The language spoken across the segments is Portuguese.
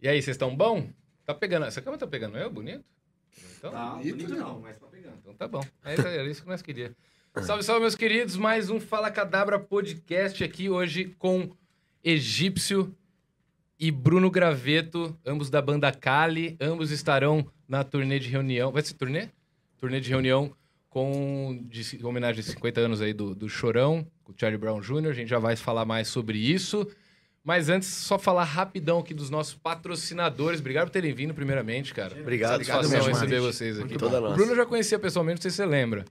E aí, vocês estão bom? Tá pegando... Essa câmera tá pegando eu? Bonito? Então, Bonito não, mas tá pegando. Então tá bom. Era isso que nós queríamos. Salve, salve, meus queridos. Mais um Fala Cadabra Podcast aqui hoje com Egípcio e Bruno Graveto, ambos da banda Kali. Ambos estarão na turnê de reunião. Vai ser turnê? Turnê de reunião com homenagem a 50 anos aí do Chorão, com o Charlie Brown Jr. A gente já vai falar mais sobre isso. Mas antes, só falar rapidão aqui dos nossos patrocinadores. Obrigado por terem vindo, primeiramente, cara. Obrigado. Satisfação receber vocês aqui. O Bruno eu já conhecia pessoalmente, não sei se você lembra.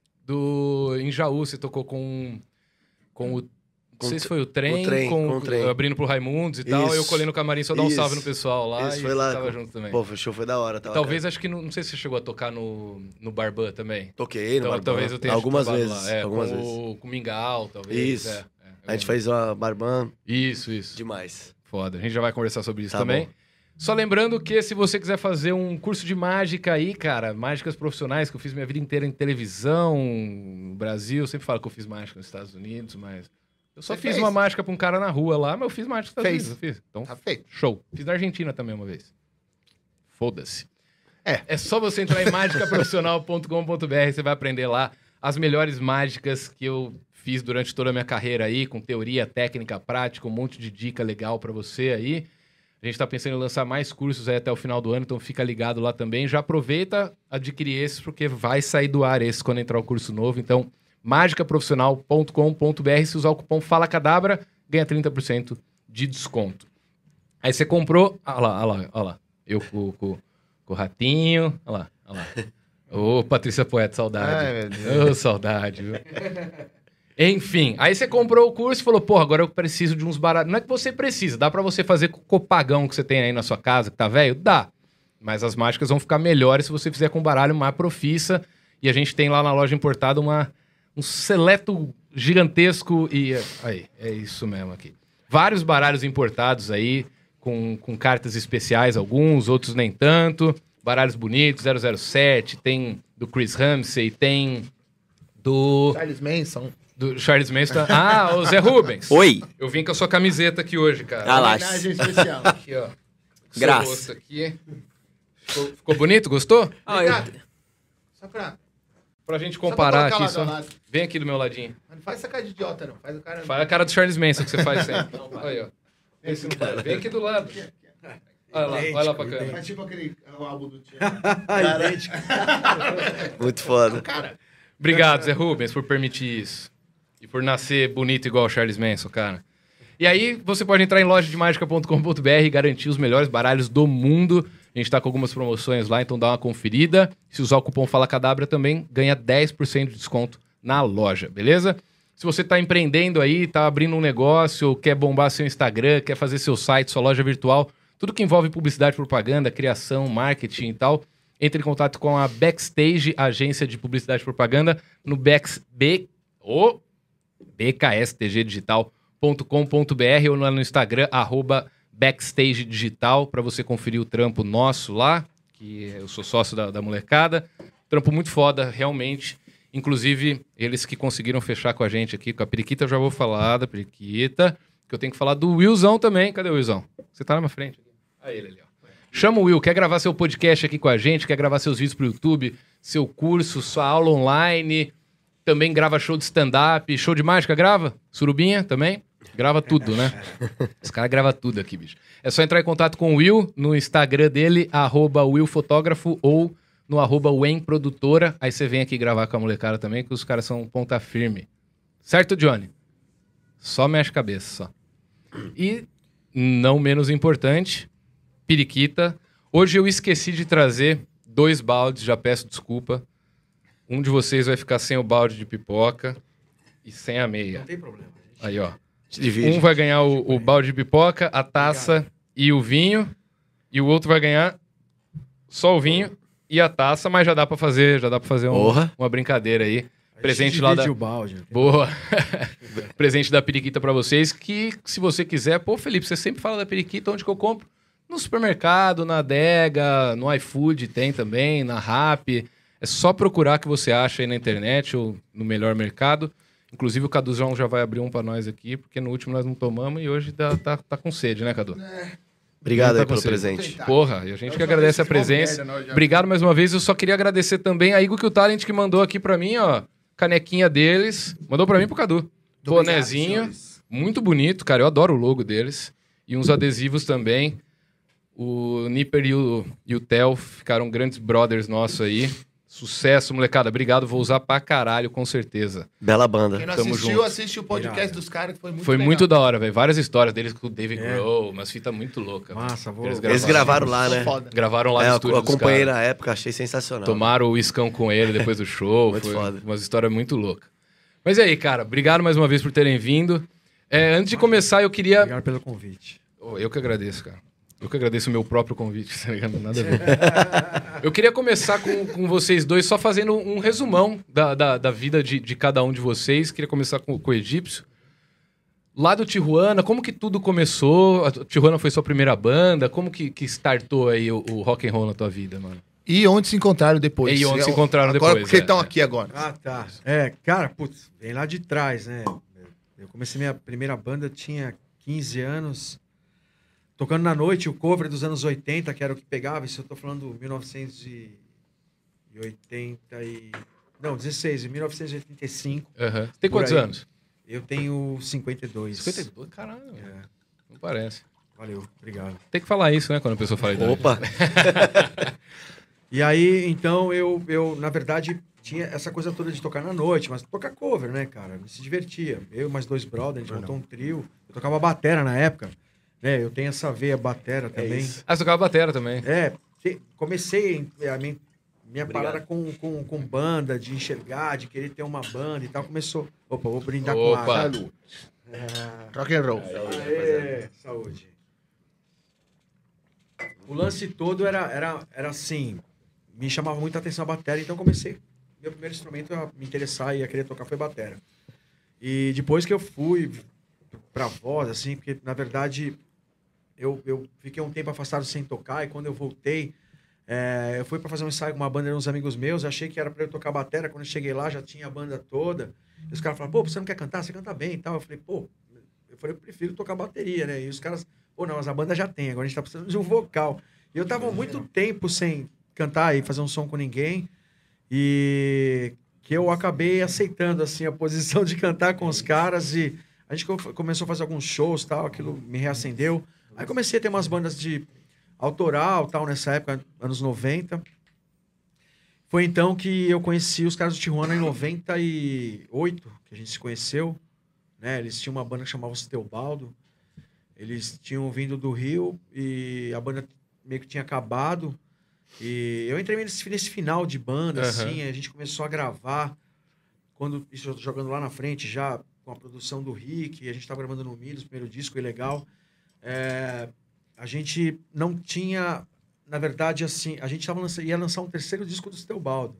Em Jaú, você tocou com o... Não sei se foi o trem, abrindo pro Raimundos e tal. Eu colei no camarim só dar um salve no pessoal lá. Isso, foi lá. Tava junto também. Pô, o show foi da hora. Talvez, acho que... Não sei se você chegou a tocar no Barbã também. Toquei no Barbã. Talvez eu tenha algumas vezes. Lá. Algumas vezes. Com o Mingau, talvez. Isso. A gente fez uma Barbã. Isso. Demais. Foda. A gente já vai conversar sobre isso tá também. Bom. Só lembrando que se você quiser fazer um curso de mágica aí, cara, mágicas profissionais, que eu fiz minha vida inteira em televisão, no Brasil, eu sempre falo que eu fiz mágica nos Estados Unidos, mas... Eu só fiz uma mágica pra um cara na rua lá, mas eu fiz mágica nos Estados Unidos. Eu fiz. Então, tá feito. Show. Fiz na Argentina também uma vez. Foda-se. É só você entrar em magicaprofissional.com.br, você vai aprender lá as melhores mágicas que eu fiz durante toda a minha carreira aí, com teoria, técnica, prática, um monte de dica legal pra você aí. A gente tá pensando em lançar mais cursos aí até o final do ano, então fica ligado lá também. Já aproveita, adquirir esses, porque vai sair do ar esse quando entrar o curso novo. Então, magicaprofissional.com.br, se usar o cupom FALACADABRA, ganha 30% de desconto. Aí você comprou... Olha lá. Eu com o ratinho. Olha lá. Ô, Patrícia Poeta, saudade. Ai, meu Deus. Ô, saudade, viu? Enfim, aí você comprou o curso e falou, porra, agora eu preciso de uns baratos. Não é que você precisa, dá pra você fazer com o copagão que você tem aí na sua casa, que tá velho? Dá. Mas as mágicas vão ficar melhores se você fizer com um baralho mais profissa. E a gente tem lá na loja importada um seleto gigantesco e... Aí, é isso mesmo aqui. Vários baralhos importados aí, com cartas especiais, alguns, outros nem tanto. Baralhos bonitos, 007, tem do Chris Ramsey, tem do... Charles Manson. Do Charles Manson. Ah, o Zé Rubens. Oi. Eu vim com a sua camiseta aqui hoje, cara. Ah lá. Homenagem especial. Aqui, ó. Graças. Seu rosto aqui. Ficou bonito? Gostou? Só pra gente comparar colocar aqui. lá do lado. Vem aqui do meu ladinho. Mas não faz essa cara de idiota, não. Faz o cara... Faz a cara do Charles Manson que você faz sempre. Aí, ó. Vem aqui do lado. Olha lá pra câmera. Faz tipo aquele álbum do Tio. Idêntico. Muito foda. Cara, Obrigado, Zé Rubens, por permitir isso. E por nascer bonito igual o Charles Manson, cara. E aí, você pode entrar em lojademagica.com.br e garantir os melhores baralhos do mundo. A gente tá com algumas promoções lá, então dá uma conferida. Se usar o cupom FALACADABRA também, ganha 10% de desconto na loja, beleza? Se você tá empreendendo aí, tá abrindo um negócio, quer bombar seu Instagram, quer fazer seu site, sua loja virtual, tudo que envolve publicidade, propaganda, criação, marketing e tal, entre em contato com a Backstage, agência de publicidade e propaganda, no bkstgdigital.com.br ou lá no Instagram, @backstagedigital, para você conferir o trampo nosso lá, que eu sou sócio da molecada. Trampo muito foda, realmente. Inclusive, eles que conseguiram fechar com a gente aqui, com a Periquita, eu já vou falar da Periquita, que eu tenho que falar do Willzão também. Cadê o Willzão? Você tá na minha frente. Aí ele ali, ó. Chama o Will, quer gravar seu podcast aqui com a gente, quer gravar seus vídeos pro YouTube, seu curso, sua aula online, também grava show de stand-up, show de mágica, grava? Surubinha também? Grava tudo, né? Esse cara grava tudo aqui, bicho. É só entrar em contato com o Will no Instagram dele, @willfotógrafo ou no @wenprodutora. Aí você vem aqui gravar com a molecada também, que os caras são ponta firme. Certo, Johnny? Só mexe a cabeça, só. E, não menos importante, Periquita. Hoje eu esqueci de trazer 2 baldes, já peço desculpa. Um de vocês vai ficar sem o balde de pipoca e sem a meia. não tem problema. Aí, ó. Divide. Um vai ganhar o balde de pipoca, a taça e o vinho. E o outro vai ganhar só o vinho e a taça, mas já dá pra fazer uma brincadeira aí. Presente lá da... o balde. Boa. Presente da Periquita pra vocês, que se você quiser... Pô, Felipe, você sempre fala da Periquita, onde que eu compro? No supermercado, na adega, no iFood tem também, na Rappi. É só procurar que você acha aí na internet ou no melhor mercado. Inclusive o Caduzão já vai abrir um pra nós aqui, porque no último nós não tomamos e hoje tá com sede, né, Cadu? Obrigado aí Tá com pelo você. presente. Porra, e a gente que agradece a presença. Obrigado mais uma vez. Eu só queria agradecer também a Igor que o Talent que mandou aqui pra mim, ó, canequinha deles. Mandou pra mim e pro Cadu. Bonezinho, muito bonito, cara. Eu adoro o logo deles. E uns adesivos também. O Nipper e o Theo ficaram grandes brothers nossos aí. Sucesso, molecada. Obrigado, vou usar pra caralho, com certeza. Bela banda. Quem não Tamo assistiu, junto. assiste o podcast dos caras, que foi muito Foi legal. muito da hora, velho. Várias histórias deles com o David É. Grohl, umas fitas muito loucas. Massa, vou... Eles gravaram lá, São né? foda. Gravaram lá É, no eu estúdio dos acompanhei caras. na época, achei sensacional. Tomaram o iscão com ele depois do show. Muito Foi foda. umas histórias muito loucas. Mas e aí, cara, obrigado mais uma vez por terem vindo. Antes de começar, eu queria... Obrigado pelo convite. Oh, eu que agradeço, cara. Eu que agradeço o meu próprio convite, tá ligado? Nada a ver. Eu queria começar com vocês dois, só fazendo um resumão da vida de cada um de vocês. Queria começar com o Egípcio. Lá do Tijuana, como que tudo começou? A Tijuana foi sua primeira banda? Como que startou aí o rock and roll na tua vida, mano? E onde se encontraram depois? E onde se encontraram Agora, depois, porque é. estão aqui agora. Ah, tá. Cara, putz, vem lá de trás, né? Eu comecei minha primeira banda, eu tinha 15 anos, tocando na noite, o cover dos anos 80, que era o que pegava, isso eu tô falando 1980 e... Não, 16, 1985. Aham. Tem Por quantos aí. anos? Eu tenho 52. 52? Caralho, É, não parece. valeu, obrigado. Tem que falar isso, né, quando a pessoa fala idade. Opa! E aí, então, eu na verdade, tinha essa coisa toda de tocar na noite, mas tocar cover, né, cara? Me se divertia. Eu e mais dois brothers, a gente montou um trio. Eu tocava batera na época, né? Eu tenho essa veia batera também. isso. Ah, você tocava batera também. Comecei a minha Obrigado. parada com banda, de enxergar, de querer ter uma banda e tal. Começou... Opa, vou brindar com Opa. água. Salud. Rock and roll. Aê, saúde. O lance todo era assim, me chamava muita atenção a bateria, então comecei, meu primeiro instrumento a me interessar e a querer tocar foi bateria. E depois que eu fui pra voz, assim, porque na verdade eu fiquei um tempo afastado sem tocar e quando eu voltei, eu fui pra fazer um ensaio com uma banda de uns amigos meus, achei que era pra eu tocar bateria, quando eu cheguei lá já tinha a banda toda, e os caras falaram, pô, você não quer cantar? Você canta bem e tal. Eu falei, eu prefiro tocar bateria, né? E os caras, pô, não, mas a banda já tem, agora a gente tá precisando de um vocal. E eu tava há muito tempo sem cantar e fazer um som com ninguém, e que eu acabei aceitando, assim, a posição de cantar com os caras, e a gente começou a fazer alguns shows, tal, aquilo me reacendeu. Aí comecei a ter umas bandas de autoral, tal, nessa época, anos 90. Foi então que eu conheci os caras do Tijuana em 98, que a gente se conheceu, né? Eles tinham uma banda que chamava Os Teobaldo. Eles tinham vindo do Rio e a banda meio que tinha acabado. E eu entrei nesse final de banda, assim, a gente começou a gravar. Isso eu tô jogando lá na frente já, com a produção do Rick, a gente estava gravando no Milos, primeiro disco, e legal. A gente não tinha... Na verdade, assim, a gente ia lançar um terceiro disco do Teobaldo.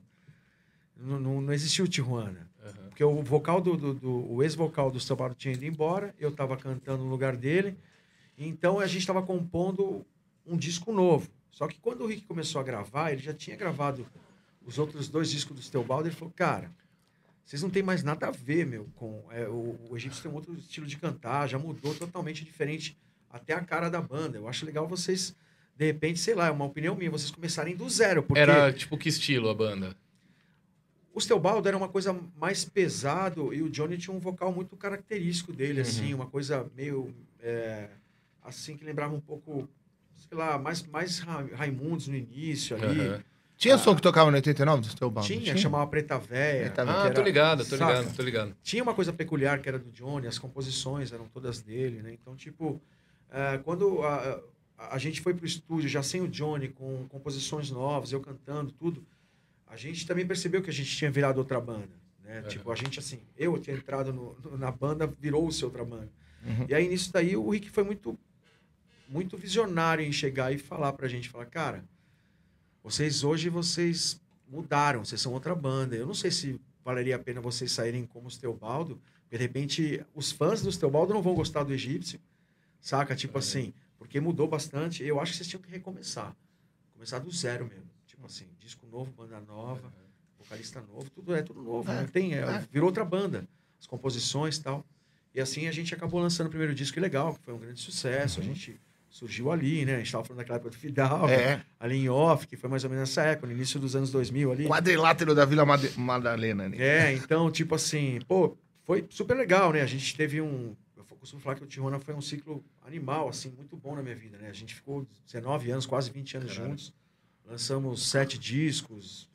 Não existia o Tijuana. Uhum. Porque o vocal o ex-vocal do Teobaldo tinha ido embora, eu estava cantando no lugar dele. Então, a gente estava compondo um disco novo. Só que quando o Rick começou a gravar, ele já tinha gravado os outros dois discos do Teobaldo, ele falou, cara, vocês não tem mais nada a ver, meu, com... o Egípcio tem um outro estilo de cantar, já mudou totalmente diferente até a cara da banda. Eu acho legal vocês... De repente, sei lá, é uma opinião minha, vocês começarem do zero, porque... Era, tipo, que estilo a banda? O Teobaldo era uma coisa mais pesado e o Johnny tinha um vocal muito característico dele, assim, uma coisa meio, assim, que lembrava um pouco, sei lá, mais Raimundos no início ali. Uhum. Tinha som que tocava no 89 do teu bando? Tinha, que chamava Preta Véia. Preta Véia. Ah, que era- tô ligado, saca? tô ligado. Tinha uma coisa peculiar que era do Johnny, as composições eram todas dele, né? Então, tipo, quando a gente foi pro estúdio já sem o Johnny, com composições novas, eu cantando, tudo, a gente também percebeu que a gente tinha virado outra banda, né? Tipo, a gente, assim, eu tinha entrado na banda, virou-se outra banda. E aí, nisso daí, o Rick foi muito, muito visionário em chegar e falar pra gente, falar, cara, vocês mudaram, vocês são outra banda. Eu não sei se valeria a pena vocês saírem como os Teobaldo, porque, de repente, os fãs dos Teobaldo não vão gostar do Egípcio, saca? Tipo assim, porque mudou bastante. Eu acho que vocês tinham que recomeçar. Começar do zero mesmo. Tipo assim, disco novo, banda nova, vocalista novo, tudo novo. Não tem, virou outra banda. As composições e tal. E assim a gente acabou lançando o primeiro disco, que legal, que foi um grande sucesso. A gente surgiu ali, né? A gente tava falando daquela época do Fidalgo, ali em Off, que foi mais ou menos nessa época, no início dos anos 2000 ali. Quadrilátero da Vila Madalena. Né? Então, tipo assim, pô, foi super legal, né? A gente teve um... Eu costumo falar que o Tijuana foi um ciclo animal, assim, muito bom na minha vida, né? A gente ficou 19 anos, quase 20 anos juntos. Lançamos 7 discos,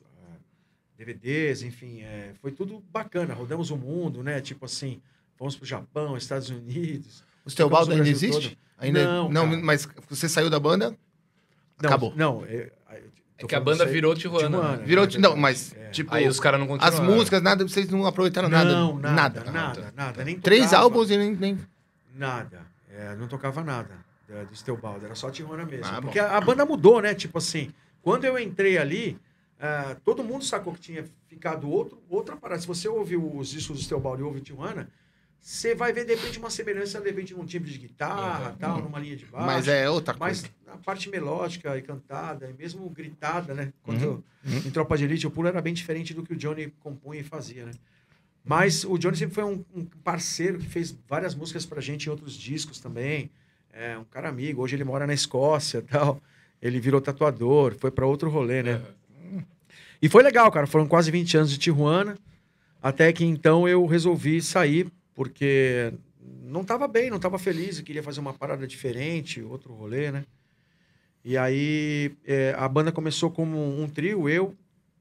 DVDs, enfim, foi tudo bacana. Rodamos o mundo, né? Tipo assim, fomos pro Japão, Estados Unidos. O Teobaldo ainda existe? Todo. Ainda não, mas você saiu da banda? Acabou. Não, É que a banda virou Tijuana. Né? Virou, não, mas tipo... Aí os caras não continuaram. As músicas, nada, vocês não aproveitaram nada. Nada. Nem 3 tocava. álbuns e nem... Nada. Não tocava nada do Teobaldo. Era só Tijuana mesmo. Porque bom. a banda mudou, né? Tipo assim, quando eu entrei ali, todo mundo sacou que tinha ficado outra parada. Se você ouviu os discos do Teobaldo e ouve o Tijuana, você vai ver, de repente, uma semelhança, de repente, num timbre de guitarra, tal, numa linha de baixo. Mas é outra coisa. Mas a parte melódica e cantada, e mesmo gritada, né? Quando em Tropa de Elite, o pulo era bem diferente do que o Johnny compunha e fazia, né? Mas o Johnny sempre foi um parceiro que fez várias músicas pra gente em outros discos também. Um cara amigo. Hoje ele mora na Escócia e tal. Ele virou tatuador, foi pra outro rolê, né? E foi legal, cara. Foram quase 20 anos de Tijuana. Até que então eu resolvi sair, porque não tava bem, não tava feliz. Eu queria fazer uma parada diferente, outro rolê, né? E aí a banda começou como um trio, eu,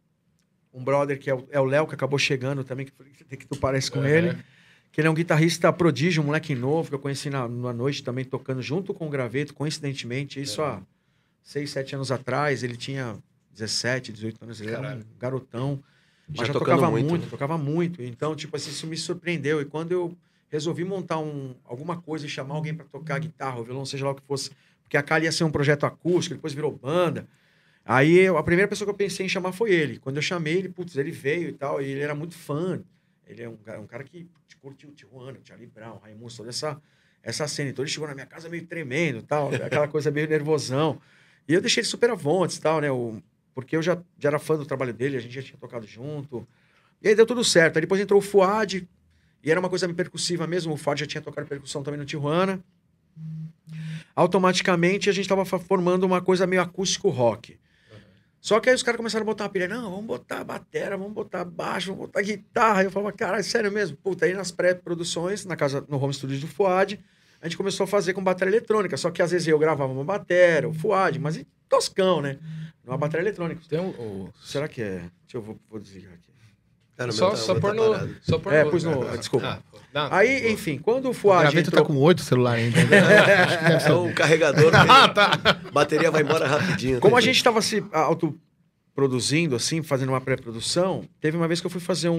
um brother que é o Léo, que acabou chegando também, que tu parece com ele. Que ele é um guitarrista prodígio, um moleque novo, que eu conheci na noite também, tocando junto com o Graveto, coincidentemente. Isso há 6, 7 anos atrás. Ele tinha 17, 18 anos, ele era um garotão. Mas já tocava muito, né? Tocava muito. Então, tipo assim, isso me surpreendeu. E quando eu resolvi montar alguma coisa e chamar alguém para tocar guitarra ou violão, seja lá o que fosse, porque a Cali ia ser um projeto acústico, depois virou banda. Aí a primeira pessoa que eu pensei em chamar foi ele. Quando eu chamei ele, ele veio e tal, e ele era muito fã. Ele é um cara que curtiu o Tijuana, o Charlie Brown, o Raimundo, toda essa cena. Então ele chegou na minha casa meio tremendo, tal, aquela coisa meio nervosão. E eu deixei ele super à vontade e tal, né? Porque eu já era fã do trabalho dele, a gente já tinha tocado junto. E aí deu tudo certo. Aí depois entrou o Fuad, e era uma coisa percussiva mesmo. O Fuad já tinha tocado percussão também no Tijuana. Automaticamente a gente estava formando uma coisa meio acústico rock. Só que aí os caras começaram a botar uma pilha. Não, vamos botar batera, vamos botar baixo, vamos botar guitarra. Eu falava, cara, é sério mesmo? Puta, aí nas pré-produções, no home studio do Fuad, a gente começou a fazer com bateria eletrônica. Só que às vezes eu gravava uma batera, o Fuad, mas toscão, né? Uma bateria eletrônica. Tem Será que é? Deixa eu vou desligar aqui. Só pôr no... Pôs no... Desculpa. Aí, enfim, quando o Fuad O Graveto tá com 8 celulares ainda. Acho que deve ser. É um carregador. Bateria vai embora rapidinho. Como a gente tava se autoproduzindo, assim, fazendo uma pré-produção, teve uma vez que eu fui fazer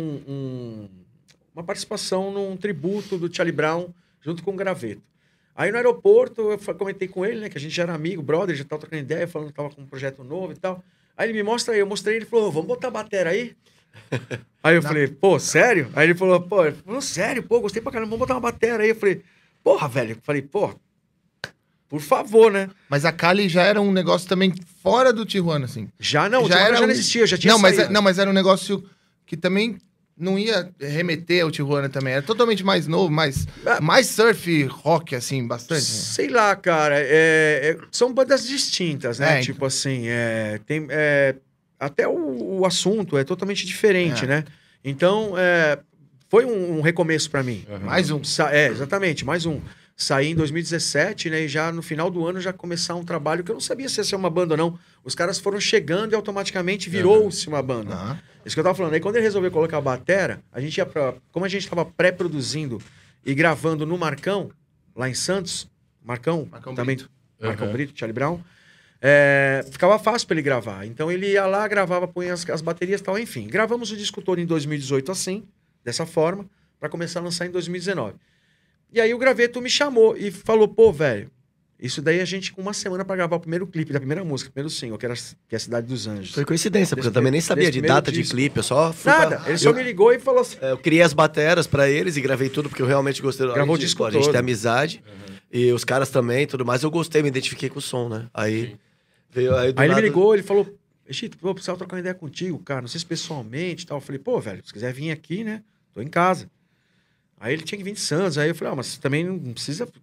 uma participação num tributo do Charlie Brown junto com o Graveto. Aí no aeroporto eu comentei com ele, né, que a gente já era amigo, brother, já tava trocando ideia, falando que tava com um projeto novo e tal. Aí ele me mostra aí, eu mostrei, ele falou, vamos botar a batera aí? Aí eu falei, pô, sério? Aí ele falou, sério, gostei pra caramba, vamos botar uma batera aí. Eu falei, porra, velho. Eu falei, porra, por favor, né? Mas a Cali já era um negócio também fora do Tijuana, assim. Já não, já não existia, já tinha saído. Mas era um negócio que também não ia remeter ao Tijuana também. Era totalmente mais novo, mais surf rock, assim, bastante. Sei lá, cara. São bandas distintas, né? Tipo assim, tem... até o assunto é totalmente diferente, né? Então, foi um recomeço pra mim. Mais um. Exatamente, mais um. Saí em 2017, né? E já no final do ano já começar um trabalho que eu não sabia se ia ser uma banda ou não. Os caras foram chegando e automaticamente virou-se uma banda. Isso que eu tava falando. Aí quando ele resolveu colocar a batera, a gente ia como a gente tava pré-produzindo e gravando no Marcão, lá em Santos, Marcão também, Brito. Marcão Brito, Charlie Brown, ficava fácil pra ele gravar. Então ele ia lá, gravava, punha as baterias e tal, enfim. Gravamos o disco todo em 2018 assim, dessa forma, pra começar a lançar em 2019. E aí o Graveto me chamou e falou, pô, velho, isso daí a gente com uma semana pra gravar o primeiro clipe da primeira música, o primeiro single, que é a Cidade dos Anjos. Foi coincidência, porque eu também nem sabia de data de clipe, eu só fui ele só me ligou e falou assim... Eu criei as bateras pra eles e gravei tudo, porque eu realmente gostei. Gravou o disco todo. A gente tem amizade, e os caras também, tudo mais, eu gostei, me identifiquei com o som, né? Aí veio... Aí ele me ligou, ele falou, Chito, eu precisava trocar uma ideia contigo, cara, não sei se pessoalmente e tal. Eu falei, pô, velho, se quiser vir aqui, né, tô em casa. Aí ele tinha que vir de Santos. Aí eu falei, mas você também não precisa... Que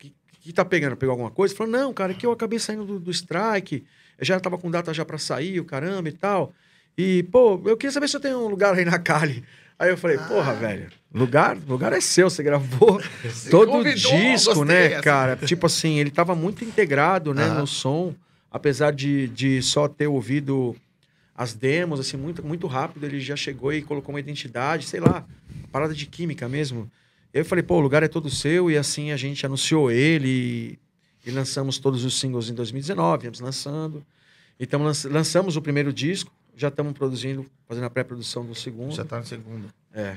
que tá pegando? Pegou alguma coisa? Ele falou, não, cara, que eu acabei saindo do strike, eu já tava com data já pra sair, o caramba e tal. E, pô, eu queria saber se eu tenho um lugar aí na Cali. Aí eu falei, porra, velho, lugar é seu, você gravou todo o disco, né, cara? Tipo assim, ele tava muito integrado, né, no som, apesar de só ter ouvido as demos, assim, muito rápido, ele já chegou e colocou uma identidade, sei lá, uma parada de química mesmo. Eu falei, pô, o lugar é todo seu, e assim a gente anunciou ele e lançamos todos os singles em 2019, viemos lançando. Então lançamos o primeiro disco, já estamos produzindo, fazendo a pré-produção do segundo. Já tá no segundo.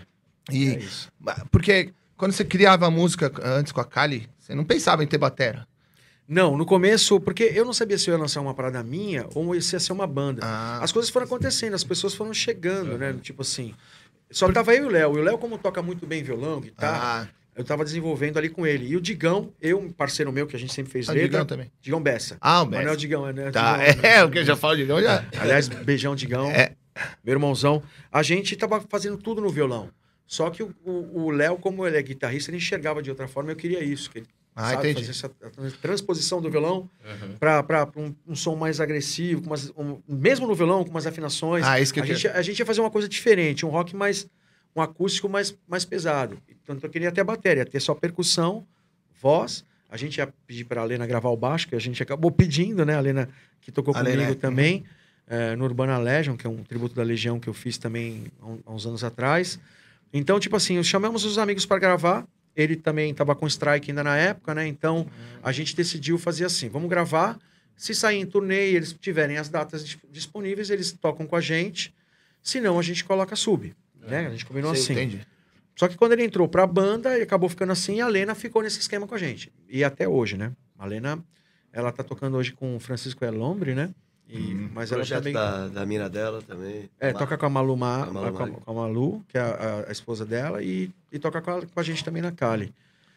E é isso. Porque quando você criava a música antes com a Kali, você não pensava em ter batera. Não, no começo, porque eu não sabia se eu ia lançar uma parada minha ou se ia ser uma banda. As coisas foram acontecendo, as pessoas foram chegando, né? Tipo assim, só tava eu e o Léo. E o Léo, como toca muito bem violão, guitarra, eu tava desenvolvendo ali com ele. E o Digão, um parceiro meu, que a gente sempre fez letra. Digão também. Digão Bessa. O Bessa. Mas não é o Digão, né? Tá, Digão, o que eu já falo Digão já. Aliás, beijão, Digão. Meu irmãozão. A gente tava fazendo tudo no violão. Só que o Léo, como ele é guitarrista, ele enxergava de outra forma. Eu queria isso, que ele sabe fazer essa transposição do violão para um som mais agressivo, mesmo no violão, com umas afinações. Isso que a gente ia fazer uma coisa diferente, um rock um acústico mais pesado. Tanto eu queria ter a bateria, ter só percussão, voz. A gente ia pedir para a Lena gravar o baixo, que a gente acabou pedindo, né? A Lena, que tocou comigo também, no Urbana Legion, que é um tributo da Legião que eu fiz também há uns anos atrás. Então, tipo assim, chamamos os amigos para gravar. Ele também estava com strike ainda na época, né? Então, a gente decidiu fazer assim, vamos gravar. Se sair em turnê e eles tiverem as datas disponíveis, eles tocam com a gente. Se não, a gente coloca sub. Né? A gente combinou assim. Entendi. Só que quando ele entrou pra banda, ele acabou ficando assim, e a Lena ficou nesse esquema com a gente. E até hoje, né? A Lena, ela tá tocando hoje com o Francisco Elombre, né? Mas ela também... da mina dela também. Toca com a Malu, com a Malu, que é a esposa dela, e toca com a gente também na Cali.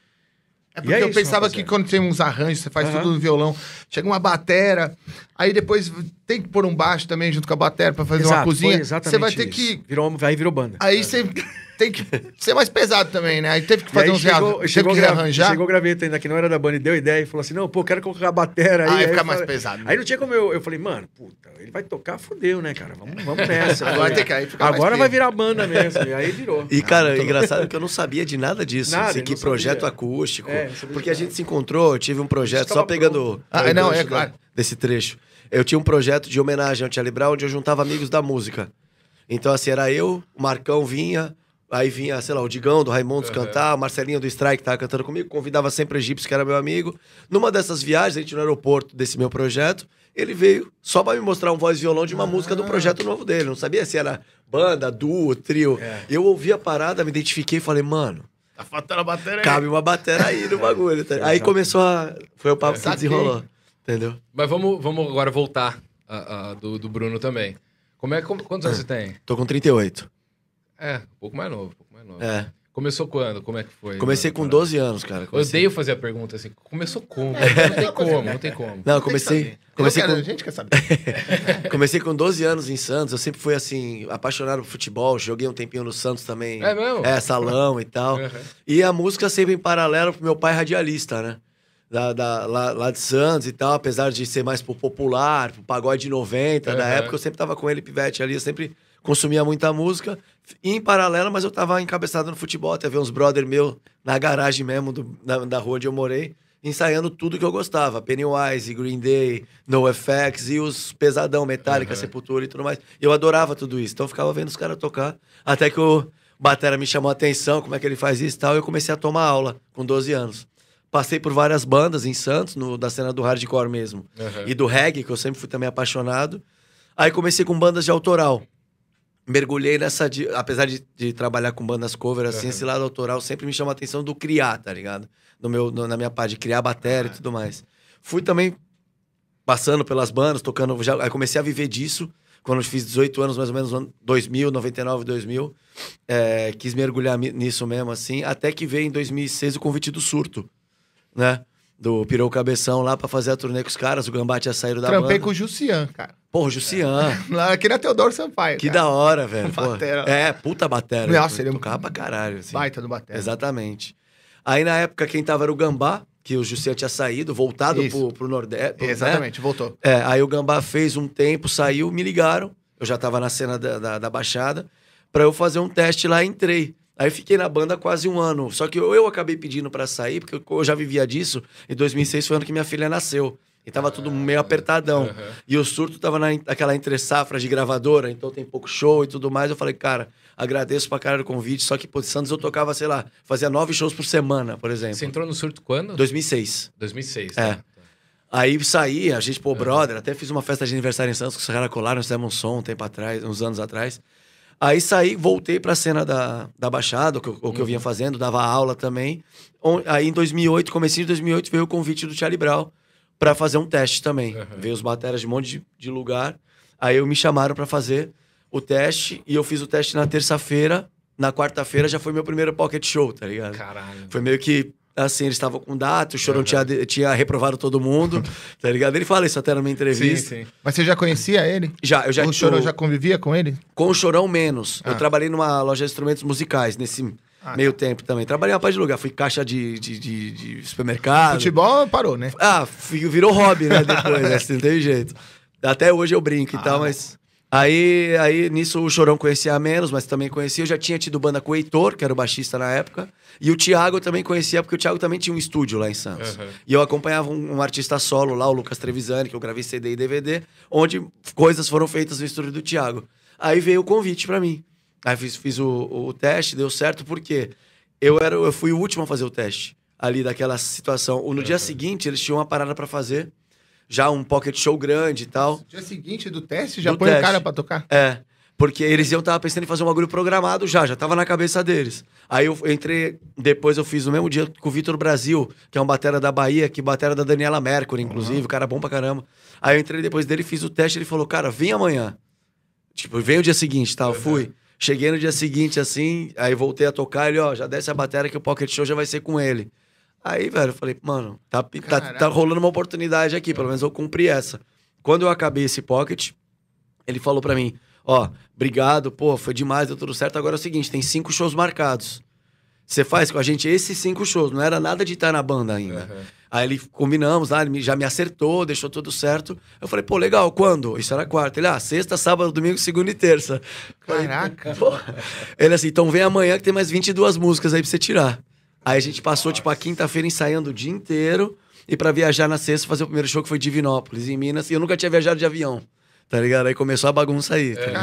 Porque eu pensava que quando tem uns arranjos, você faz tudo no violão, chega uma batera, aí depois tem que pôr um baixo também junto com a batera pra fazer uma cozinha. Você vai ter que... Virou banda. Aí você tem que ser mais pesado também, né? Aí teve que fazer uns rearranjar. Chegou o Graveta ainda, que não era da banda, e deu ideia, e falou assim, não, pô, quero colocar a batera aí. Aí fica mais pesado. Aí não tinha como eu falei, mano, puta, ele vai tocar, fudeu, né, cara? Vamos nessa. Agora vai virar banda mesmo. E aí virou. E, cara, engraçado que eu não sabia de nada disso. Assim, que projeto acústico. Porque a gente se encontrou, eu tive um projeto, só pegando... claro. Desse trecho. Eu tinha um projeto de homenagem ao Charlie Brown, onde eu juntava amigos da música. Então, assim, era eu, o Marcão vinha... Aí vinha, sei lá, o Digão do Raimundos cantar, o Marcelinho do Strike tava cantando comigo, convidava sempre o Egípcio, que era meu amigo. Numa dessas viagens, a gente no aeroporto desse meu projeto, ele veio só pra me mostrar um voz e violão de uma música do projeto novo dele. Não sabia se era banda, duo, trio. Eu ouvi a parada, me identifiquei e falei, mano... Tá faltando a bateria aí. Cabe uma bateria aí no bagulho. Tá? Aí começou a... Foi o papo que desenrolou. Entendeu? Mas vamos agora voltar do Bruno também. Quantos anos você tem? Tô com 38. Um pouco mais novo. Começou quando? Como é que foi? Comecei com 12 anos, cara. Eu odeio fazer a pergunta assim. Começou como? Não tem como. Não, comecei com... A gente quer saber. Comecei com 12 anos em Santos. Eu sempre fui, assim, apaixonado por futebol. Joguei um tempinho no Santos também. É mesmo? Salão e tal. E a música sempre em paralelo pro meu pai radialista, né? Lá de Santos e tal. Apesar de ser mais pro popular, pro pagode de 90. Da época, eu sempre tava com ele, pivete ali. Eu sempre... consumia muita música, e em paralelo, mas eu tava encabeçado no futebol, até ver uns brother meu na garagem mesmo da rua onde eu morei, ensaiando tudo que eu gostava. Pennywise, Green Day, NoFX e os pesadão, Metallica, Sepultura e tudo mais. Eu adorava tudo isso, então eu ficava vendo os caras tocar, até que o batera me chamou a atenção, como é que ele faz isso e tal, e eu comecei a tomar aula com 12 anos. Passei por várias bandas em Santos, da cena do hardcore mesmo, e do reggae, que eu sempre fui também apaixonado. Aí comecei com bandas de autoral. Mergulhei nessa... apesar de trabalhar com bandas cover, assim, esse lado autoral sempre me chama a atenção do criar, tá ligado? Na minha parte, de criar bateria e tudo mais. Fui também passando pelas bandas, tocando... Aí comecei a viver disso, quando eu fiz 18 anos, mais ou menos, no ano 2000, 99, 2000. Quis mergulhar nisso mesmo, assim, até que veio em 2006 o convite do Surto, né? Do Pirou Cabeção lá pra fazer a turnê com os caras, o Gambá tinha saído da banda. Trampei com o Jussian, cara. Porra, o Jussian. Lá aqui na Teodoro Sampaio, que da hora, velho. Batera. Puta batera. Nossa, ele tocava pra caralho. Assim. Baita do batera. Exatamente. Aí, na época, quem tava era o Gambá. que o Jussian tinha saído, voltado pro Nordeste. Exatamente, voltou. Aí o Gambá fez um tempo, saiu, me ligaram. Eu já tava na cena da Baixada, pra eu fazer um teste lá, entrei. Aí fiquei na banda quase 1 ano. Só que eu acabei pedindo pra sair, porque eu já vivia disso. Em 2006 foi o ano que minha filha nasceu. E tava tudo meio apertadão. E o Surto tava naquela entre-safra de gravadora, então tem pouco show e tudo mais. Eu falei, cara, agradeço pra caralho o convite. Só que, pô, Santos eu tocava, sei lá, fazia 9 shows por semana, por exemplo. Você entrou no Surto quando? 2006. 2006, tá? Aí saí, a gente, pô, brother, até fiz uma festa de aniversário em Santos, que os caras colaram, nós fizemos um som um tempo atrás, uns anos atrás. Aí saí, voltei pra cena da Baixada, o que eu vinha fazendo, dava aula também. Aí em 2008, comecinho de 2008, veio o convite do Charlie Brown pra fazer um teste também. Veio os bateras de um monte de lugar. Aí me chamaram pra fazer o teste, e eu fiz o teste na terça-feira. Na quarta-feira já foi meu primeiro pocket show, tá ligado? Caralho. Foi meio que... Assim, eles estavam com data, o Chorão tinha reprovado todo mundo, tá ligado? Ele fala isso até numa entrevista. Sim. Mas você já conhecia ele? O Chorão já convivia com ele? Com o Chorão, menos. Eu trabalhei numa loja de instrumentos musicais nesse meio tempo também. Trabalhei em uma parte de lugar. Fui caixa de supermercado. Futebol parou, né? Virou hobby, né? Depois, assim, não tem jeito. Até hoje eu brinco e tal, mas... Aí, nisso, o Chorão conhecia menos, mas também conhecia. Eu já tinha tido banda com o Heitor, que era o baixista na época. E o Thiago eu também conhecia, porque o Thiago também tinha um estúdio lá em Santos. E eu acompanhava um artista solo lá, o Lucas Trevisani, que eu gravei CD e DVD, onde coisas foram feitas no estúdio do Thiago. Aí veio o convite pra mim. Aí fiz o teste, deu certo, porque eu fui o último a fazer o teste ali daquela situação. No dia seguinte, eles tinham uma parada pra fazer. Já um pocket show grande e tal. No dia seguinte do teste, já põe o cara pra tocar? Porque eles tava pensando em fazer um bagulho programado já tava na cabeça deles. Aí eu entrei, depois eu fiz no mesmo dia com o Vitor Brasil, que é um batera da Bahia, que batera da Daniela Mercury, inclusive, o cara bom pra caramba. Aí eu entrei depois dele, fiz o teste, ele falou, cara, vem amanhã. Tipo, vem o dia seguinte, tá? Eu fui. Cheguei no dia seguinte, assim, aí voltei a tocar, ele, já desce a batera que o pocket show já vai ser com ele. Aí, velho, eu falei, mano, tá rolando uma oportunidade aqui, pelo menos eu cumpri essa. Quando eu acabei esse pocket, ele falou pra mim, obrigado, pô, foi demais, deu tudo certo. Agora é o seguinte, tem 5 shows marcados. Você faz com a gente esses 5 shows, não era nada de estar na banda ainda. Aí ele, combinamos lá, ele já me acertou, deixou tudo certo. Eu falei, pô, legal, quando? Isso era quarta. Ele, sexta, sábado, domingo, segunda e terça. Caraca. Falei, ele assim, então vem amanhã que tem mais 22 músicas aí pra você tirar. Aí a gente passou, a quinta-feira ensaiando o dia inteiro e pra viajar na sexta fazer o primeiro show que foi Divinópolis, em Minas. E eu nunca tinha viajado de avião, tá ligado? Aí começou a bagunça aí. Tá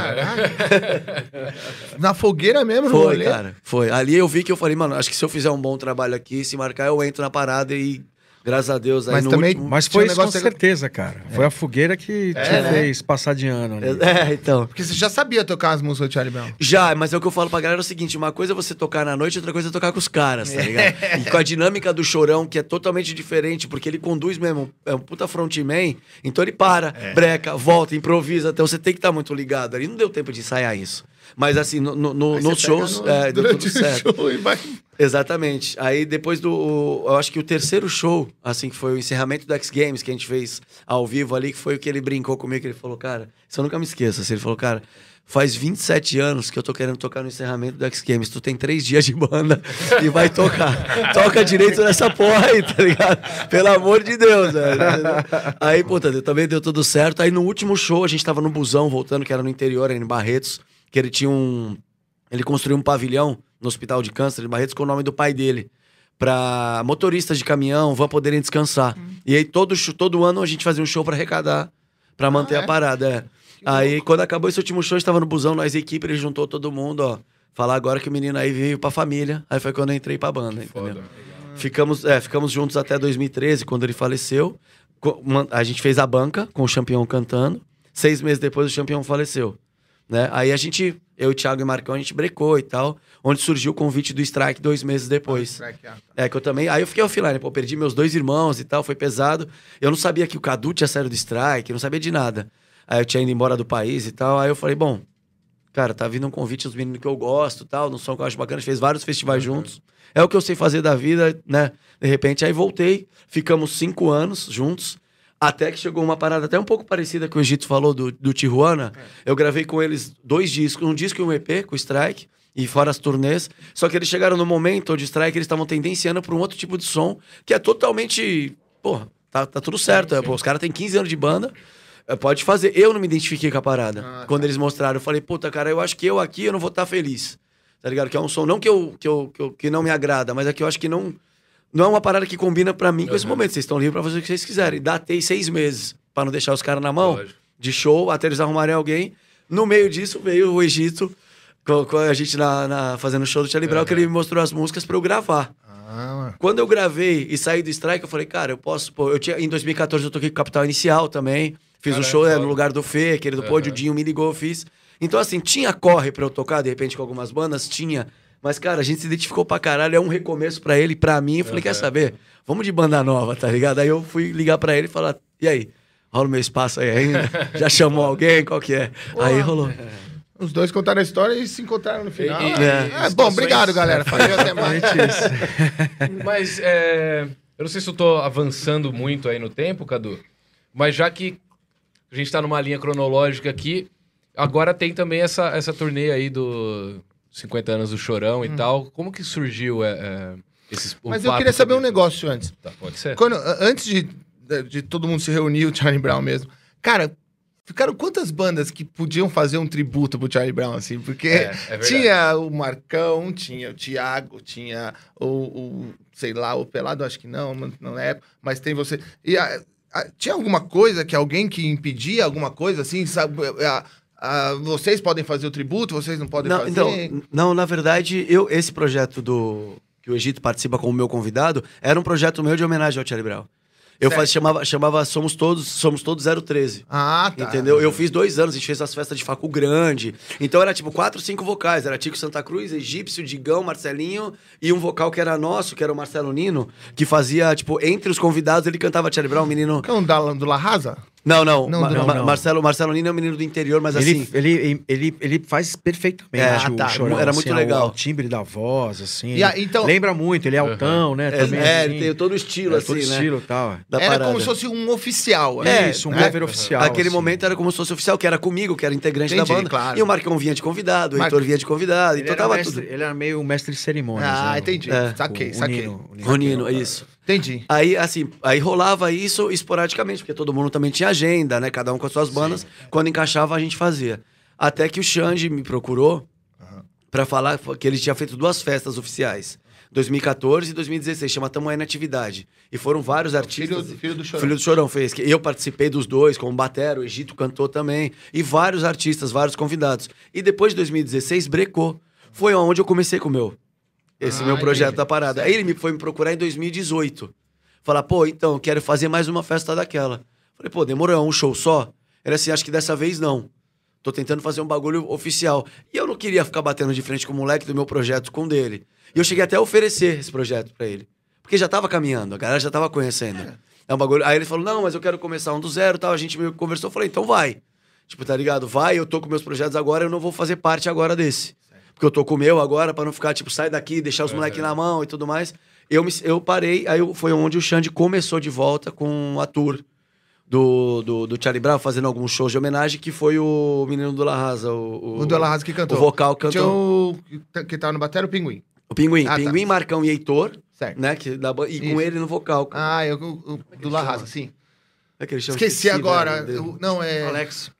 Caraca. Na fogueira mesmo, no rolê? Foi, cara. Foi. Ali eu vi que eu falei, mano, acho que se eu fizer um bom trabalho aqui, se marcar, eu entro na parada e... Graças a Deus. Aí Mas foi isso com certeza, cara. Foi a fogueira que te fez passar de ano. Ali. Então. Porque você já sabia tocar as músicas do Charlie Brown? Já, mas é o que eu falo pra galera é o seguinte, uma coisa é você tocar na noite, outra coisa é tocar com os caras, tá ligado? E com a dinâmica do Chorão, que é totalmente diferente, porque ele conduz mesmo, é um puta frontman, então ele breca, volta, improvisa, então você tem que estar muito ligado ali. Não deu tempo de ensaiar isso. Mas assim, nos shows, deu tudo certo. Show e vai... Exatamente. Aí depois eu acho que o terceiro show, assim, que foi o encerramento do X Games, que a gente fez ao vivo ali, que foi o que ele brincou comigo, que ele falou, cara, isso eu nunca me esqueço, assim, ele falou, cara, faz 27 anos que eu tô querendo tocar no encerramento do X Games, tu tem 3 dias de banda e vai tocar. Toca direito nessa porra aí, tá ligado? Pelo amor de Deus, velho. Aí, puta, também deu tudo certo. Aí no último show, a gente tava no busão, voltando, que era no interior, em Barretos, que ele tinha ele construiu um pavilhão no Hospital de Câncer de Barretos com o nome do pai dele, para motoristas de caminhão poderem descansar. E aí todo ano a gente fazia um show para arrecadar, para manter a parada. Aí quando acabou esse último show, a gente tava no busão, nós equipe, ele juntou todo mundo, falar agora que o menino aí veio pra família. Aí foi quando eu entrei pra banda, entendeu? Ficamos juntos até 2013, quando ele faleceu. A gente fez a banca com o Champion cantando. 6 meses depois o Champion faleceu. Né? Aí eu, Thiago e Marcão, a gente brecou e tal, onde surgiu o convite do Strike 2 meses depois. Que eu também... Aí eu fiquei offline, perdi meus 2 irmãos e tal, foi pesado. Eu não sabia que o Cadu tinha saído do Strike, eu não sabia de nada. Aí eu tinha ido embora do país e tal, aí eu falei, bom, cara, tá vindo um convite dos meninos que eu gosto e tal, no som que eu acho bacana, a gente fez vários festivais juntos. É o que eu sei fazer da vida, né? De repente, aí voltei, ficamos 5 anos juntos, até que chegou uma parada até um pouco parecida que o Egito falou do Tijuana. Eu gravei com eles 2 discos, um disco e um EP com o Strike. e fora as turnês. Só que eles chegaram no momento de Strike, eles estavam tendenciando para um outro tipo de som, que é totalmente... Pô, tá tudo certo. Pô, os caras têm 15 anos de banda, pode fazer. Eu não me identifiquei com a parada. Quando eles mostraram, eu falei, puta, cara, eu acho que eu aqui eu não vou estar feliz. Tá ligado? Que é um som, não que não me agrada, mas é que eu acho que não é uma parada que combina pra mim com esse momento. Vocês estão livres pra fazer o que vocês quiserem. Datei 6 meses pra não deixar os caras na mão de show, até eles arrumarem alguém. No meio disso veio o Egito, com a gente fazendo show do Charlie Brown, que ele me mostrou as músicas pra eu gravar. Quando eu gravei e saí do Strike, eu falei, cara, eu posso... Pô, em 2014 eu toquei com Capital Inicial também. Fiz um show no lugar do Fê, aquele do Pô, o Dinho me ligou, eu fiz. Então, assim, tinha corre pra eu tocar, de repente, com algumas bandas? Tinha. Mas, cara, a gente se identificou pra caralho, é um recomeço pra ele, pra mim. Eu falei, quer saber? Vamos de banda nova, tá ligado? Aí eu fui ligar pra ele e falar, e aí? Rola o meu espaço aí ainda? Já chamou alguém? Qual que é? Pô, aí rolou. Os dois contaram a história e se encontraram no final. Bom, obrigado, galera. Valeu, até mais. Mas, eu não sei se eu tô avançando muito aí no tempo, Cadu, mas já que a gente tá numa linha cronológica aqui, agora tem também essa turnê aí do 50 anos do Chorão e tal. Como que surgiu esses... Mas eu queria saber um negócio antes. Tá, pode ser. Antes de todo mundo se reunir, o Charlie Brown mesmo. Cara, ficaram quantas bandas que podiam fazer um tributo pro Charlie Brown, assim? Porque tinha o Marcão, tinha o Thiago, tinha sei lá, o Pelado, acho que não é, mas tem você... E tinha alguma coisa alguém que impedia alguma coisa, assim, sabe... vocês podem fazer o tributo, vocês não podem fazer? Então, não, na verdade, esse projeto que o Egito participa como meu convidado, era um projeto meu de homenagem ao Charlie Brown. Eu chamava Somos Todos 013. Ah, tá. Entendeu? Eu fiz 2 anos, a gente fez as festas de Facu Grande. Então era tipo 4, 5 vocais. Era Tico Santa Cruz, Egípcio, Digão, Marcelinho e um vocal que era nosso, que era o Marcelo Nino, que fazia, tipo, entre os convidados, ele cantava Charlie Brown, menino... Que é um do La Raza? Não. Marcelo Nino é um menino do interior, mas ele faz perfeitamente o Chorão. Era muito legal. O timbre da voz, assim. Então... Lembra muito, ele é altão, né? Também, assim, ele tem todo o estilo, assim, todo estilo e tal. Era como se fosse um oficial. Isso, um cover oficial. Aquele momento era como se fosse oficial, que era comigo, que era integrante da banda. Claro. E o Marcão vinha de convidado, o Heitor vinha de convidado. Então tava tudo. Ele era meio mestre de cerimônias. Entendi. Saquei. O Nino, é isso. Entendi. Aí rolava isso esporadicamente, porque todo mundo também tinha agenda, né? Cada um com as suas bandas. Sim. Quando encaixava, a gente fazia. Até que o Xande me procurou pra falar que ele tinha feito 2 festas oficiais. 2014 e 2016, chama Tamo Aí na Atividade. E foram vários artistas. Filho do Chorão. Filho do Chorão fez. Eu participei dos 2, como batero, o Egito cantou também. E vários artistas, vários convidados. E depois de 2016, brecou. Foi onde eu comecei com o meu projeto da parada. Aí ele foi me procurar em 2018. Falar, pô, então, eu quero fazer mais uma festa daquela. Falei, pô, demorou, é um show só? Ele assim, acho que dessa vez não. Tô tentando fazer um bagulho oficial. E eu não queria ficar batendo de frente com o moleque do meu projeto com o dele. E eu cheguei até a oferecer esse projeto pra ele. Porque já tava caminhando, a galera já tava conhecendo. É um bagulho... Aí ele falou, não, mas eu quero começar um do zero e tal. A gente meio que conversou, eu falei, então vai. Tipo, tá ligado? Vai, eu tô com meus projetos agora, eu não vou fazer parte agora desse. Porque eu tô com o meu agora, pra não ficar, tipo, sai daqui, deixar os moleques na mão e tudo mais. Eu parei, aí foi onde o Xande começou de volta com a tour do Charlie Brown, fazendo alguns shows de homenagem, que foi o menino do La Raza. O do La Raza que cantou. O vocal cantou. Tinha que tava no batera, o Pinguim. O Pinguim. Pinguim, tá. Marcão e Heitor. Certo. Né, com ele no vocal. O do La Raza, sim. É que ele chama Esqueci agora. Não, é... Alex.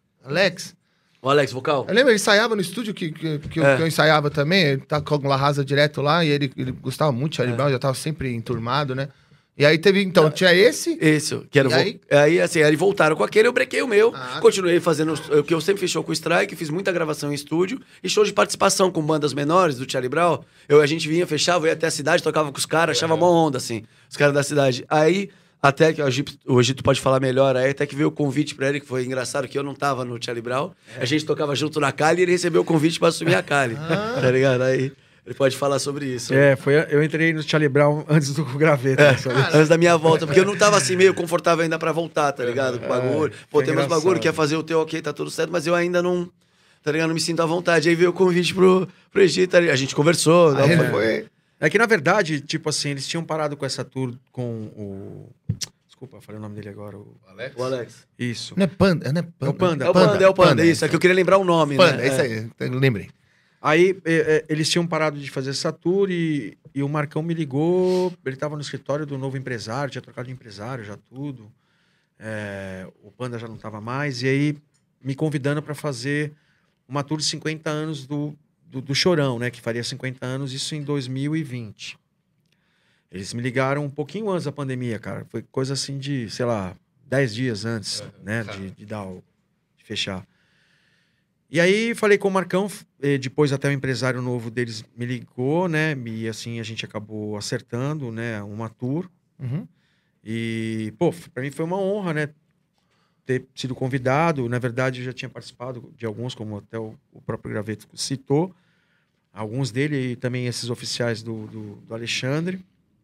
O Alex, vocal? Eu lembro, ele ensaiava no estúdio que eu ensaiava também. Ele tá com o La Raza direto lá e ele gostava muito de Charlie Brown, já tava sempre enturmado, né? E aí teve, então, tinha esse... Isso, que era aí, assim, aí voltaram com aquele, eu brequei o meu, continuei fazendo o que eu sempre fiz show com o Strike, fiz muita gravação em estúdio e show de participação com bandas menores do Charlie Brown. A gente vinha, fechava, ia até a cidade, tocava com os caras, achava mó onda, assim, os caras da cidade. Aí, até que o Egito pode falar melhor, aí até que veio o convite pra ele, que foi engraçado, que eu não tava no Charlie Brown, a gente tocava junto na Cali e ele recebeu o convite pra assumir a Cali, tá ligado? Aí... Ele pode falar sobre isso. Eu entrei no Charlie Brown antes do Graveta. Antes da minha volta, porque eu não tava assim meio confortável ainda pra voltar, tá ligado? Com o bagulho. Pô, tem meus bagulho, quer fazer o teu, ok, tá tudo certo, mas eu ainda não, tá ligado? Não me sinto à vontade. Aí veio o convite pro Egito, a gente conversou. É que, na verdade, tipo assim, eles tinham parado com essa tour com o... Desculpa, falei o nome dele agora. O Alex. Isso. Não é Panda? É o Panda. É o Panda, isso. É que eu queria lembrar o nome, Panda, né? É isso aí, eu lembrei. Aí eles tinham parado de fazer essa tour e o Marcão me ligou. Ele tava no escritório do novo empresário, tinha trocado de empresário já tudo. O Panda já não tava mais. E aí me convidando para fazer uma tour de 50 anos do Chorão, né? Que faria 50 anos, isso em 2020. Eles me ligaram um pouquinho antes da pandemia, cara. Foi coisa assim de, sei lá, 10 dias antes, né? De fechar. E aí falei com o Marcão, depois até o empresário novo deles me ligou, né? E assim a gente acabou acertando, né? Uma tour. Uhum. E, pô, pra mim foi uma honra, né? Ter sido convidado. Na verdade, eu já tinha participado de alguns, como até o próprio Graveto citou. Alguns dele e também esses oficiais do Alexandre.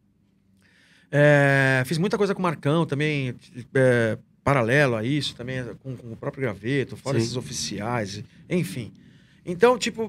Fiz muita coisa com o Marcão também, paralelo a isso, também com o próprio Graveto, fora esses oficiais, enfim. Então, tipo,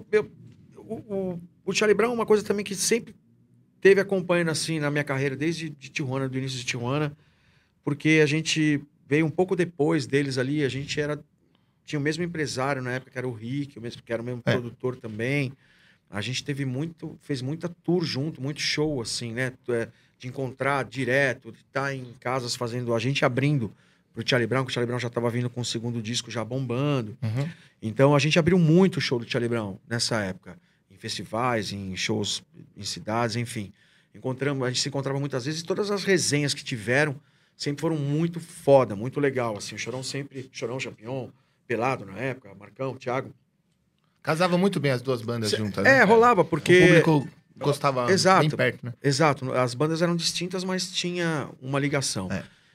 o Charlie Brown é uma coisa também que sempre teve acompanhando assim na minha carreira, desde Tijuana, do início de Tijuana, porque a gente veio um pouco depois deles ali, a gente tinha o mesmo empresário na época, que era o Rick, que era o mesmo produtor também. A gente fez muita tour junto, muito show, assim, né? De encontrar direto, de estar em casas fazendo, a gente abrindo pro Charlie Brown, que o Charlie Brown já estava vindo com o segundo disco já bombando. Uhum. Então a gente abriu muito o show do Charlie Brown nessa época, em festivais, em shows, em cidades, enfim. A gente se encontrava muitas vezes e todas as resenhas que tiveram sempre foram muito foda, muito legal, assim. O Chorão Champion, Pelado na época, Marcão, Thiago. Casava muito bem as duas bandas juntas, né? Rolava, porque... O público gostava bem perto, né? Exato. As bandas eram distintas, mas tinha uma ligação.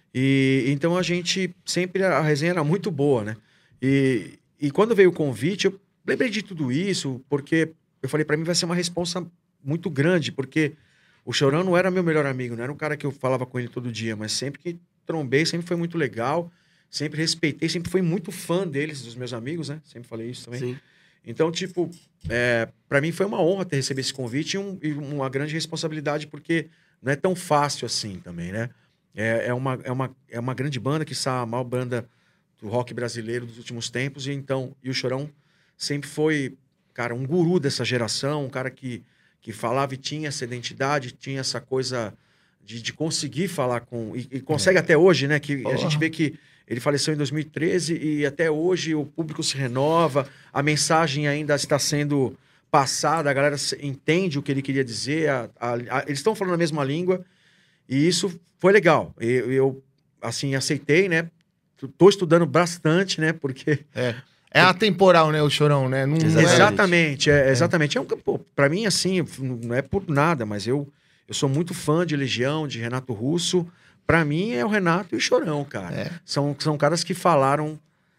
E então a gente sempre... A resenha era muito boa, né? E quando veio o convite, eu lembrei de tudo isso, porque eu falei, pra mim vai ser uma responsa muito grande, porque o Chorão não era meu melhor amigo, não era um cara que eu falava com ele todo dia, mas sempre que trombei, sempre foi muito legal, sempre respeitei, sempre fui muito fã deles, dos meus amigos, né? Sempre falei isso também. Sim. Então, tipo, pra mim foi uma honra ter recebido esse convite e uma grande responsabilidade, porque não é tão fácil assim também, né? É uma grande banda, que está a maior banda do rock brasileiro dos últimos tempos, e o Chorão sempre foi, cara, um guru dessa geração, um cara que falava e tinha essa identidade, tinha essa coisa de conseguir falar com... E consegue até hoje, né? Que a gente vê que ele faleceu em 2013 e até hoje o público se renova, a mensagem ainda está sendo passada, a galera entende o que ele queria dizer, eles estão falando a mesma língua e isso foi legal. Eu assim, aceitei, né? Tô estudando bastante, né? Porque... É atemporal, né, o Chorão, né? Não exatamente, exatamente. Pra mim, assim, não é por nada, mas eu sou muito fã de Legião, de Renato Russo. Pra mim, é o Renato e o Chorão, cara. São caras que falaram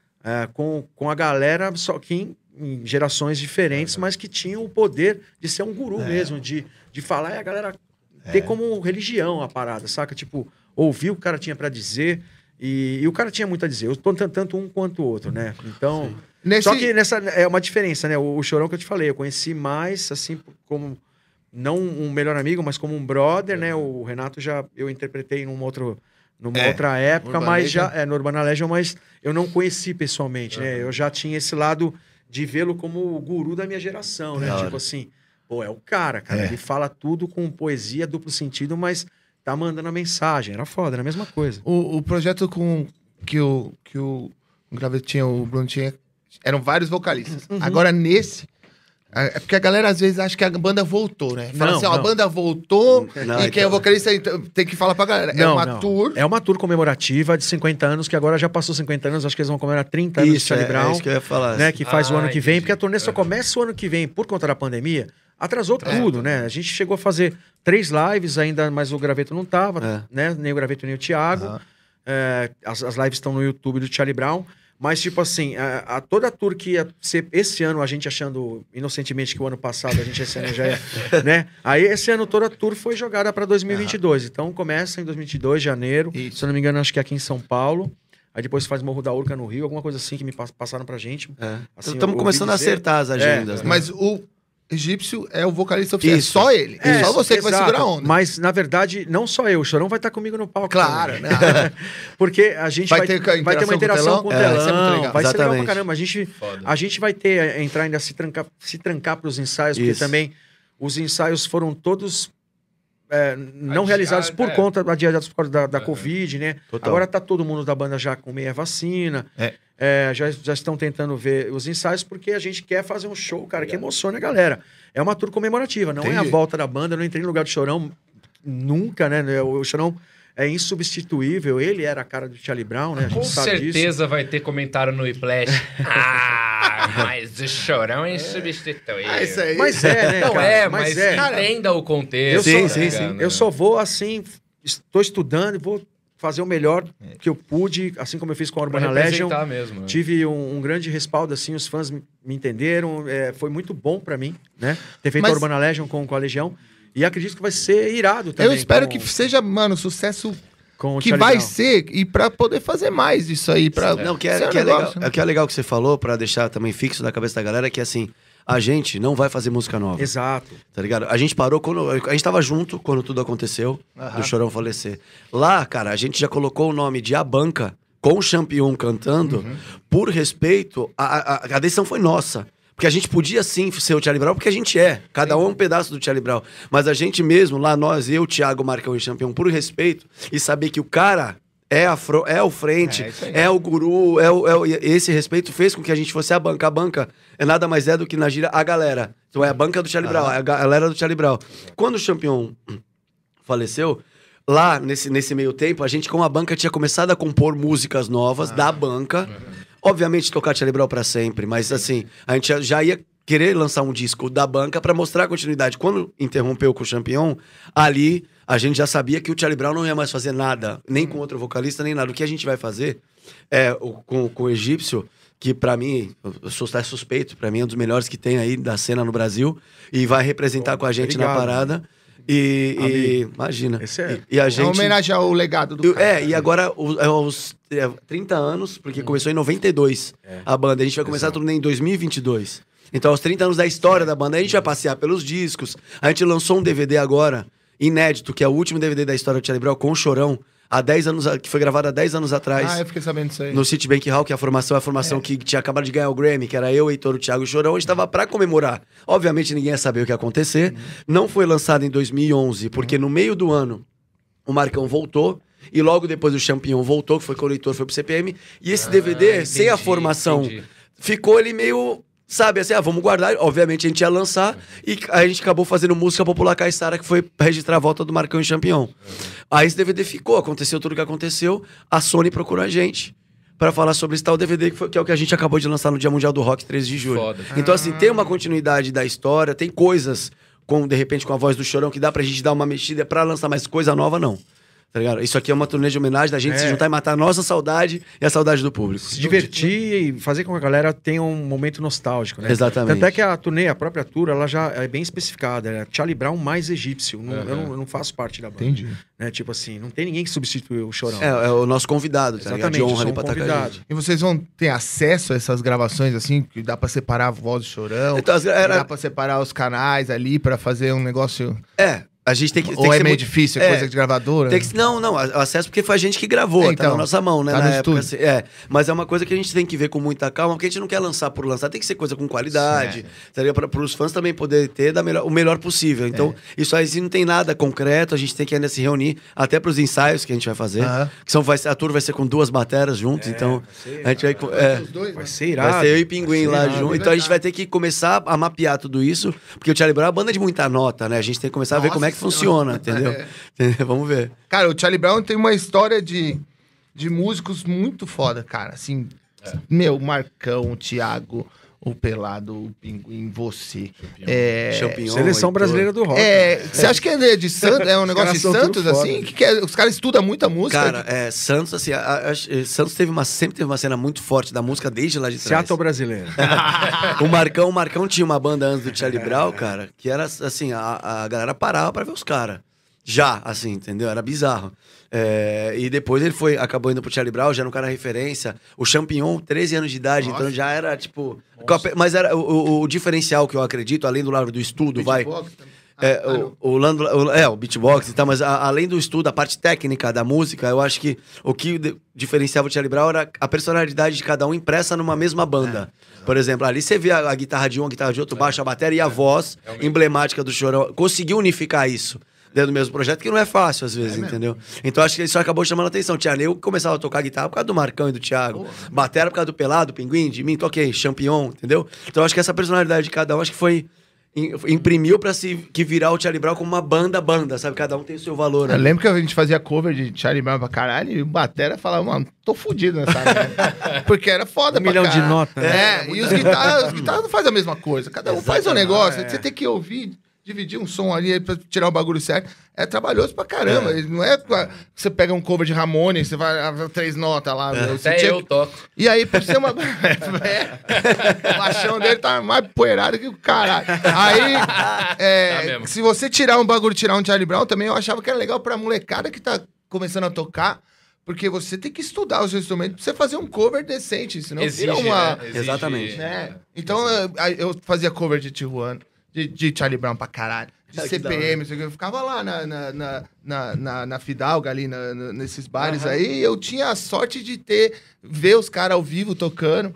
com a galera, só que em gerações diferentes, mas que tinham o poder de ser um guru mesmo, de falar e a galera ter como religião a parada, saca? Tipo, ouvir o que o cara tinha pra dizer... E o cara tinha muito a dizer, eu tô tanto um quanto o outro, né? Então. Só que nessa é uma diferença, né? O Chorão que eu te falei, eu conheci mais, assim, como não um melhor amigo, mas como um brother, né? O Renato eu interpretei numa outra época, mas já. No Urbana Legion, mas eu não conheci pessoalmente, né? Eu já tinha esse lado de vê-lo como o guru da minha geração, né? Tipo assim, é o cara. Ele fala tudo com poesia, duplo sentido, mas. Tá mandando a mensagem, era foda, era a mesma coisa. O projeto que o Graveto tinha, o Bruno tinha, eram vários vocalistas. Agora nesse, é porque a galera às vezes acha que a banda voltou, né? Fala a banda voltou e quem é o vocalista tem que falar pra galera. Tour. É uma tour comemorativa de 50 anos, que agora já passou 50 anos, acho que eles vão comemorar 30 anos de Charlie Brown. É isso que eu ia falar. Né, que faz o ano que vem, porque a turnê só começa o ano que vem, por conta da pandemia. Atrasou tudo, né? A gente chegou a fazer 3 lives ainda, mas o Graveto não tava, né? Nem o Graveto, nem o Thiago. As lives estão no YouTube do Charlie Brown. Mas, tipo assim, toda a tour que ia ser esse ano, a gente achando inocentemente que o ano passado a gente esse ano já ia, né? Aí esse ano toda a tour foi jogada para 2022. Então começa em 2022, janeiro. Isso. Se eu não me engano, acho que é aqui em São Paulo. Aí depois faz Morro da Urca no Rio, alguma coisa assim que me passaram pra gente. Assim, estamos começando a acertar as agendas. Né? Mas Egípcio é o vocalista oficial. Isso. É só ele. É só você que vai segurar a onda. Mas, na verdade, não só eu. O Chorão vai estar comigo no palco. Claro, né? Porque a gente vai ter uma interação com o telão. Vai ser muito legal. Vai ser legal pra Exatamente. caramba. A gente vai entrar ainda, se trancar pros ensaios, porque também os ensaios foram todos não realizados por conta adiados por causa da Covid, né? Total. Agora tá todo mundo da banda já com meia vacina. Já estão tentando ver os ensaios, porque a gente quer fazer um show, cara, que emocione a galera. É uma tour comemorativa, não é a volta da banda. Eu não entrei no lugar do Chorão nunca, né? O Chorão é insubstituível. Ele era a cara do Charlie Brown, né? A gente Com sabe certeza disso. vai ter comentário no Whiplash. Mas o Chorão é insubstituível. Isso aí. Mas né, Não cara? mas cara, entenda o contexto. Eu só vou, assim, estou estudando e vou fazer o melhor que eu pude, assim como eu fiz com a Urbana Legion. Mesmo, né? Tive um grande respaldo, assim, os fãs me entenderam. Foi muito bom pra mim, né? Ter feito a Urbana Legion com a Legião. E acredito que vai ser irado também. Eu espero que seja, mano, sucesso com que vai ser, e pra poder fazer mais disso aí. Não, que é legal, que é legal que você falou, pra deixar também fixo na cabeça da galera, que assim, a gente não vai fazer música nova. Exato. Tá ligado? A gente parou quando... A gente tava junto quando tudo aconteceu, do Chorão falecer. Lá, cara, a gente já colocou o nome de A Banca, com o Champignon cantando, por respeito, a decisão foi nossa. Porque a gente podia sim ser o Charlie Brown, porque a gente é. Cada um é um pedaço do Charlie Brown. Mas a gente mesmo, lá nós, eu, Thiago, Marcão e Champignon, por respeito, e saber que o cara é o frente, é o guru, esse respeito fez com que a gente fosse a banca. A banca é nada mais do que na gira a galera. Então é a banca do Charlie Brown, é a galera do Charlie Brown. Quando o Champignon faleceu, lá nesse meio tempo, a gente com a banca tinha começado a compor músicas novas da banca. Obviamente tocar Charlie Brown pra sempre, mas assim, a gente já ia querer lançar um disco da banca pra mostrar a continuidade. Quando interrompeu com o Champignon, ali a gente já sabia que o Charlie Brown não ia mais fazer nada, nem com outro vocalista, nem nada. O que a gente vai fazer com o Egípcio, que pra mim, eu sou suspeito, pra mim é um dos melhores que tem aí da cena no Brasil, e vai representar com a gente na parada. Imagina. E a gente... homenagear o legado do cara. E agora os 30 anos, porque começou em 92 a banda. A gente vai começar tudo em 2022. Então, aos 30 anos da história da banda, a gente vai passear pelos discos. A gente lançou um DVD agora, inédito, que é o último DVD da história do Charlie Brown, com o Chorão, há 10 anos, que foi gravado há 10 anos atrás. Eu fiquei sabendo disso aí. No Citibank Hall, que é a formação que tinha acabado de ganhar o Grammy, que era eu, Heitor, o Thiago e o Chorão. A gente tava pra comemorar. Obviamente, ninguém ia saber o que ia acontecer. Não foi lançado em 2011, porque no meio do ano, o Marcão voltou. E logo depois o Champignon voltou, que foi quando o Heitor foi pro CPM. E esse DVD, sem a formação, ficou ele meio... Sabe, assim, vamos guardar. Obviamente a gente ia lançar e a gente acabou fazendo música popular Caissara, que foi pra registrar a volta do Marcão e Champignon. Aí esse DVD ficou, aconteceu tudo o que aconteceu. A Sony procurou a gente pra falar sobre esse tal DVD, que é o que a gente acabou de lançar no Dia Mundial do Rock, 13 de julho. Foda. Então, assim, tem uma continuidade da história, tem coisas, de repente, com a voz do Chorão, que dá pra gente dar uma mexida pra lançar mais coisa nova, não. Tá ligado? Isso aqui é uma turnê de homenagem da gente se juntar e matar a nossa saudade e a saudade do público. Se divertir e fazer com que a galera tenha um momento nostálgico, né? Exatamente. Tanto é que a turnê, a própria tour, ela já é bem especificada. É Charlie Brown mais egípcio. Eu não faço parte da banda. Entendi. Né? Tipo assim, não tem ninguém que substitui o Chorão. É o nosso convidado, tá ligado? Exatamente, De honra ali pra estar com a gente. E vocês vão ter acesso a essas gravações, assim, que dá pra separar a voz do Chorão? Então, dá pra separar os canais ali pra fazer um negócio... A gente tem que... Ou é meio difícil, é coisa de gravadora? Não, acesso porque foi a gente que gravou, então, tá na nossa mão, né? Tá na no época, estúdio. assim, mas é uma coisa que a gente tem que ver com muita calma, porque a gente não quer lançar por lançar, tem que ser coisa com qualidade, para os fãs também poderem ter o melhor possível. Então, isso aí não tem nada concreto, a gente tem que ainda se reunir, até pros ensaios que a gente vai fazer, que a tour vai ser com 2 bateras juntos, então a gente vai... Vai ser irado. Vai ser eu e Pinguim lá junto. Então a gente vai ter que começar a mapear tudo isso, porque o Charlie Brown é uma banda de muita nota, né? A gente tem que começar a ver como é que funciona, entendeu? Vamos ver. Cara, o Charlie Brown tem uma história de músicos muito foda, cara. Assim, meu, Marcão, o Thiago, o Pelado, o Pinguim, você. Champignon, Seleção brasileira do rock. Você acha que é de Santos? É um negócio de Santos, assim? Os caras estudam muita música? Cara, Santos, assim, Santos sempre teve uma cena muito forte da música desde lá de trás. Seattle brasileiro. O Marcão tinha uma banda antes do Charlie Brown, cara, que era assim, a galera parava pra ver os caras. Já, assim, entendeu? Era bizarro. E depois ele acabou indo pro Charlie Brown, já era um cara referência. O Champignon, 13 anos de idade, então já era, tipo... Mas era o diferencial que eu acredito, além do lado do estudo, o beatbox e tal, mas além do estudo, a parte técnica da música, eu acho que o que diferenciava o Charlie Brown era a personalidade de cada um impressa numa mesma banda. Por exemplo, ali você vê a guitarra de um, a guitarra de outro, baixo, a bateria e a voz emblemática do Chorão. Conseguiu unificar isso dentro do mesmo projeto, que não é fácil às vezes, entendeu? Então acho que isso acabou chamando a atenção. Eu começava a tocar guitarra por causa do Marcão e do Thiago, batera por causa do Pelado, do Pinguim, de mim, toquei Champignon, entendeu? Então acho que essa personalidade de cada um, acho que foi... imprimiu pra que virar o Charlie Brown como uma banda, sabe? Cada um tem o seu valor. Eu lembro que a gente fazia cover de Charlie Brown pra caralho e o batera falava, mano, tô fudido nessa área. Porque era foda pra milhão de notas. Né? E os guitarras não fazem a mesma coisa. Cada um faz um negócio. Você tem que ouvir, dividir um som ali pra tirar o bagulho certo. É trabalhoso pra caramba. Não é você pega um cover de Ramones, você vai 3 notas lá. Até eu toco. E aí, por ser uma... o machão dele tá mais poeirado que o caralho. Aí, se você tirar um bagulho, tirar um Charlie Brown, também eu achava que era legal pra molecada que tá começando a tocar, porque você tem que estudar os instrumentos pra você fazer um cover decente, senão vira uma... Exatamente. Né? Então, eu fazia cover de Tijuana, de Charlie Brown pra caralho. De CPM, eu ficava lá na Fidalga, ali nesses bares aí, eu tinha a sorte de ver os caras ao vivo tocando,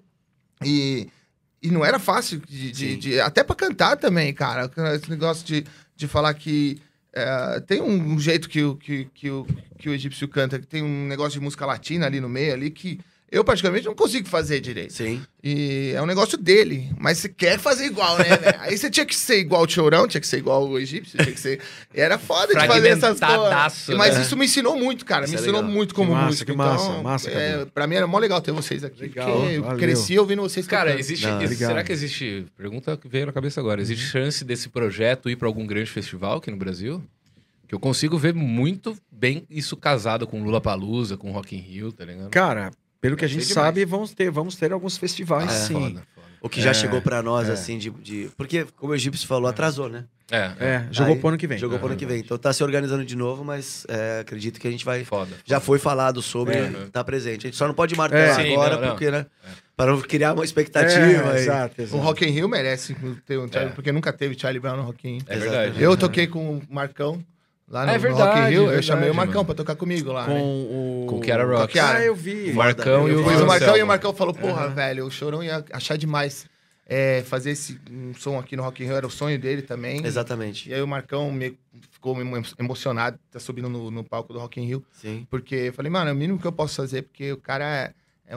e não era fácil, até pra cantar também, cara, esse negócio de falar que tem um jeito que o egípcio canta, que tem um negócio de música latina ali no meio, ali, que eu, particularmente, não consigo fazer direito. Sim. E é um negócio dele. Mas você quer fazer igual, né, velho? Aí você tinha que ser igual o Chorão, tinha que ser igual o egípcio, tinha que ser... Era foda de fazer essas coisas. Mas isso me ensinou muito, cara. Isso me ensinou muito como músico. Que massa, pra mim era mó legal ter vocês aqui. Legal, porque eu cresci ouvindo vocês. Cara, será que existe... Pergunta que veio na cabeça agora. Existe chance desse projeto ir pra algum grande festival aqui no Brasil? Que eu consigo ver muito bem isso casado com Lollapalooza, com Rock in Rio, tá ligado? Cara... Pelo que a gente sabe, vamos ter alguns festivais, sim. Foda. O que já chegou pra nós, assim, Porque, como o egípcio falou, atrasou, né? Jogou pro ano que vem. Jogou pro ano que vem. Então tá se organizando de novo, mas acredito que a gente vai... Foda. Já foi falado sobre, tá presente. A gente só não pode marcar agora, porque, né? Para não criar uma expectativa. Exato. O Rock in Rio merece ter um Charlie, porque nunca teve Charlie Brown no Rock in Rio. É verdade. Eu toquei com o Marcão. Lá no Rock in Rio, eu chamei o Marcão pra tocar comigo lá. Com o Kiara Rock. Eu vi. O Marcão e o Marcão. E o Marcão falou, porra, velho, o Chorão ia achar demais fazer um som aqui no Rock in Rio. Era o sonho dele também. Exatamente. E aí o Marcão ficou emocionado, tá subindo no palco do Rock in Rio. Sim. Porque eu falei, mano, é o mínimo que eu posso fazer, porque o cara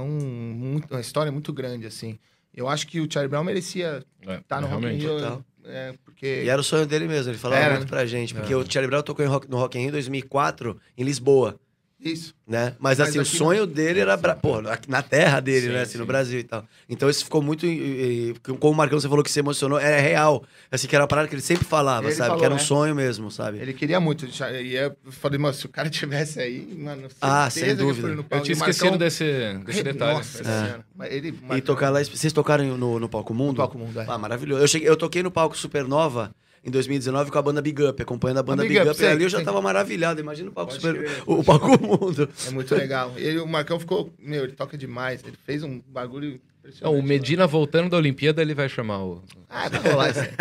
uma história muito grande, assim. Eu acho que o Charlie Brown merecia estar no Rock in Rio. Total. Porque... E era o sonho dele mesmo, ele falava muito pra gente. Porque o Charlie Brown tocou no Rock in Rio em 2004, em Lisboa. Isso. Né? Mas assim, o sonho dele era na terra dele, né? Assim, no Brasil e tal. Então isso ficou muito... Como o Marcão, você falou que se emocionou, era real. Assim, que era uma parada que ele sempre falava, ele sabe? Falou, que era um sonho mesmo, sabe? Ele queria muito. E eu falei, mano, se o cara tivesse aí, mano... Sem dúvida. Eu tinha esquecido desse detalhe. Nossa senhora. E tocar lá... Vocês tocaram no Palco Mundo? No Palco Mundo, maravilhoso. Eu toquei no Palco Supernova em 2019 com a banda Big Up, acompanhando a banda Big Up. E ali eu já tava maravilhado. Imagina o Palco o Palco Mundo. É muito legal. O Marcão ficou... ele toca demais. Ele fez um bagulho impressionante. Não, o Medina voltando da Olimpíada, ele vai chamar o... vai rolar isso aí.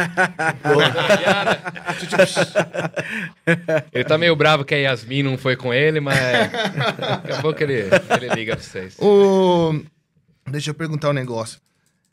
Ele tá meio bravo que a Yasmin não foi com ele, mas daqui a pouco ele liga pra vocês. Deixa eu perguntar um negócio.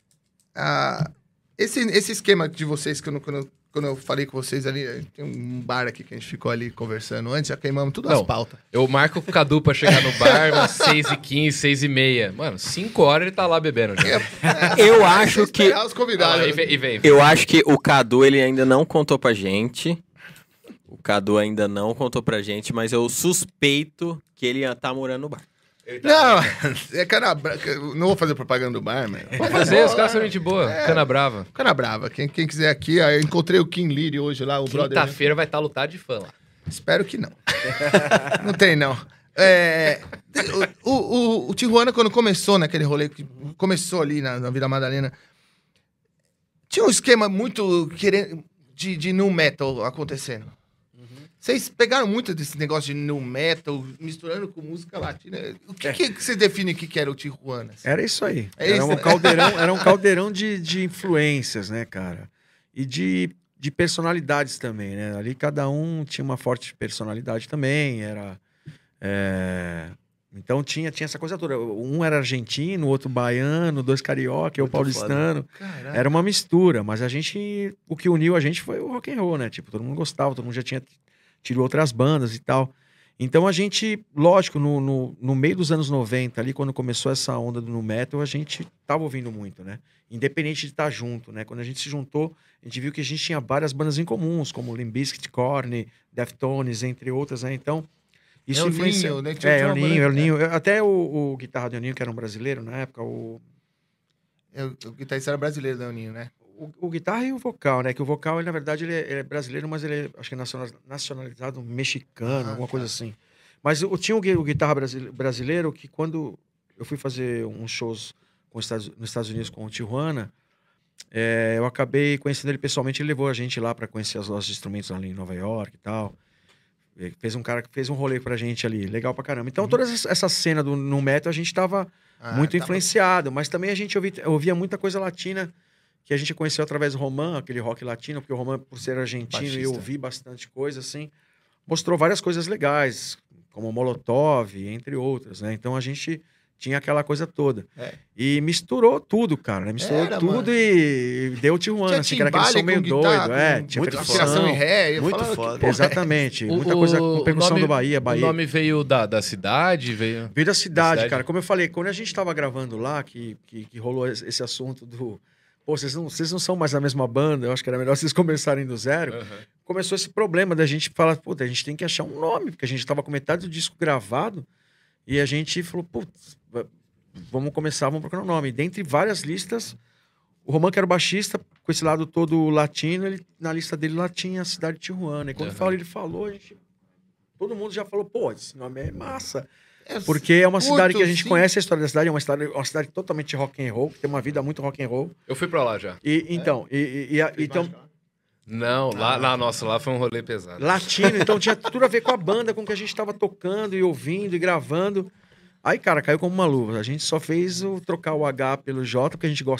Esse esquema de vocês, quando eu falei com vocês ali, tem um bar aqui que a gente ficou ali conversando antes, já queimamos tudo as pautas. Eu marco com o Cadu pra chegar no bar umas 6h15, 6h30. Mano, 5 horas ele tá lá bebendo. Eu acho que... Os convidados. Vem. Eu acho que o Cadu, ele ainda não contou pra gente. O Cadu ainda não contou pra gente, mas eu suspeito que ele tá morando no bar. Não, não vou fazer propaganda do bar, mano. Vou fazer, os caras são gente boa. Cana Brava. Cana Brava. Quem quiser aqui, eu encontrei o Kim Leary hoje lá, o brother. Quinta-feira vai estar lotado de fã lá. Espero que não. Não tem, não. O Tijuana, quando começou naquele rolê, que começou ali na Vila Madalena, tinha um esquema muito de nu metal acontecendo. Vocês pegaram muito desse negócio de nu metal, misturando com música latina. O que você define que era o Tijuana? Assim? Era isso aí. Era Um caldeirão de influências, né, cara? E de personalidades também, né? Ali cada um tinha uma forte personalidade também, Então tinha essa coisa toda. Um era argentino, o outro baiano, 2 carioca, eu paulistano. Caraca. Era uma mistura, mas o que uniu a gente foi o rock and roll, né? Tipo, todo mundo gostava, todo mundo já tinha tido outras bandas e tal. Então a gente, lógico, no meio dos anos 90, ali, quando começou essa onda do nu metal, a gente tava ouvindo muito, né? Independente de estar junto, né? Quando a gente se juntou, a gente viu que a gente tinha várias bandas em comuns, como Limp Bizkit, Korn, Deftones, entre outras, né? Então, isso influencia... Ninho, né? É o Ninho. Até o guitarra do Ninho, que era um brasileiro na época, o guitarrista era brasileiro, né, o Ninho, né? O guitarra e o vocal, né? Que o vocal, ele, na verdade, ele é brasileiro, mas ele acho que é nacionalizado mexicano, alguma coisa assim. Mas tinha o guitarra brasileiro que quando eu fui fazer uns shows nos Estados Unidos com o Tijuana, eu acabei conhecendo ele pessoalmente. Ele levou a gente lá para conhecer as lojas de instrumentos ali em Nova York e tal. Fez um cara que fez um rolê pra gente ali, legal pra caramba. Então, toda essa cena do nu metal, a gente tava muito influenciado. Mas também a gente ouvia muita coisa latina que a gente conheceu através do Romã, aquele rock latino, porque o Romã, por ser argentino, e eu ouvi bastante coisa, assim, mostrou várias coisas legais, como Molotov, entre outras, né? Então a gente tinha aquela coisa toda. E misturou tudo, cara, né? Misturou tudo, mano. E deu o Tijuana, assim, que era aquele som meio doido. Tinha percussão em ré. Muito foda. Exatamente. Muita coisa com percussão do Bahia. O nome veio da cidade? Veio da cidade, cara. Como eu falei, quando a gente tava gravando lá, que rolou esse assunto do... Pô, vocês não são mais a mesma banda, eu acho que era melhor vocês começarem do zero. Começou esse problema da gente falar, pô, a gente tem que achar um nome, porque a gente tava com metade do disco gravado, e a gente falou, putz, vamos procurar um nome. Dentre várias listas, o Romã, que era o baixista, com esse lado todo latino, na lista dele lá tinha a cidade de Tijuana. E quando ele falou, todo mundo já falou, pô, esse nome é massa. Porque é uma cidade que a gente conhece a história da cidade, é uma cidade totalmente rock and roll, que tem uma vida muito rock and roll. Eu fui pra lá já. Então... Não, lá foi um rolê pesado. Latino, então tinha tudo a ver com a banda, com o que a gente tava tocando e ouvindo e gravando. Aí, cara, caiu como uma luva. A gente só fez trocar o H pelo J, porque a gente não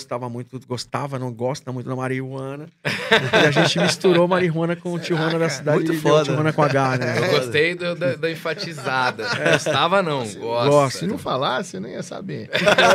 gosta muito da marihuana. E a gente misturou marihuana com o Tijuana da cidade. Muito foda. Tijuana com H, né? Eu gostei da enfatizada. Gostava não, gosta. Se não falasse, eu nem ia saber.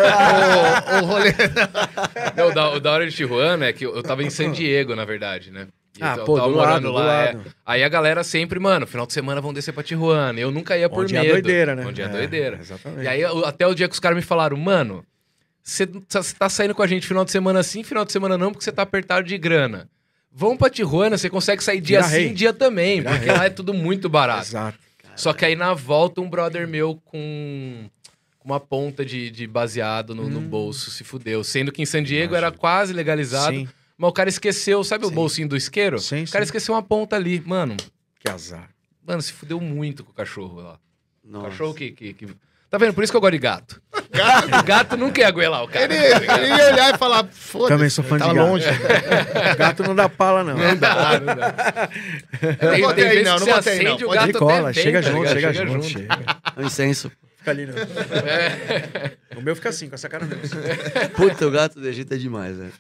O rolê... Não, da hora de Tijuana é que eu tava em San Diego, na verdade, né? Eu tava morando lá. Aí a galera sempre, mano, final de semana vão descer pra Tijuana. Eu nunca ia por medo. Doideira, né? Onde é doideira. Exatamente. E aí, até o dia que os caras me falaram, mano, você tá saindo com a gente final de semana sim, final de semana não, porque você tá apertado de grana. Vamos pra Tijuana, você consegue sair dia sim, dia também, porque lá é tudo muito barato. Exato. Só que aí na volta, um brother meu com uma ponta de baseado no bolso se fudeu. Sendo que em San Diego era quase legalizado. Sim. Mas o cara esqueceu, sabe o bolsinho do isqueiro? Sim, o cara esqueceu uma ponta ali. Mano, que azar. Mano, se fudeu muito com o cachorro lá. Nossa. O cachorro que... Tá vendo? Por isso que eu gosto de gato. Gato não quer aguelar o cara. Ele ia olhar e falar, foda-se. Também sou fã de gato. Longe. Gato não dá pala, não. Não dá. Eu não botei aí, não. Não botei aí, não. O gato cola, chega junto. É um incenso. Fica ali, né? O meu fica assim, com essa cara mesmo. Puta, o gato do Egito é demais, né?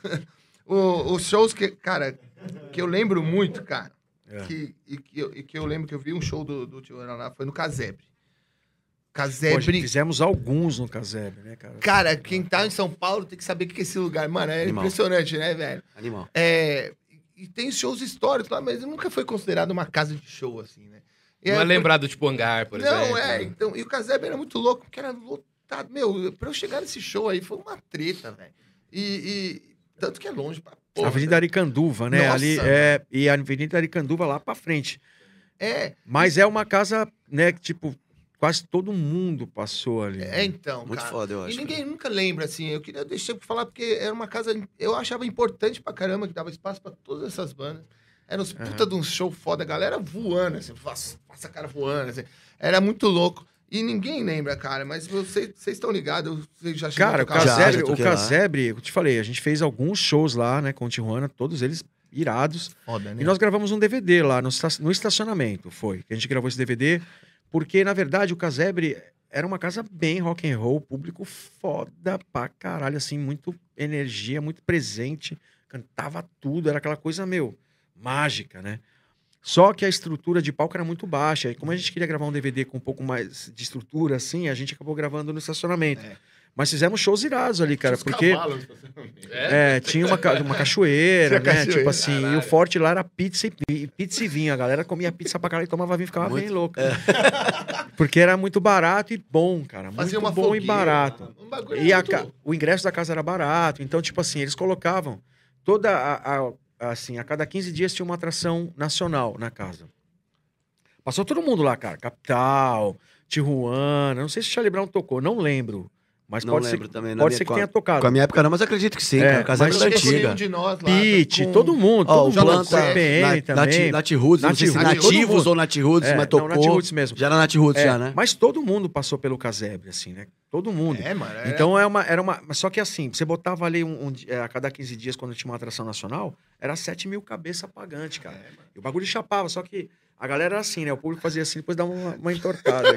Os shows que, cara, que eu lembro muito, cara, que eu lembro que eu vi um show do Tijuana lá, foi no Casebre. Casebre. Fizemos alguns no Casebre, né, cara? Cara, quem tá em São Paulo tem que saber o que é esse lugar. Mano, é impressionante, né, velho? Animal. E tem shows históricos lá, mas nunca foi considerado uma casa de show, assim, né? Não é lembrado, tipo, Hangar, por exemplo. Não, então... E o Casebre era muito louco, porque era lotado. Meu, pra eu chegar nesse show aí, foi uma treta, velho. E tanto que é longe pra porra. Avenida Aricanduva, né? Nossa, ali e a Avenida Aricanduva lá pra frente. Mas é uma casa, né, que, tipo, quase todo mundo passou ali. Então, muito cara. Foda, eu acho. E ninguém nunca lembra, assim. Eu queria deixar pra falar, porque era uma casa... Eu achava importante pra caramba, que dava espaço pra todas essas bandas. Era uns puta de um show foda, a galera voando, assim. Passa a cara voando, assim. Era muito louco. E ninguém lembra, cara, mas vocês estão ligados? Vocês já cara, o Casebre, eu te falei, a gente fez alguns shows lá, né, com o Tijuana, todos eles irados. Foda, né? E nós gravamos um DVD lá no estacionamento, foi. Que a gente gravou esse DVD, porque, na verdade, o Casebre era uma casa bem rock and roll, público foda pra caralho, assim, muito energia, muito presente, cantava tudo, era aquela coisa, mágica, né? Só que a estrutura de palco era muito baixa, e como a gente queria gravar um DVD com um pouco mais de estrutura, assim, a gente acabou gravando no estacionamento. Mas fizemos shows irados ali, cara, porque... tinha uma cachoeira, né? Cachoeira, tipo assim, e o forte lá era pizza e vinho. A galera comia pizza pra caralho e tomava vinho e ficava bem louca. Porque era muito barato e bom, cara. Fazia Muito uma bom fogueira, e barato. um bagulho E muito... o ingresso da casa era barato. Então, tipo assim, eles colocavam assim, a cada 15 dias tinha uma atração nacional na casa. Passou todo mundo lá, cara. Capital, Tijuana. Não sei se o Charlie Brown tocou, não lembro. Mas Não lembro também. pode ser que tenha tocado. Com a minha época não, mas acredito que sim, cara. A casa mas era Chegou antiga. nenhum de nós lá. Pete, com- todo mundo. Ó, o todo mundo. Planta, CPM também. Nat Roots, não sei se Nat Roots, Nativos todo mundo. ou Nat Roots, mas tocou. Não, Nat Roots mesmo. Já era Nat Roots, já, né? Mas todo mundo passou pelo Casebre, assim, né? Todo mundo. Mano. Então era uma. Só que assim, você botava ali a cada 15 dias, quando tinha uma atração nacional, era 7 mil cabeça pagante, cara. E o bagulho chapava, só que a galera era assim, né? O público fazia assim, depois dava uma entortada.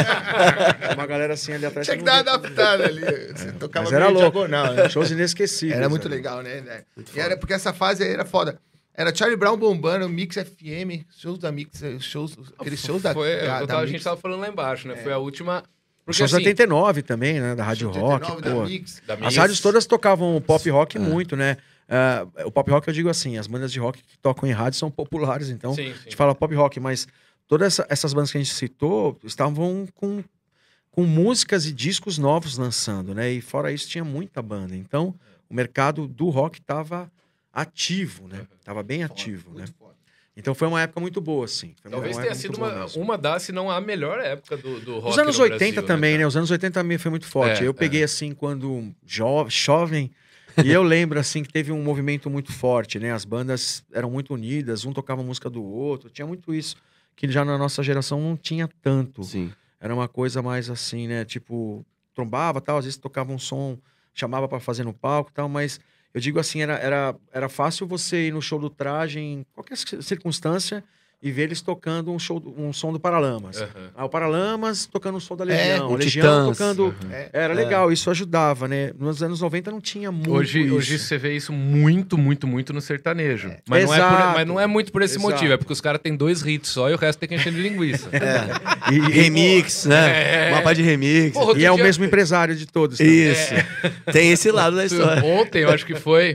Uma galera assim ali atrás. Tinha que dar uma adaptada ali. Você tocava Mas era meio louco. diagonal, né? Shows inesquecíveis. Era muito né? legal, né, velho? E era porque essa fase aí era foda. Era Charlie Brown bombando, Mix FM, shows da Mix, aqueles shows da... A gente tava falando lá embaixo, né? Foi a última... Porque, Shows assim, 89 também, né? Da Rádio 89 Rock. da Pô. Mix. da As Mix, rádios todas tocavam pop rock muito, né? O pop rock, eu digo assim, as bandas de rock que tocam em rádio são populares, então Sim, a sim. gente fala pop rock, mas todas essas bandas que a gente citou estavam com músicas e discos novos lançando, né? E fora isso, tinha muita banda. Então, o mercado do rock estava ativo, né? Tava bem ativo, né? Então foi uma época muito boa, assim. Foi Talvez uma tenha época sido muito boa mesmo. uma das, se não a melhor época do rock Os anos no 80 Brasil, também, né? cara? Os anos 80 também foi muito forte. É, Eu peguei, assim, quando jovem, e eu lembro, assim, que teve um movimento muito forte, né? As bandas eram muito unidas, um tocava música do outro. Tinha muito isso, que já na nossa geração não tinha tanto. Sim. Era uma coisa mais assim, né? Tipo, trombava tal, às vezes tocava um som, chamava pra fazer no palco e tal, mas eu digo assim, era fácil você ir no show do Traje em qualquer circunstância e ver eles tocando um som do Paralamas. Aham. O Paralamas tocando um som da Legião, o a Legião Titãs. tocando... É. Era legal, isso ajudava, né? Nos anos 90 não tinha muito Hoje isso. você vê isso muito no sertanejo. Mas, Exato. mas não é muito por esse Exato. motivo. É porque os caras têm 2 hits só e o resto tem que encher de linguiça. E remix, né? Uma parte de remix. Porra, outro E é o dia- mesmo empresário de todos. também. Isso. Tem esse lado da história. Ontem, eu acho que foi,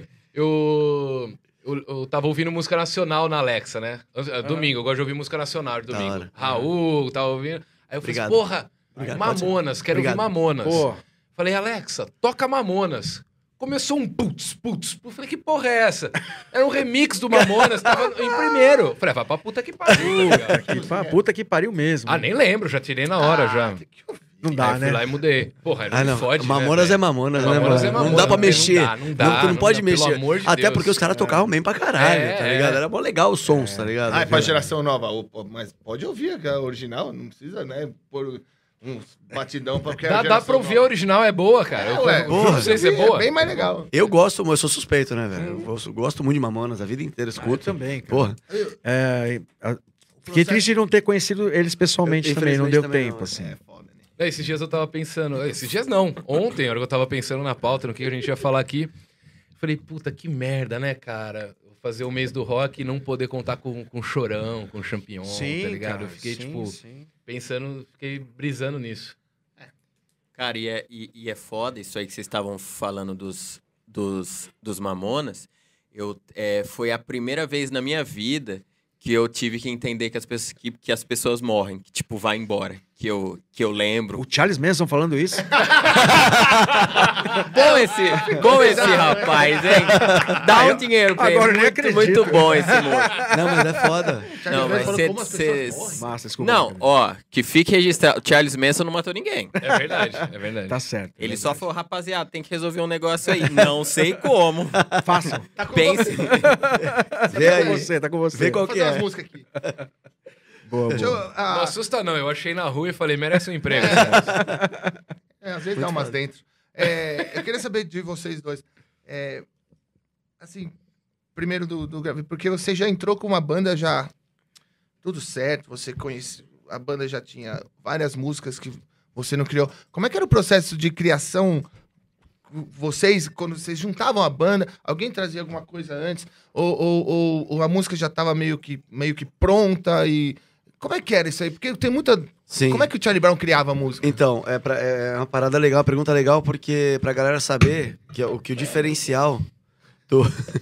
eu tava ouvindo música nacional na Alexa, né? Domingo, eu gosto de ouvir música nacional de Da domingo. hora. Raul, tava ouvindo. Aí eu Obrigado. falei, porra, Obrigado, Mamonas, quero Obrigado. ouvir Mamonas. Pô, Falei, Alexa, toca Mamonas. Começou um putz. Eu falei, que porra é essa? Era um remix do Mamonas, tava em primeiro. Falei, vai pra puta que pariu, cara. puta que pariu mesmo. Ah, nem lembro, já tirei na hora já. Não Aí dá, eu né? fui lá e mudei. Porra, aí não, me fode, Mamonas né, é Mamonas, né, Mamonas mano? é Mamonas, Não dá pra não mexer. dá, não dá, Tu não não pode dá, mexer. pelo amor de Até Deus. porque os caras tocavam bem pra caralho, tá ligado? Era mó legal os sons, tá ligado? Ah, é pra geração nova. Mas pode ouvir a original, não precisa, né? Pôr uns batidão pra porque Dá pra ouvir a original, é boa, cara. Não sei se é boa. É bem mais legal. Eu gosto, eu sou suspeito, né, velho? Eu gosto muito de Mamonas, a vida inteira Eu escuto. também, cara. Porra. Fiquei triste de não ter conhecido eles pessoalmente também, não Infelizmente deu também tempo, não, assim. É foda, né? Esses dias eu tava pensando... Esses dias não. Ontem, a hora que eu tava pensando na pauta, no que a gente ia falar aqui, falei, puta, que merda, né, cara? Fazer o mês do rock e não poder contar com Chorão, com Champignon, tá ligado? cara, Eu fiquei, sim, tipo, sim. pensando, fiquei brisando nisso. Cara, e é foda isso aí que vocês estavam falando dos Mamonas. Foi a primeira vez na minha vida que eu tive que entender que as pessoas morrem, que, tipo, vai embora. Que eu lembro. O Charles Manson falando isso? Bom esse rapaz, hein? Dá um dinheiro pra ele. agora eu nem acredito. Muito bom esse moço. Não, mas é foda. Não, mas Como as pessoas morrem? Massa, desculpa. Não, ó, que fique registrado. Charles Manson não matou ninguém. É verdade, é verdade. Tá certo. Ele só falou, rapaziada, tem que resolver um negócio aí. Não sei como. Fácil. Pense. Vê aí. Tá com você. Vê qual Vou que fazer umas é. músicas aqui. Boa, Deixa boa. eu, Não assusta não, eu achei na rua e falei, merece um emprego. às vezes dá umas dentro. Eu queria saber de vocês dois. Assim, primeiro do Gravei, porque você já entrou com uma banda já tudo certo, você conhece, a banda já tinha várias músicas que você não criou. Como é que era o processo de criação? Vocês, quando vocês juntavam a banda, alguém trazia alguma coisa antes? Ou a música já estava meio que pronta? E como é que era isso aí? Porque tem muita... Sim. Como é que o Charlie Brown criava a música? Então, é uma parada legal, uma pergunta legal, porque pra galera saber que o diferencial do...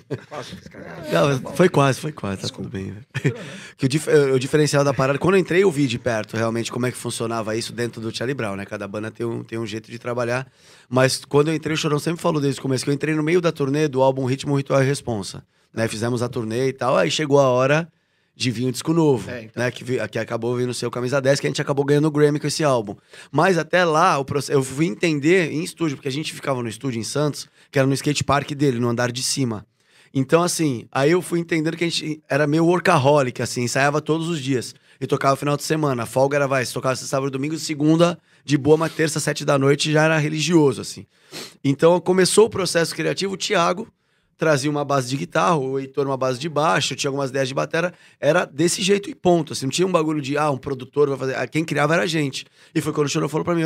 Não, foi quase, tá tudo bem. Que o diferencial da parada... Quando eu entrei, eu vi de perto, realmente, como é que funcionava isso dentro do Charlie Brown, né? Cada banda tem um jeito de trabalhar. Mas quando eu entrei, o Chorão sempre falou desde o começo, que eu entrei no meio da turnê do álbum Ritmo, Ritual e Responsa. Né? Fizemos a turnê e tal, aí chegou a hora de vir um disco novo, então. né? Que acabou vindo ser o Camisa 10, que a gente acabou ganhando o Grammy com esse álbum. Mas até lá, eu fui entender em estúdio, porque a gente ficava no estúdio em Santos, que era no skate park dele, no andar de cima. Então, assim, aí eu fui entendendo que a gente era meio workaholic, assim, ensaiava todos os dias. E tocava no final de semana. A folga era, se tocava sábado, domingo, segunda, de boa, mas terça, 7 da noite, já era religioso, assim. Então, começou o processo criativo, o Thiago trazia uma base de guitarra, o Heitor uma base de baixo, tinha algumas ideias de batera, era desse jeito e ponto, assim, não tinha um bagulho de, um produtor vai fazer, quem criava era a gente. E foi quando o Chorão falou pra mim,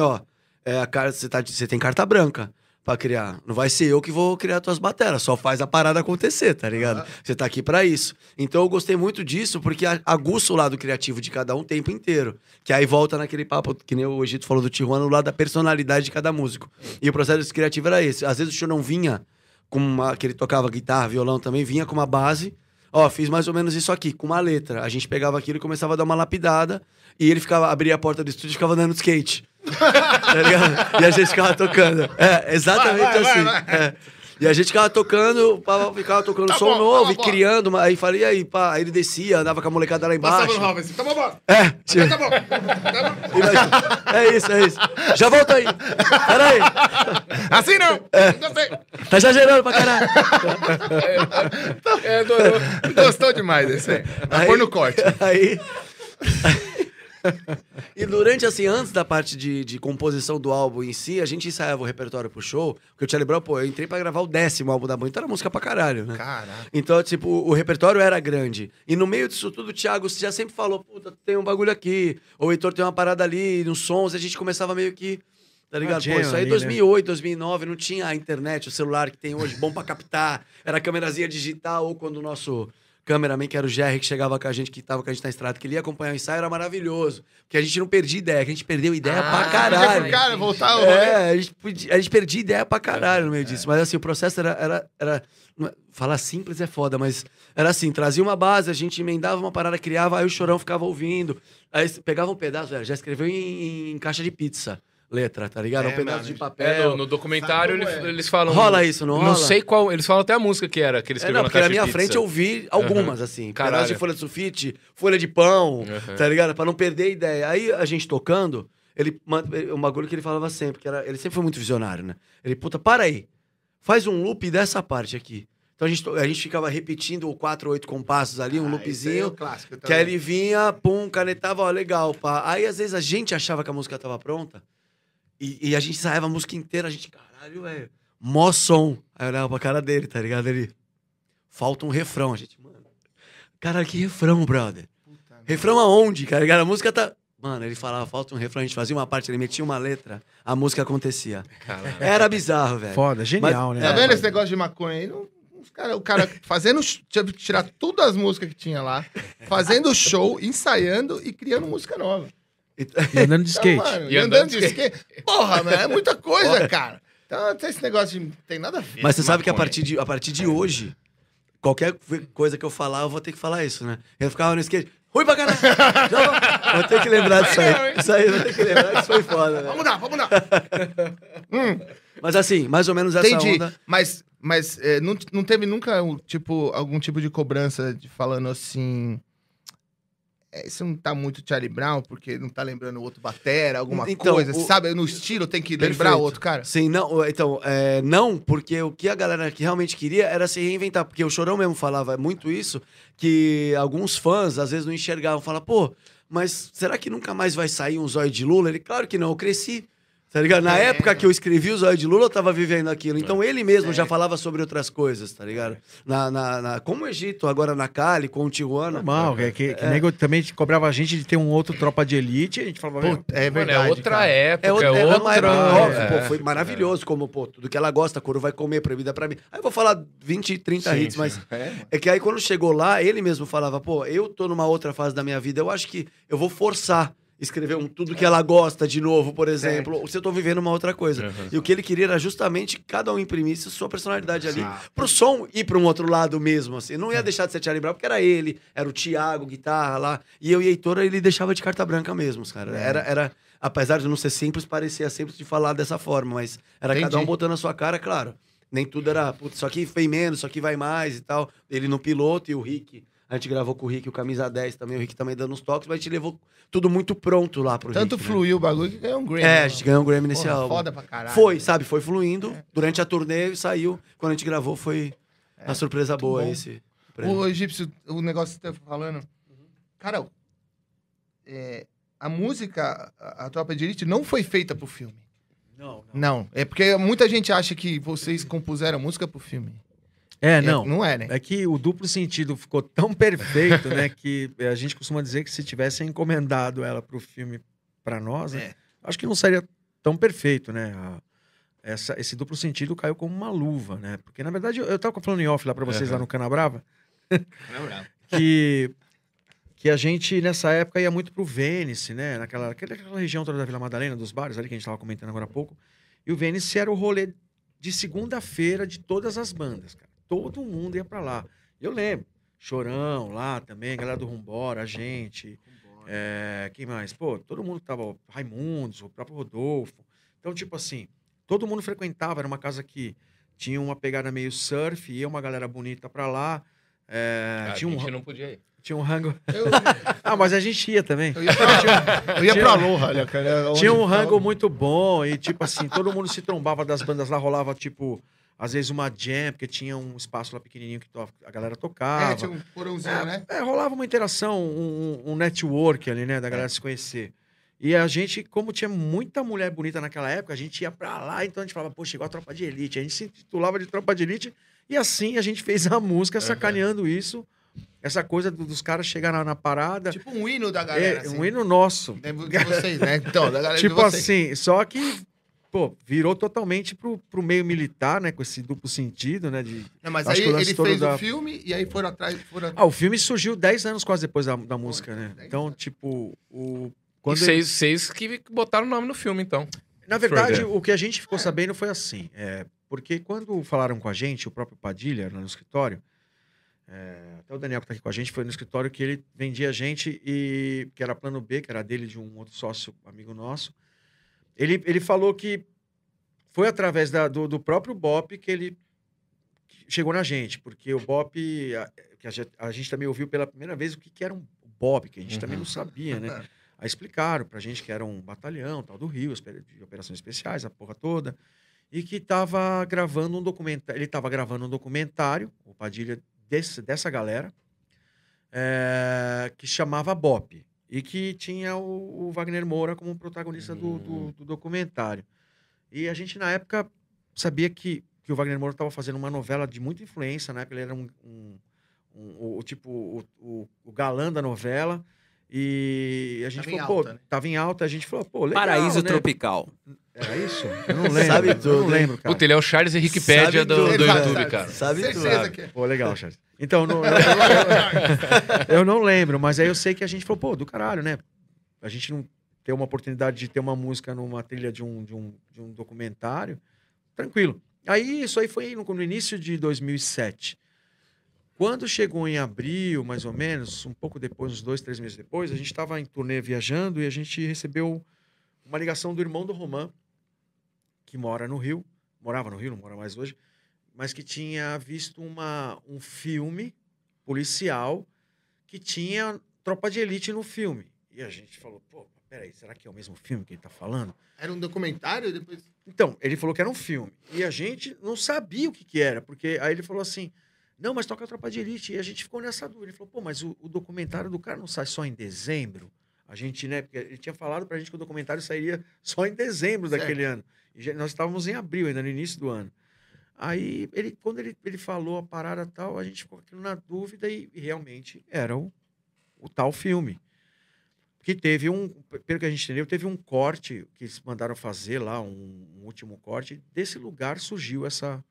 você tem carta branca pra criar, não vai ser eu que vou criar tuas bateras, só faz a parada acontecer, tá ligado? Você tá aqui pra isso. Então eu gostei muito disso, porque aguça o lado criativo de cada um o tempo inteiro, que aí volta naquele papo, que nem o Egito falou do Tijuana, no lado da personalidade de cada músico. E o processo criativo era esse, às vezes o Chorão vinha que ele tocava guitarra, violão também, vinha com uma base. Fiz mais ou menos isso aqui, com uma letra. A gente pegava aquilo e começava a dar uma lapidada. E ele abria a porta do estúdio e ficava andando de skate. Tá ligado? E a gente ficava tocando. Exatamente assim. Vai. E a gente ficava tocando som novo e criando. Aí falei, aí ele descia, andava com a molecada lá embaixo. Passava no Ralph assim, tá bom. Tá bom. É isso. Já volta aí. Peraí. Assim não. Gostei. Tá exagerando pra caralho. Adorou. Gostou demais desse aí. Vai pôr no corte. Aí... E durante, assim, antes da parte de composição do álbum em si, a gente ensaiava o repertório pro show, porque o Charlie Brown, eu entrei pra gravar o 10º álbum da banda, então era música pra caralho, né? Caraca. Então, tipo, o repertório era grande. E no meio disso tudo, o Thiago já sempre falou, puta, tem um bagulho aqui, ou o Heitor tem uma parada ali, nos sons, a gente começava meio que... Tá ligado? Isso aí 2008, 2009, não tinha a internet, o celular que tem hoje, bom pra captar, era câmerazinha digital, ou quando o nosso... cameraman, que era o Jerry, que chegava com a gente, que tava com a gente na estrada, que ele ia acompanhar o ensaio, era maravilhoso. Porque a gente não perdia ideia, que a gente perdeu ideia pra caralho. Cara, voltar a gente perdia ideia pra caralho no meio disso. Mas assim, o processo era... Falar simples é foda, mas era assim, trazia uma base, a gente emendava uma parada, criava, aí o Chorão ficava ouvindo. Aí pegava um pedaço, já escreveu em caixa de pizza. Letra, tá ligado? Um pedaço de papel. No documentário eles falam... Rola isso, não rola? Não sei qual... Eles falam até a música que era, que eles escreveram na caixa de pizza. Porque na minha frente eu vi algumas, assim. Caralho. Pedaço de folha de sulfite, folha de pão, tá ligado? Pra não perder a ideia. Aí a gente tocando, um bagulho que ele falava sempre, que era... Ele sempre foi muito visionário, né? Ele, puta, para aí. Faz um loop dessa parte aqui. Então a gente ficava repetindo 4 ou 8 compassos ali, um loopzinho. Clássico, que aí ele vinha, pum, canetava, legal, pá. Aí às vezes a gente achava que a música tava pronta. E a gente ensaiava a música inteira, a gente, caralho, velho, mó som. Aí eu olhava pra cara dele, tá ligado? Ele, falta um refrão. A gente, mano, caralho, que refrão, brother? Refrão aonde, cara? A música tá... Mano, ele falava, falta um refrão, a gente fazia uma parte, ele metia uma letra, a música acontecia. Caralho. Era bizarro, velho. Foda, genial, né? Tá vendo esse negócio de maconha aí? O cara fazendo... Tinha que tirar todas as músicas que tinha lá, fazendo show, ensaiando e criando música nova. E andando de skate. Então, mano, e andando de skate. Porra, mano, é muita coisa, cara. Então, esse negócio de... Tem nada a ver. Mas você sabe que a partir de hoje, qualquer coisa que eu falar, eu vou ter que falar isso, né? Eu ficava no skate, ruim pra caralho. Vou ter que lembrar disso aí. Isso aí, vou ter que lembrar que isso foi foda, né? Vamos mudar. Mas assim, mais ou menos essa onda... Mas não teve nunca, tipo, algum tipo de cobrança de falando assim... Isso não tá muito Charlie Brown, porque não tá lembrando o outro batera, alguma coisa, sabe? No estilo tem que lembrar o outro cara? Sim, não, então, não, porque o que a galera que realmente queria era se reinventar, porque o Chorão mesmo falava muito isso, que alguns fãs às vezes não enxergavam, falavam, pô, mas será que nunca mais vai sair um Zóio de Lula? Ele, claro que não, eu cresci Tá ligado? Na época que eu escrevi o Zóio de Lula, eu tava vivendo aquilo. Então ele mesmo já falava sobre outras coisas, tá ligado? Como o Egito, agora na Cali, com o Tijuana. Normal, que nego também cobrava a gente de ter um outro Tropa de Elite, e a gente falava... Pô, é verdade, Mano, é outra época, É outra... uma época, óbvio, pô, foi maravilhoso, como, pô, tudo que ela gosta, Coro vai comer, proibida pra mim. Aí eu vou falar 20, 30 hits, mas é que aí quando chegou lá, ele mesmo falava, pô, eu tô numa outra fase da minha vida, eu acho que eu vou forçar escrever tudo que ela gosta de novo, por exemplo, ou se eu tô vivendo uma outra coisa. E o que ele queria era justamente que cada um imprimisse sua personalidade ali, pro som ir pra um outro lado mesmo, assim. Não ia deixar de ser Charlie Brown, porque era ele, era o Thiago, guitarra lá, e eu e Heitor, ele deixava de carta branca mesmo, cara. Era apesar de não ser simples, parecia simples de falar dessa forma, mas era cada um botando a sua cara, claro. Nem tudo era, putz, isso aqui vem menos, isso aqui vai mais e tal. Ele no piloto e o Rick... A gente gravou com o Rick, o Camisa 10 também, o Rick também dando uns toques, mas a gente levou tudo muito pronto lá pro Tanto Rick, fluiu o bagulho que ganhou um Grammy. a gente ganhou um Grammy nesse álbum. Foda pra caralho. Foi fluindo. Durante a turnê saiu. Quando a gente gravou, foi uma surpresa boa bom. esse prêmio. Ô, Egípcio, o negócio que você tá falando... Cara, a música, a Tropa de Elite, não foi feita pro filme. Não. É porque muita gente acha que vocês compuseram música pro filme. Não. Não é, né? É que o duplo sentido ficou tão perfeito, né? Que a gente costuma dizer que se tivesse encomendado ela pro filme pra nós, né, acho que não seria tão perfeito, né? Esse duplo sentido caiu como uma luva, né? Porque, na verdade, eu tava falando em off lá pra vocês lá no Canabrava. que a gente, nessa época, ia muito pro Vênice, né? Naquela região toda da Vila Madalena, dos bares ali, que a gente tava comentando agora há pouco. E o Vênice era o rolê de segunda-feira de todas as bandas, cara. Todo mundo ia pra lá. Eu lembro. Chorão lá também, a galera do Rumbora, a gente. Quem mais? Pô, todo mundo tava... Raimundos, o próprio Rodolfo. Então, tipo assim, todo mundo frequentava. Era uma casa que tinha uma pegada meio surf, ia uma galera bonita pra lá. A gente não podia ir. Tinha um rango... mas a gente ia também. Eu ia pra Aloha, olha, cara. Tinha um rango muito bom e, tipo assim, todo mundo se trombava das bandas lá, rolava, tipo... Às vezes uma jam, porque tinha um espaço lá pequenininho que a galera tocava. Tinha um porãozinho, né? Rolava uma interação, um network ali, né? Da galera se conhecer. E a gente, como tinha muita mulher bonita naquela época, a gente ia pra lá, então a gente falava, pô, chegou a Tropa de Elite. A gente se intitulava de Tropa de Elite e assim a gente fez a música sacaneando isso. Essa coisa dos caras chegarem na parada. Tipo um hino da galera. Um hino nosso. De vocês, né? Então, da galera tipo de vocês. assim, só que... Pô, virou totalmente pro meio militar, né? Com esse duplo sentido, né? Não, mas aí ele fez o filme e aí foram atrás... o filme surgiu 10 anos quase depois da música, né? Então, tipo... Quando vocês que botaram o nome no filme, então. Na verdade, o que a gente ficou sabendo foi assim. Porque quando falaram com a gente, o próprio Padilha, lá no escritório... até o Daniel que tá aqui com a gente, foi no escritório que ele vendia a gente, que era plano B, que era dele de um outro sócio, amigo nosso. Ele falou que foi através do próprio Bop que ele chegou na gente, porque o Bop, que a gente também ouviu pela primeira vez o que era um Bop, que a gente também não sabia, né? Aí explicaram pra gente que era um batalhão, tal, do Rio, de operações especiais, a porra toda, e que tava gravando um documentário, ele tava gravando um documentário, o Padilha, dessa galera, que chamava Bop. E que tinha o Wagner Moura como protagonista do documentário. E a gente, na época, sabia que o Wagner Moura estava fazendo uma novela de muita influência, né? Ele era o galã da novela. E a gente falou, pô, tava em alta. A gente falou, pô, legal, Paraíso né? Tropical. Era isso? Eu não lembro. Sabe tudo, eu não lembro, cara. Puta, ele é o Charles Henriquepédia do YouTube, cara. Sabe tudo. Pô, legal, Charles. Então, eu não lembro, mas aí eu sei que a gente falou, pô, do caralho, né? A gente não ter uma oportunidade de ter uma música numa trilha de um documentário, tranquilo. Aí, isso aí foi no início de 2007. Quando chegou em abril, mais ou menos, um pouco depois, uns 2, 3 meses depois, a gente estava em turnê viajando e a gente recebeu uma ligação do irmão do Romã, que morava no Rio, não mora mais hoje, mas que tinha visto um filme policial que tinha Tropa de Elite no filme. E a gente falou, pô, peraí, será que é o mesmo filme que ele tá falando? Era um documentário depois? Então, ele falou que era um filme. E a gente não sabia o que era, porque aí ele falou assim, não, mas toca a Tropa de Elite. E a gente ficou nessa dúvida. Ele falou, pô, mas o documentário do cara não sai só em dezembro? A gente, né? Porque ele tinha falado pra gente que o documentário sairia só em dezembro daquele ano. E nós estávamos em abril, ainda no início do ano. Aí, quando ele falou a parada tal, a gente ficou aquilo na dúvida e realmente era o tal filme. Que teve pelo que a gente entendeu, teve um corte que eles mandaram fazer lá, um último corte. Desse lugar surgiu essa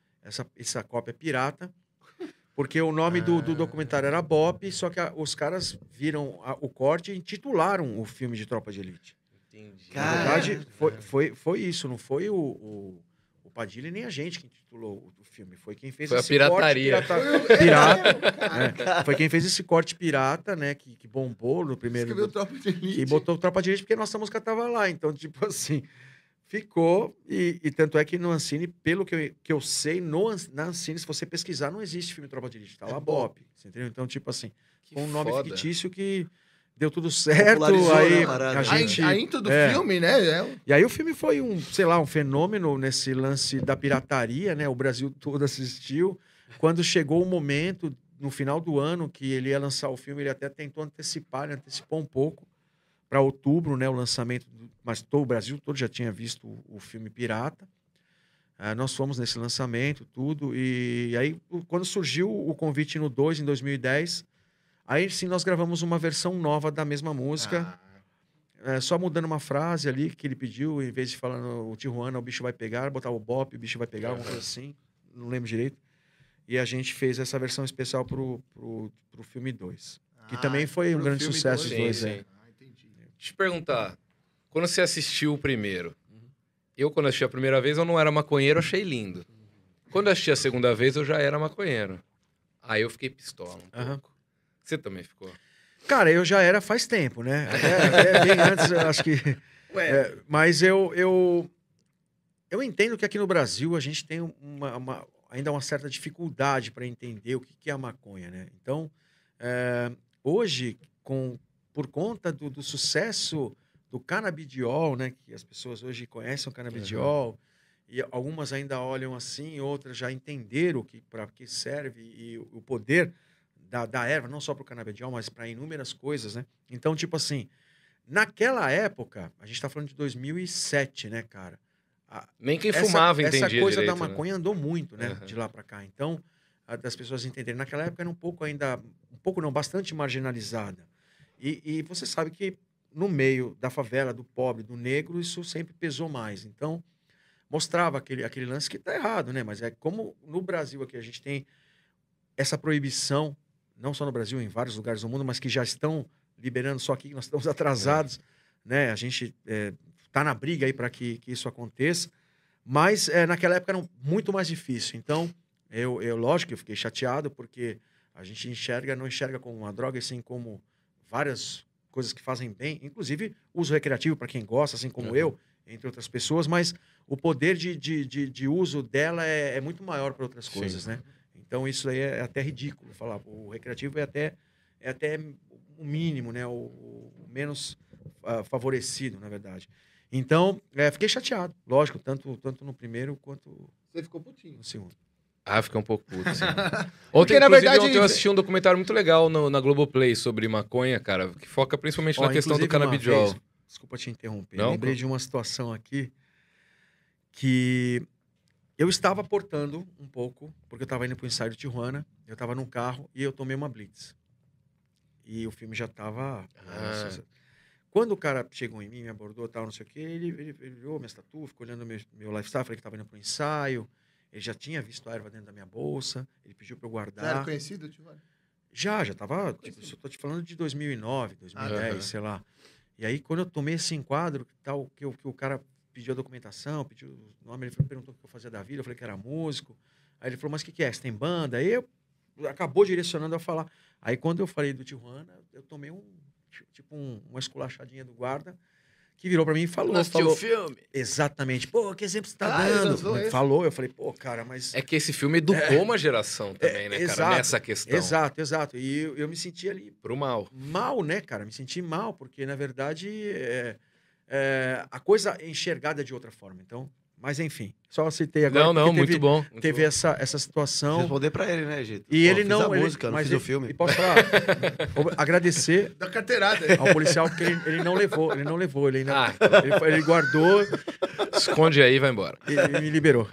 cópia pirata, porque o nome do documentário era Bop, só que os caras viram o corte e intitularam o filme de Tropa de Elite. Entendi. Na verdade, foi isso, não foi o Padilha nem a gente que intitulou o filme. Foi quem fez esse pirataria. Corte pirata. Foi quem fez esse corte pirata, né? Que bombou no primeiro. Escreveu Tropa de Elite. E botou Tropa de Elite porque nossa música tava lá. Então, tipo assim, ficou. E tanto é que no Ancine, pelo que eu sei, na Ancine, se você pesquisar, não existe filme Tropa de Elite. Tá lá Bop. Você entendeu? Então, tipo assim, com um nome fictício que. Deu tudo certo, aí a gente... A intro do filme, né? E aí o filme foi um fenômeno nesse lance da pirataria, né? O Brasil todo assistiu. Quando chegou o momento, no final do ano, que ele ia lançar o filme, ele até tentou antecipar, ele antecipou um pouco para outubro, né? O lançamento, mas todo o Brasil todo já tinha visto o filme pirata. Nós fomos nesse lançamento, tudo, e aí quando surgiu o convite no 2, em 2010... Aí sim nós gravamos uma versão nova da mesma música, só mudando uma frase ali que ele pediu, em vez de falar o Tijuana, o bicho vai pegar, botar o Bop, o bicho vai pegar, alguma coisa assim, não lembro direito. E a gente fez essa versão especial pro filme 2, que também foi um grande sucesso. Os dois, sim. Entendi. Deixa eu te perguntar, quando você assistiu o primeiro, eu quando assisti a primeira vez eu não era maconheiro, achei lindo. Quando eu assisti a segunda vez eu já era maconheiro. Aí eu fiquei pistola um pouco. Você também ficou? Cara, eu já era faz tempo, né? Até bem antes, eu acho que... mas eu entendo que aqui no Brasil a gente tem ainda uma certa dificuldade para entender o que é a maconha, né? Então, hoje, por conta do sucesso do canabidiol, né? Que as pessoas hoje conhecem o canabidiol, e algumas ainda olham assim, outras já entenderam para que serve e o poder... Da erva, não só para o canabidiol, mas para inúmeras coisas, né? Então, tipo assim, naquela época, a gente tá falando de 2007, né, cara? Nem quem fumava entendia essa coisa direito, da maconha andou muito, né? Uhum. De lá para cá. Então, das pessoas entenderem. Naquela época era bastante marginalizada. E você sabe que no meio da favela, do pobre, do negro, isso sempre pesou mais. Então, mostrava aquele lance que tá errado, né? Mas é como no Brasil aqui a gente tem essa proibição, não só no Brasil, em vários lugares do mundo, mas que já estão liberando, só aqui nós estamos atrasados, né? A gente tá na briga aí para que isso aconteça, mas naquela época era muito mais difícil. Então, lógico que eu fiquei chateado, porque a gente não enxerga como uma droga, assim como várias coisas que fazem bem, inclusive uso recreativo para quem gosta, assim como eu, entre outras pessoas, mas o poder de uso dela é muito maior para outras coisas, né? Então, isso aí é até ridículo falar. O recreativo é até o mínimo, né? O menos favorecido, na verdade. Então, fiquei chateado, lógico, tanto no primeiro quanto Você ficou putinho no segundo. Fiquei um pouco puto, sim. Ontem, na verdade, ontem eu assisti um documentário muito legal na Globoplay sobre maconha, cara, que foca principalmente na questão do canabidiol. Desculpa te interromper. Não? Lembrei de uma situação aqui que... Eu estava portando um pouco, porque eu estava indo para o ensaio de Tijuana, eu estava num carro e eu tomei uma blitz. E o filme já estava... Quando o cara chegou em mim, me abordou, tal, não sei o quê, ele viu minha estatua, ficou olhando meu lifestyle, falei que estava indo para o ensaio, ele já tinha visto a erva dentro da minha bolsa, ele pediu para eu guardar. Você era conhecido, Tijuana? Já estava, tipo, eu estou te falando de 2009, 2010, sei lá. E aí, quando eu tomei esse enquadro, tal, que o cara... pediu a documentação, pediu o nome, ele perguntou o que eu fazia da vida, eu falei que era músico. Aí ele falou, mas o que é? Você tem banda? Aí acabou direcionando a falar. Aí quando eu falei do Tijuana, eu tomei uma esculachadinha do guarda, que virou pra mim e falou. O filme? Exatamente. Pô, que exemplo você tá dando? Falou, eu falei, pô, cara, mas... É que esse filme educou uma geração também, né, exato, cara, nessa questão. Exato. E eu me senti ali... Pro mal. Mal, né, cara? Me senti mal, porque, na verdade... a coisa é enxergada de outra forma. Então, Mas enfim, só citei agora. Não, muito bom. Muito teve bom. essa situação. Responder pra ele, né, gente? E ele não... Fiz a música, não fiz o filme. E posso falar, agradecer Da carteirada. ao policial, porque ele não levou, ele ainda... Ele guardou Esconde aí e vai embora. e me liberou.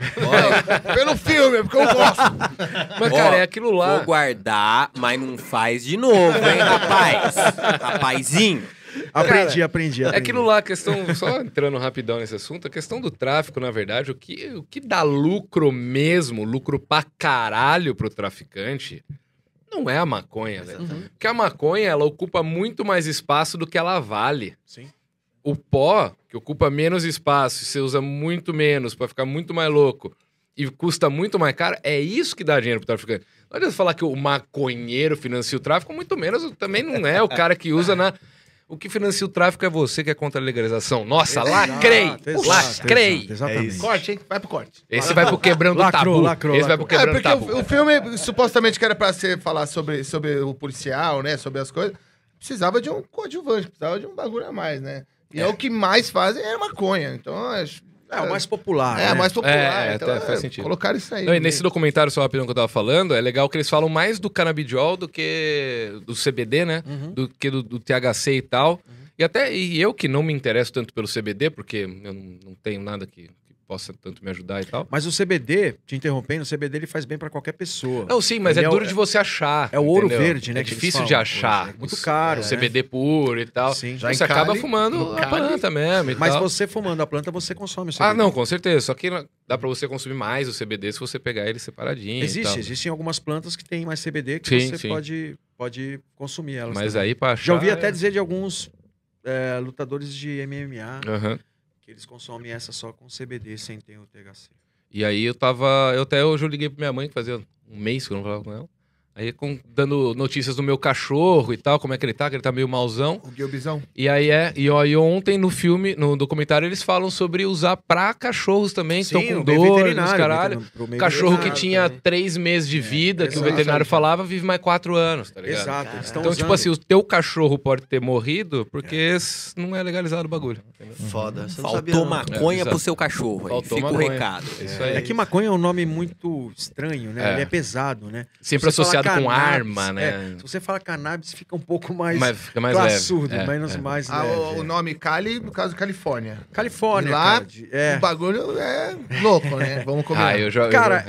Pelo filme, porque eu gosto. Mas, cara, é aquilo lá. Vou guardar, mas não faz de novo, hein, rapaz? Rapazinho. Aprendi. É aquilo lá, a questão, só entrando rapidão nesse assunto, a questão do tráfico, na verdade, o que dá lucro mesmo, lucro pra caralho pro traficante, não é a maconha, né? Porque a maconha, ela ocupa muito mais espaço do que ela vale. Sim. O pó, que ocupa menos espaço, e você usa muito menos pra ficar muito mais louco, e custa muito mais caro, é isso que dá dinheiro pro traficante. Não adianta falar que o maconheiro financia o tráfico, muito menos, também não é o cara que usa na... O que financia o tráfico é você que é contra a legalização. Nossa, lacrei! Lacrei! Exatamente. Corte, hein? Vai pro corte. Esse vai pro quebrando o tabu. Lacrou. Esse vai pro quebrando o Porque tabu. o filme, supostamente, que era pra falar sobre o policial, né? Sobre as coisas. Precisava de um coadjuvante, precisava de um bagulho a mais, né? E é o que mais fazem é maconha. Então, acho... É o mais popular. É, né? mais popular. Então, faz sentido. Colocaram isso aí. Não, e nesse documentário, só rapidão que eu tava falando, é legal que eles falam mais do canabidiol do que do CBD, né? Do que do THC e tal. E eu que não me interesso tanto pelo CBD, porque eu não tenho nada que possa tanto me ajudar e tal. Mas o CBD, te interrompendo, o CBD ele faz bem pra qualquer pessoa. Não, sim, mas Ele é duro de você achar. É o ouro entendeu? verde, né? É que eles difícil falam. de achar. É muito caro. O né? CBD puro e tal. Sim. Já Você em acaba Cali, fumando no a Cali. planta mesmo e Mas tal. você fumando a planta, você consome o CBD. Ah, não, com certeza. Só que dá pra você consumir mais o CBD se você pegar ele separadinho e tal. Existem algumas plantas que têm mais CBD que Sim, você sim. pode consumir elas. Mas também. aí pra achar... Já ouvi até dizer de alguns lutadores de MMA Aham. que eles consomem essa só com CBD sem ter o THC. E aí hoje eu liguei pra minha mãe, que fazia um mês que eu não falava com ela. Aí dando notícias do meu cachorro e tal, como é que ele tá meio malzão. O Guilbizão. E aí e ontem no filme, no documentário, eles falam sobre usar pra cachorros também, que estão com dor, os caralho. Cachorro que tinha 3 meses de vida, que o veterinário falava, vive mais 4 anos, tá ligado? Exato. Eles Então, tipo assim, o teu cachorro pode ter morrido porque não é legalizado o bagulho. Entendeu? Foda. Você não sabia, Faltou não. maconha É, pro seu cachorro. Aí. Faltou Fica maconha. o recado. Isso aí. É que maconha é um nome muito estranho, né? É. Ele é pesado, né? Sempre Se você fala associado com cannabis, arma, né? Se você fala cannabis, fica um pouco mais Mas fica mais classudo, leve. menos mais Ah, leve. o nome Cali, no caso, Califórnia. Califórnia, E lá, cara. o bagulho é louco, né? Vamos combinar. Eu já... Cara,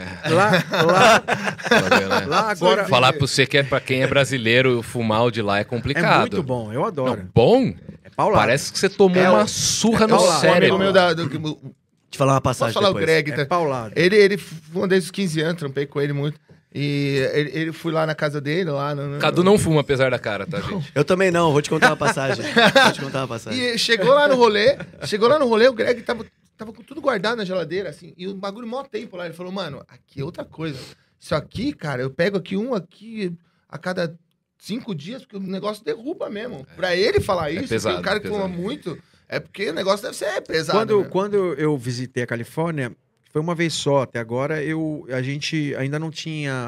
lá agora... Falar pra você que é pra quem é brasileiro, fumar o de lá é complicado. É muito bom, eu adoro. Não, bom? É paulado. Parece que você tomou uma surra no paulado. Um amigo cérebro. meu Te falar uma passagem posso falar depois. o Greg, É tá? paulado. Ele fuma desde os 15 anos, trampei com ele muito. E ele fui lá na casa dele, lá no... Cadu não fuma, apesar da cara, tá, gente? Eu também não, vou te contar uma passagem. E chegou lá no rolê, o Greg tava com tudo guardado na geladeira, assim, e o bagulho mó tempo lá. Ele falou, mano, aqui é outra coisa. Isso aqui, cara, eu pego aqui a cada 5 dias, porque o negócio derruba mesmo. Pra ele falar isso, pesado, porque o cara que fuma muito, é porque o negócio deve ser pesado. Quando eu visitei a Califórnia, foi uma vez só. Até agora, a gente ainda não tinha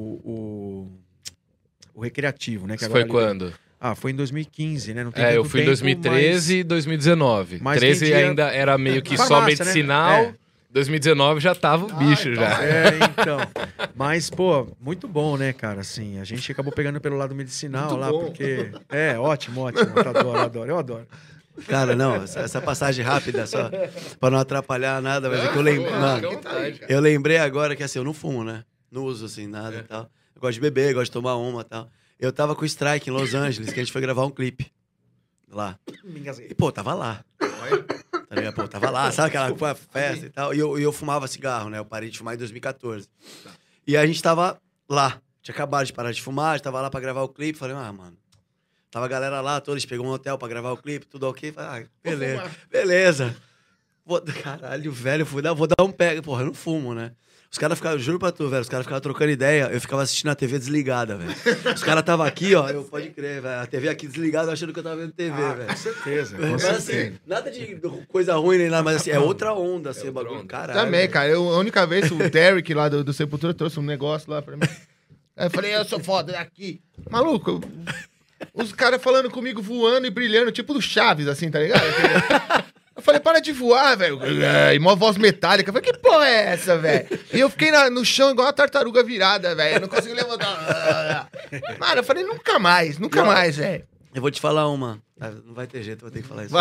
o recreativo, né? Que Isso agora foi quando? Foi em 2015, né? Não tem Eu tanto fui em tempo, 2013 e 2019. Mas 13 tem dia- ainda era meio que Farmácia, só né? medicinal. É. 2019 já tava o bicho já. Então. Mas, pô, muito bom, né, cara? Assim, a gente acabou pegando pelo lado medicinal Muito lá, bom. porque... ótimo. Eu adoro. Cara, não, essa passagem rápida, só pra não atrapalhar nada, mas é que eu lembrei. Mano, eu lembrei agora que assim, eu não fumo, né? Não uso assim nada e tal. Eu gosto de beber, gosto de tomar uma e tal. Eu tava com o Strike em Los Angeles, que a gente foi gravar um clipe lá. E, pô, tava lá. Tá ligado? Pô, tava lá, sabe aquela festa e tal. E eu fumava cigarro, né? Eu parei de fumar em 2014. E a gente tava lá. Tinha acabado de parar de fumar, a gente tava lá pra gravar o clipe. Falei, mano. Tava a galera lá, toda, a gente pegou um hotel pra gravar o clipe, tudo ok. Falei, beleza. Caralho, velho, vou dar um pega. Porra, eu não fumo, né? Os caras ficavam, juro pra tu, velho, os caras ficavam trocando ideia, eu ficava assistindo a TV desligada, velho. Os caras tava aqui, ó, pode crer, velho, a TV aqui desligada, achando que eu tava vendo TV, velho. Com certeza. Mas, assim, nada de coisa ruim nem nada, mas assim, é outra onda, assim, o bagulho, caralho. Também, cara. A única vez o Derek lá do Sepultura trouxe um negócio lá pra mim. Aí eu falei, eu sou foda, é aqui. Maluco, os caras falando comigo, voando e brilhando, tipo do Chaves, assim, tá ligado? Eu falei, para de voar, velho. E mó voz metálica. Eu falei, que porra é essa, velho? E eu fiquei no chão igual uma tartaruga virada, velho. Eu não consegui levantar. Mano, eu falei, nunca mais, velho. Eu vou te falar uma. Não vai ter jeito, eu vou ter que falar isso.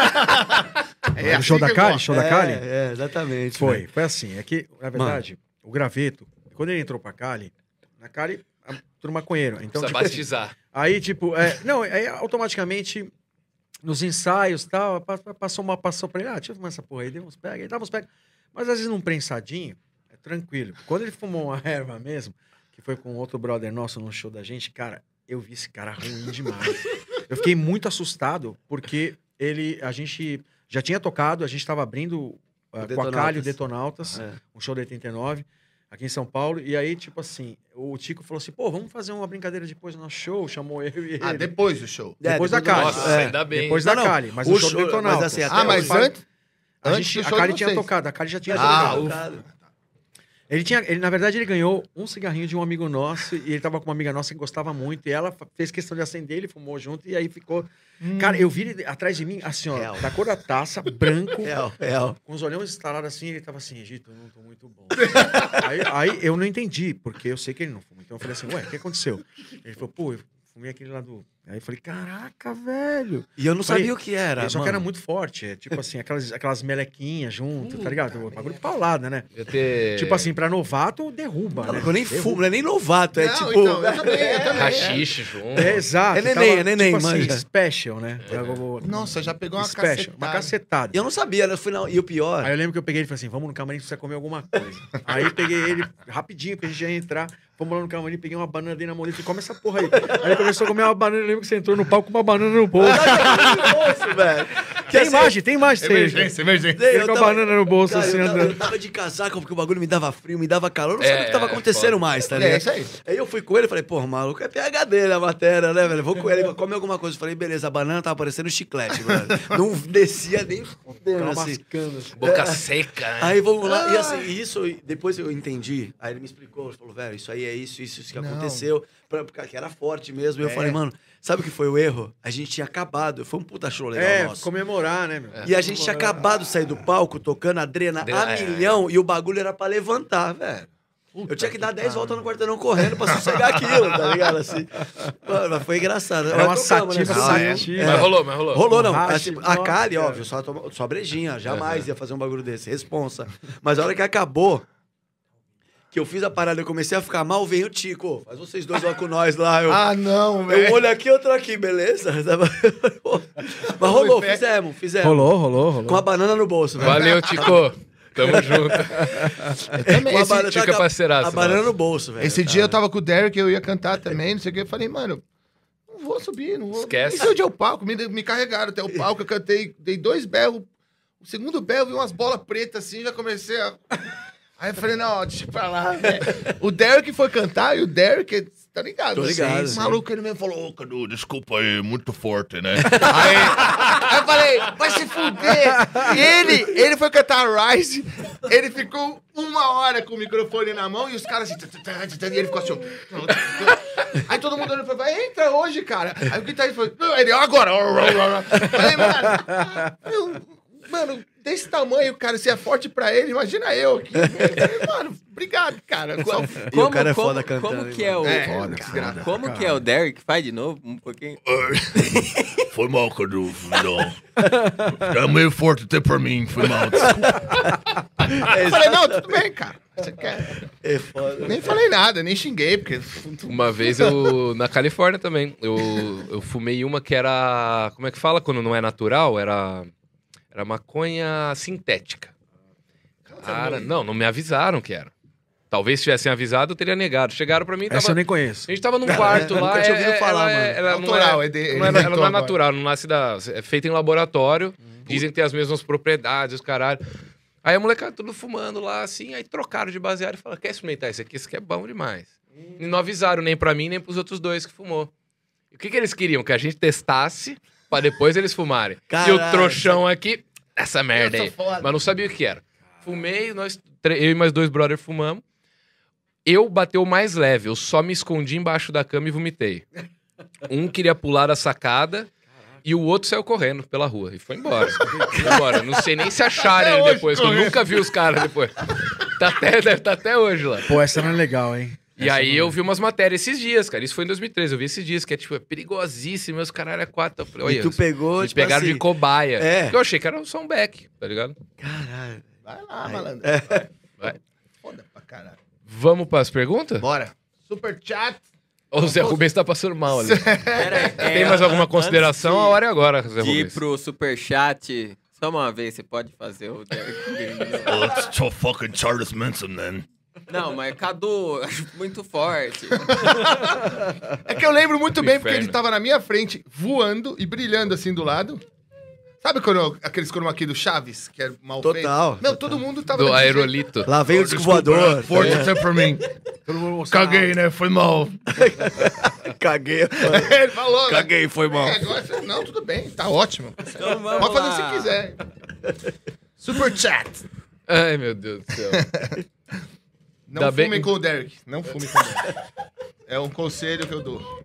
É o show da Kali? Show da Kali? Exatamente. Foi assim. É que, na verdade, o Graveto, quando ele entrou pra Kali, na Kali, tudo maconheiro. Então, precisa batizar. Aí, tipo, aí automaticamente, nos ensaios e tal, passou pra ele, deixa eu fumar essa porra aí, deu uns pega, dava uns pega. Mas às vezes num prensadinho, é tranquilo. Quando ele fumou uma erva mesmo, que foi com outro brother nosso no show da gente, cara, eu vi esse cara ruim demais. Eu fiquei muito assustado, porque a gente já tinha tocado, a gente tava abrindo com a Kali, o Detonautas, um show da 89, aqui em São Paulo, e aí, tipo assim, o Tico falou assim, pô, vamos fazer uma brincadeira depois do nosso show, chamou eu e ele. Depois do show. Depois da Kali. Nossa, ainda bem. Depois da Kali, mas o show do Detonautas. Mas assim, mas antes a Kali tinha tocado, a Kali já tinha tocado. Ele, na verdade, ele ganhou um cigarrinho de um amigo nosso, e ele tava com uma amiga nossa que gostava muito, e ela fez questão de acender, ele fumou junto, e aí ficou... Cara, eu vi ele atrás de mim, assim, ó, da cor da taça, branco, com os olhões estalados assim, ele tava assim, Egito, eu não tô muito bom. aí eu não entendi, porque eu sei que ele não fuma. Então eu falei assim, ué, o que aconteceu? Ele falou, pô, eu fumei aquele lá do... Aí eu falei, caraca, velho. E eu não sabia o que era, só que era muito forte. Tipo assim, aquelas melequinhas junto, tá ligado? O bagulho paulada, né? Tipo assim, pra novato, derruba, né? Eu nem fumo, não é nem novato, não, tipo... Então, eu também. Rachixe junto. Exato. É neném, tipo manja. assim, special, né? Nossa, já pegou uma special, cacetada. uma cacetada. E eu não sabia, né? E o pior... Aí eu lembro que eu peguei ele e falei assim, vamos no camarim pra você comer alguma coisa. Aí peguei ele rapidinho, porque a gente ia entrar... Fomos lá no camarim, peguei uma banana dele na mão dele e falei, come essa porra aí. Aí ele começou a comer uma banana, eu lembro que você entrou no palco com uma banana no bolso. velho. Tem imagem. Emergência. Ele com a banana no bolso, cara, assim, andando. Eu tava de casaca, porque o bagulho me dava frio, me dava calor, eu não sabia o que tava acontecendo mais, tá ligado? É isso aí. Aí eu fui com ele e falei, porra, maluco, é PhD na matéria, né, velho? Vou com ele, come alguma coisa. Eu falei, beleza, a banana tava parecendo chiclete, velho. Não descia nem fudendo, assim. Boca seca, né? Aí vamos lá, e assim, isso, depois eu entendi. Aí ele me explicou, ele falou, velho, isso aí é isso que aconteceu, porque era forte mesmo. E eu falei, mano, sabe o que foi o erro? A gente tinha acabado, foi um puta show legal nosso. Comemorar, né, meu? E a gente tinha acabado de sair do palco, tocando adrena a milhão, e o bagulho era pra levantar, velho. Eu tinha que dar 10 voltas no quarteirão correndo pra sossegar aquilo, tá ligado? Assim. Mano, mas foi engraçado. Era uma sativa. Mas rolou. Rolou, não. Assim, a Kali, óbvio, só brejinha. Jamais ia fazer um bagulho desse. Responsa. Mas a hora que acabou, que eu fiz a parada, eu comecei a ficar mal, veio o Tico. Faz vocês dois lá com nós lá. Não, velho. Um olho aqui, outro aqui, beleza? Mas rolou, fizemos. Rolou. Com a banana no bolso, velho. Valeu, Tico. Tamo junto. Também. Parceiraço. A banana no bolso, velho. Esse dia eu tava com o Derek, eu ia cantar também, não sei o que. Eu falei, mano, não vou subir, não vou. Esquece. Isso é onde é o palco. Me carregaram até o palco, eu cantei, dei 2 berros. O segundo berro, vi umas bolas pretas assim, já comecei a... Aí eu falei, não, deixa pra lá, velho. O Derek foi cantar e o Derek, tá ligado? Tô ligado. Assim, maluco, ele mesmo falou, ô, Cadu, desculpa aí, muito forte, né? aí eu falei, vai se fuder. E ele foi cantar Rise, ele ficou 1 hora com o microfone na mão e os caras assim, e ele ficou assim, aí todo mundo olhou e falou, vai, entra hoje, cara. Aí o guitarrista falou, não, ele, agora. Falei, mano, desse tamanho, cara, se é forte pra ele, imagina eu aqui. Mano, obrigado, cara. E o cara é foda cantando. Como que é o... Como que é o Derek? Faz de novo um pouquinho. Foi mal, Cadu. Não. É meio forte até pra mim, foi mal. Eu falei, não, tudo bem, cara. Você quer? É foda. Nem falei nada, nem xinguei, porque... Uma vez na Califórnia também, eu fumei uma que era... Como é que fala quando não é natural? Era maconha sintética. Cara, não me avisaram que era. Talvez se tivessem avisado, eu teria negado. Chegaram pra mim... Essa eu nem conheço. A gente tava num quarto lá... Nunca tinha ouvido falar, mano. Ela Autoral, ela não é natural, não nasce é feita em laboratório. Dizem que tem as mesmas propriedades, os caralho. Aí a molecada tudo fumando lá, assim, aí trocaram de baseado e falaram, quer experimentar isso aqui? Isso aqui é bom demais. E não avisaram nem pra mim, nem pros outros dois que fumou. E o que eles queriam? Que a gente testasse pra depois eles fumarem. Caralho, e o trouxão aqui, essa merda Eu aí. sou foda. Mas não sabia o que era. Fumei, eu e mais 2 brothers fumamos. Eu bateu mais leve, eu só me escondi embaixo da cama e vomitei. Um queria pular da sacada E o outro saiu correndo pela rua e foi embora. Foi embora. Não sei nem se acharam ele depois, que eu nunca vi os caras depois. Deve estar até hoje lá. Pô, essa não é legal, hein? E aí eu vi umas matérias esses dias, cara. Isso foi em 2013. Eu vi esses dias, que é tipo, é perigosíssimo, os caralho é 4. Olha, E tu pegou, eles pegaram assim, de cobaia. É. Eu achei que era só um back, tá ligado? Caralho. Vai lá, malandro. Vai. Foda pra caralho. Vamos pras perguntas? Bora. Super chat. O Zé Rubens tá passando mal ali. Pera aí, Tem mais alguma consideração? A hora é agora, Zé De ir Rubens. pro superchat, só uma vez, você pode fazer o Derek Green. Oh, let's show fucking Charles Manson, then. Não, mas Cadu, acho muito forte. É que eu lembro muito bem, porque Inferno. ele tava na minha frente, voando e brilhando assim do lado. Sabe aqueles chroma key do Chaves, que é mal Total, feito? Meu, total. todo mundo tava... Do daquele jeito. aerolito. Lá vem o disco voador. Forte até pra mim. Caguei, né? Foi mal. Caguei. Ele falou, né? Caguei, foi mal. Agora, não, tudo bem, tá ótimo. Então vamos Pode fazer lá. o que quiser. Super chat. Ai, meu Deus do céu. Não Ainda bem fumem que- com o Derek. Não fumem com o Derek. É um conselho que eu dou.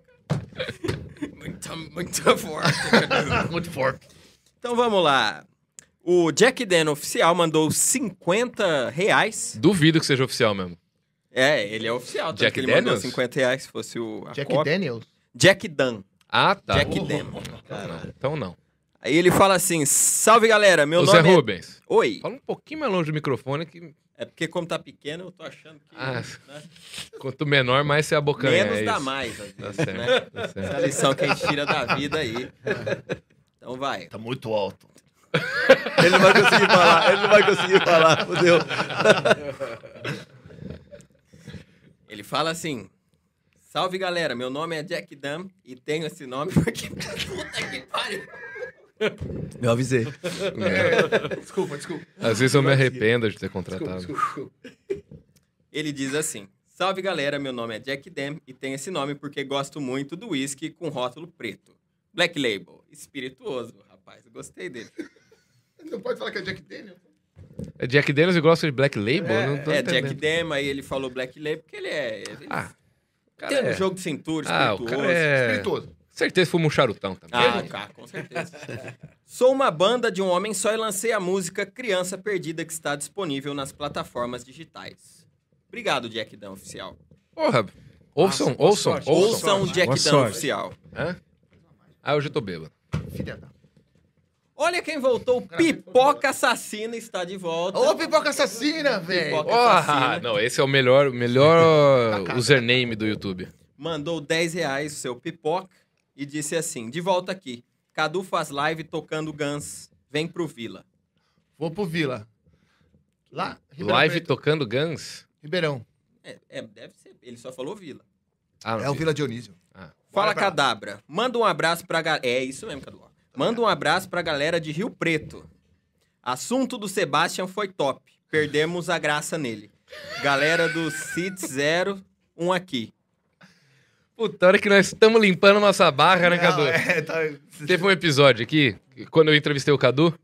Muito forte. Muito forte. Então vamos lá. O Jack Dan Oficial mandou R$50. Duvido que seja oficial mesmo. É, ele é oficial. Tanto Jack que ele mandou Daniels? R$50 se fosse a Jack cópia. Daniels? Jack Dan. Ah, tá. Jack Dan. Então não. Aí ele fala assim, salve galera, meu Ô, nome Zé é... Rubens, Oi. fala um pouquinho mais longe do microfone que É porque como tá pequeno, eu tô achando que... Ah, né? quanto menor, mais você abocanha. Menos é dá isso. mais, às Tá vezes, certo, né? tá certo. Essa é a lição que a gente tira da vida aí. Então vai. Tá muito alto. Ele não vai conseguir falar, ele não vai conseguir falar, fudeu. Ele fala assim, salve galera, meu nome é Jack Dan e tenho esse nome porque... Puta que pariu. Eu avisei. Desculpa. Às vezes eu me arrependo de ter contratado. Desculpa. Ele diz assim, salve galera, meu nome é Jack Dan e tenho esse nome porque gosto muito do whisky com rótulo preto. Black Label, espirituoso, rapaz, eu gostei dele. Não pode falar que é Jack Daniels? É Jack Daniels e gosta de Black Label? Não tô É Jack entendendo. Dan, aí ele falou Black Label porque ele é... Ele Ah, o cara tem um é... jogo de cintura, Ah, o espirituoso. cara é... Espirituoso. Certeza fuma um charutão também. Ah, cara, com certeza. Sou uma banda de um homem só e lancei a música Criança Perdida, que está disponível nas plataformas digitais. Obrigado, Jack Dan Oficial. Porra, ouçam. Ouçam o Jack Boa Dan sorte. Oficial. Hã? Ah, hoje eu tô bêbado. Filha da... Olha quem voltou, Pipoca Assassina está de volta. Ô, pipoca assassina, velho! Pipoca Ah, Assassina. não, esse é o melhor username do YouTube. Mandou R$10 o seu Pipoca e disse assim, de volta aqui, Cadu faz live tocando Guns, vem pro Vila. Vou pro Vila. Lá, Ribeirão Live Preto. tocando Guns? Ribeirão. Deve ser, ele só falou Vila. Ah, É o Vila Dionísio. Fala, Bora pra lá. Cadabra. Manda um abraço pra galera. É isso mesmo, Cadu. Manda um abraço pra galera de Rio Preto. Assunto do Sebastian foi top. Perdemos a graça nele. Galera do Cid 01 aqui. Puta, a hora que nós estamos limpando nossa barra, né, Cadu? Tá... Teve um episódio aqui, quando eu entrevistei o Cadu,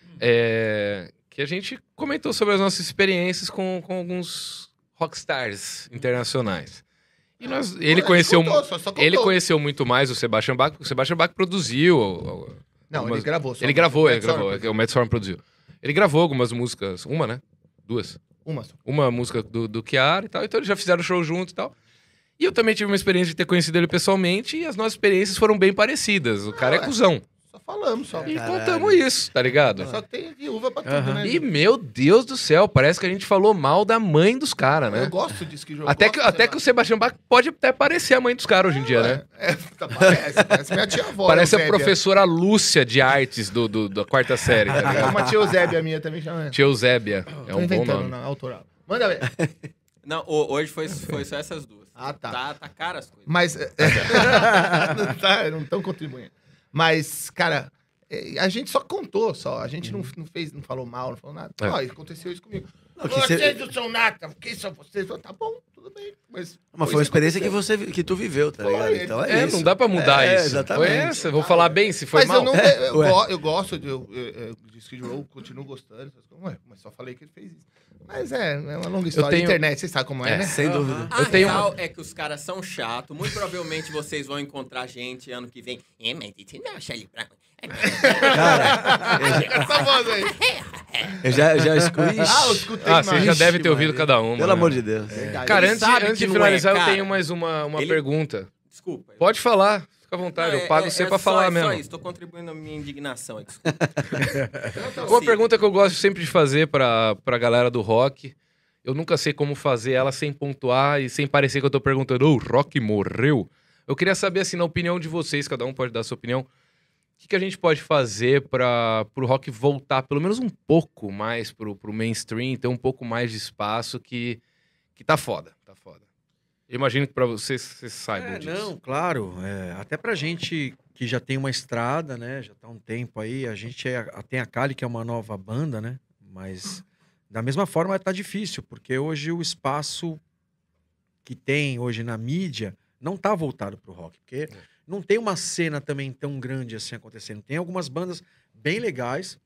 que a gente comentou sobre as nossas experiências com alguns rockstars internacionais. E ele conheceu, só contou. ele conheceu muito mais o Sebastian Bach. O Sebastian Bach produziu. Não, ele gravou. só. Ele gravou. Matt Sorum O Matt Sorum produziu. Ele gravou algumas músicas, uma, né? Duas. Uma só. Uma música do Chiara e tal. Então eles já fizeram show junto e tal. E eu também tive uma experiência de ter conhecido ele pessoalmente e as nossas experiências foram bem parecidas. O cara é cuzão. Só falamos, só. E Caralho. contamos isso, tá ligado? Só tem viúva pra tudo, né? E, meu Deus do céu, parece que a gente falou mal da mãe dos caras, Eu né? gosto disso que jogo. Até que o Sebastian Bach pode até parecer a mãe dos caras hoje em dia, né? Parece minha tia-avó. Parece a Eusébia. professora Lúcia de artes da quarta série, tá É ligado? uma tia Eusébia minha também chama. Tia Eusébia. É Tô um bom inventando, nome. não, autoral. Manda ver. Não, hoje foi só essas duas. Ah, tá. Tá cara as coisas. Mas. não estão contribuindo. Mas, cara, a gente só contou, só. A gente não fez, não falou mal, não falou nada. É. Ó, aconteceu isso comigo. Vocês não são nada, quem são vocês? Tá bom, tudo bem. Mas foi uma experiência que tu viveu, tá ligado? Então é isso. Não dá pra mudar isso. Exatamente. Foi essa, vou falar bem, se foi mal. Eu gosto de Skid Row, continuo gostando. Mas só falei que ele fez isso. Mas é uma longa história. tenho... Internet, vocês sabem como é, né? Sem dúvida. A real é que os caras são chatos. Muito provavelmente vocês vão encontrar gente ano que vem. Mas isso não, Charlie Brown. Cara, Essa voz aí. eu já escutei. Eu escutei mais. Você já deve ter ouvido cada uma. Pelo amor de Deus. Cara, Ele sabe antes que de não finalizar, é, eu cara. tenho mais uma pergunta. Desculpa. Pode falar, fica à vontade, eu pago você pra falar mesmo. Só isso, tô contribuindo a minha indignação aqui, desculpa. Uma pergunta que eu gosto sempre de fazer pra galera do rock, eu nunca sei como fazer ela sem pontuar e sem parecer que eu tô perguntando, o rock morreu? Eu queria saber, assim, na opinião de vocês, cada um pode dar a sua opinião, o que a gente pode fazer pro rock voltar pelo menos um pouco mais pro mainstream, ter um pouco mais de espaço que tá foda, tá foda. Eu imagino que pra vocês saibam disso. Não, claro. Até pra gente que já tem uma estrada, né? Já tá um tempo aí. A gente tem a Kali, que é uma nova banda, né? Mas da mesma forma tá difícil, porque hoje o espaço que tem hoje na mídia não tá voltado pro rock. Porque não tem uma cena também tão grande assim acontecendo. Tem algumas bandas bem legais,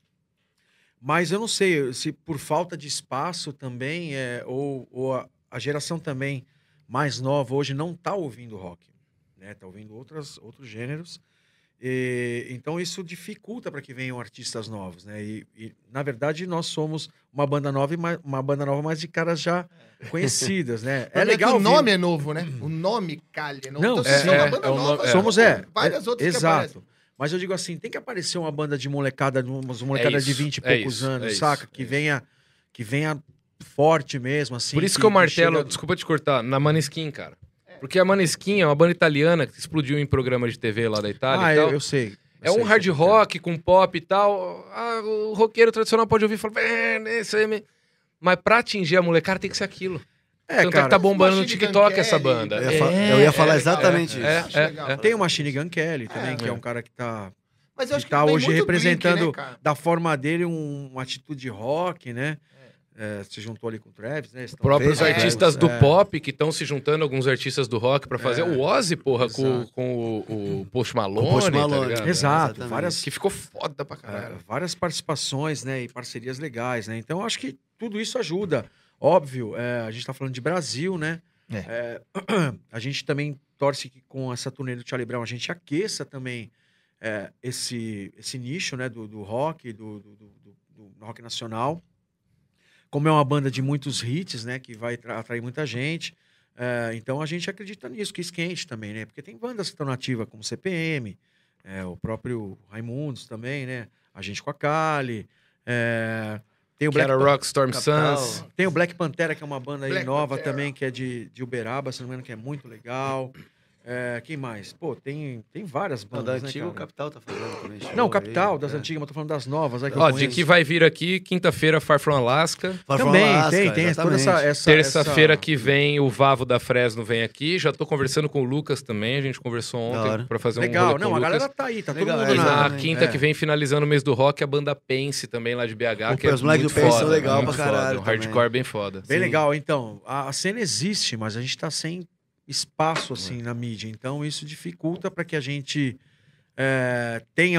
mas eu não sei se por falta de espaço também, ou a geração também mais nova hoje não tá ouvindo rock, né? Tá ouvindo outros gêneros. Então isso dificulta para que venham artistas novos, né? E na verdade nós somos uma banda nova, mas de caras já conhecidas, né? É legal. O nome é novo, né? O nome Kali é novo. Não, uma banda nova. Somos várias outras que exato. aparecem. Mas eu digo assim, tem que aparecer uma banda de molecada, umas molecadas de 20 e poucos anos, saca? Que venha forte mesmo, assim. Por isso que eu martelo, desculpa te cortar, na Maneskin, cara. Porque a Maneskin é uma banda italiana que explodiu em programa de TV lá da Itália e tal. Eu sei. É um hard rock com pop e tal. O roqueiro tradicional pode ouvir e falar... Mas pra atingir a molecada tem que ser aquilo. Tanto cara, que tá bombando no TikTok essa banda. Eu ia falar exatamente isso. Tem o Machine Gun Kelly também, que é um cara que tá... Mas eu acho que tá hoje muito representando Blink, né, da forma dele uma atitude rock, né? Se juntou ali com o Travis, né? Próprios artistas do pop que estão se juntando, alguns artistas do rock pra fazer. O Ozzy, porra, com o Post Malone. Post Malone. Tá ligado? Exato. Que ficou foda pra caralho. Várias participações, né? E parcerias legais, né? Então, acho que tudo isso ajuda. Óbvio, a gente tá falando de Brasil, né? A gente também torce que com essa turnê do Charlie Brown a gente aqueça também esse nicho, né? Do rock, do rock nacional. Como é uma banda de muitos hits, né? Que vai atrair muita gente. Então a gente acredita nisso, que esquente também, né? Porque tem bandas que estão nativas, como CPM, o próprio Raimundos também, né? A gente com a Kali. Tem o Black Rock, Storm Suns. Tem o Black Pantera, que é uma banda aí Black nova Pantera. também, que é de Uberaba, se não me engano, que é muito legal. Quem mais? Pô, tem várias Não, bandas, da antiga né, o cara? Capital tá fazendo também. Não, Capital, das antigas, mas tô falando das novas. Aí que eu Ó, de conheço. que vai vir aqui, quinta-feira, Far From Alaska. Também, tem toda essa... Terça-feira que vem, o Vavo da Fresno vem aqui. Já tô conversando com o Lucas também. A gente conversou Da ontem hora. pra fazer um Legal, rolê com não, o a Lucas. galera tá aí, tá Legal, todo mundo E exato. na quinta que vem, finalizando o mês do rock, a banda Pense também lá de BH, que é os moleques muito do Pense foda. são legal muito pra caralho foda, um hardcore bem foda. Bem Sim. legal, então, a cena existe, mas a gente tá sem espaço, assim, na mídia. Então, isso dificulta para que a gente tenha